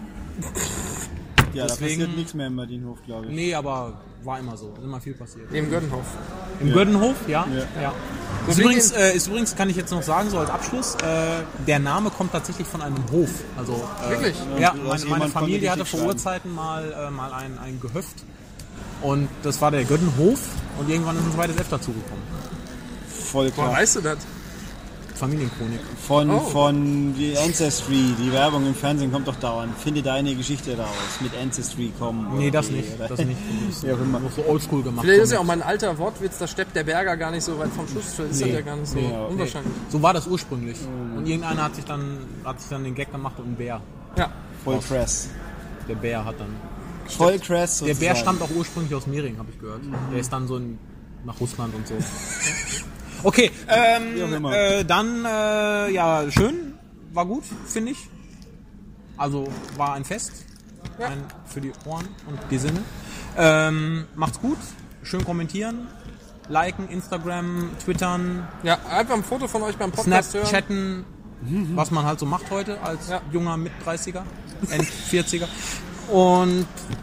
Speaker 1: Ja, da
Speaker 3: Deswegen-
Speaker 1: passiert nichts mehr im Marienhof, glaube ich.
Speaker 3: Nee, aber war immer so. Ist immer viel passiert.
Speaker 2: Im Göttenhof.
Speaker 3: Im Göttenhof, ja.
Speaker 1: Ja.
Speaker 3: ja.
Speaker 2: So,
Speaker 3: Ist,
Speaker 2: wir
Speaker 3: übrigens,
Speaker 2: gehen-
Speaker 3: äh, ist übrigens, kann ich jetzt noch sagen, so als Abschluss, äh, der Name kommt tatsächlich von einem Hof. Also, äh,
Speaker 2: Wirklich?
Speaker 3: Ja,
Speaker 1: Da ist
Speaker 3: meine, meine
Speaker 1: jemand von
Speaker 3: Familie
Speaker 1: der
Speaker 3: hatte
Speaker 1: Geschichte
Speaker 3: vor
Speaker 1: schreiben.
Speaker 3: Urzeiten mal, äh, mal ein, ein Gehöft. Und das war der Göttenhof. Und irgendwann ist ein zweites F dazugekommen.
Speaker 1: Voll
Speaker 2: Woher
Speaker 1: krass.
Speaker 2: weißt du das?
Speaker 3: Familienchronik.
Speaker 1: Von,
Speaker 2: Oh.
Speaker 1: von die Ancestry, die Werbung im Fernsehen kommt doch dauernd. Finde deine Geschichte raus. Mit Ancestry kommen.
Speaker 3: Nee, das
Speaker 1: Okay,
Speaker 3: nicht.
Speaker 1: oder?
Speaker 3: Das nicht. Das ist
Speaker 1: Wie auch immer.
Speaker 3: so oldschool gemacht.
Speaker 2: Vielleicht ist
Speaker 3: so
Speaker 2: ja auch
Speaker 3: mit-
Speaker 2: mal ein alter Wortwitz, da steppt der Berger gar nicht so weit vom Schuss. Vielleicht ist das
Speaker 3: Nee,
Speaker 2: ja gar nicht so
Speaker 3: nee,
Speaker 2: unwahrscheinlich.
Speaker 3: So war das ursprünglich. Und irgendeiner hat sich dann, hat sich dann den Gag gemacht und ein Bär.
Speaker 2: Ja.
Speaker 1: Voll krass.
Speaker 3: Der Bär hat dann.
Speaker 1: Voll krass.
Speaker 3: Der Bär
Speaker 1: sozusagen.
Speaker 3: stammt auch ursprünglich aus Mehring, habe ich gehört. Der ist dann so in, nach Russland und so. Okay,
Speaker 1: Wie auch
Speaker 3: ähm,
Speaker 1: immer.
Speaker 3: äh, dann, äh, ja, schön, war gut, finde ich. Also war ein Fest, ein für die Ohren und die Sinne. Ähm, macht's gut, schön kommentieren, liken, Instagram, twittern,
Speaker 2: Ja, einfach ein Foto von euch beim Podcast hören.
Speaker 3: Snapchatten, was man halt so macht heute als
Speaker 2: Ja.
Speaker 3: junger Mit-dreißiger, End-vierziger. Und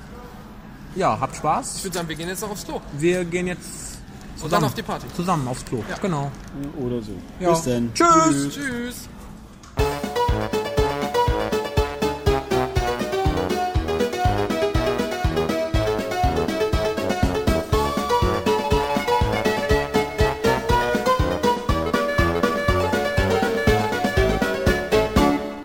Speaker 3: ja, habt
Speaker 2: Ich
Speaker 3: Spaß.
Speaker 2: würde sagen, wir gehen jetzt noch aufs Klo.
Speaker 3: Wir gehen jetzt
Speaker 2: Und
Speaker 3: zusammen
Speaker 2: dann auf die Party.
Speaker 3: Zusammen aufs Klo. Genau.
Speaker 1: Oder so.
Speaker 3: Ja.
Speaker 1: Bis dann.
Speaker 3: Tschüss.
Speaker 2: Tschüss.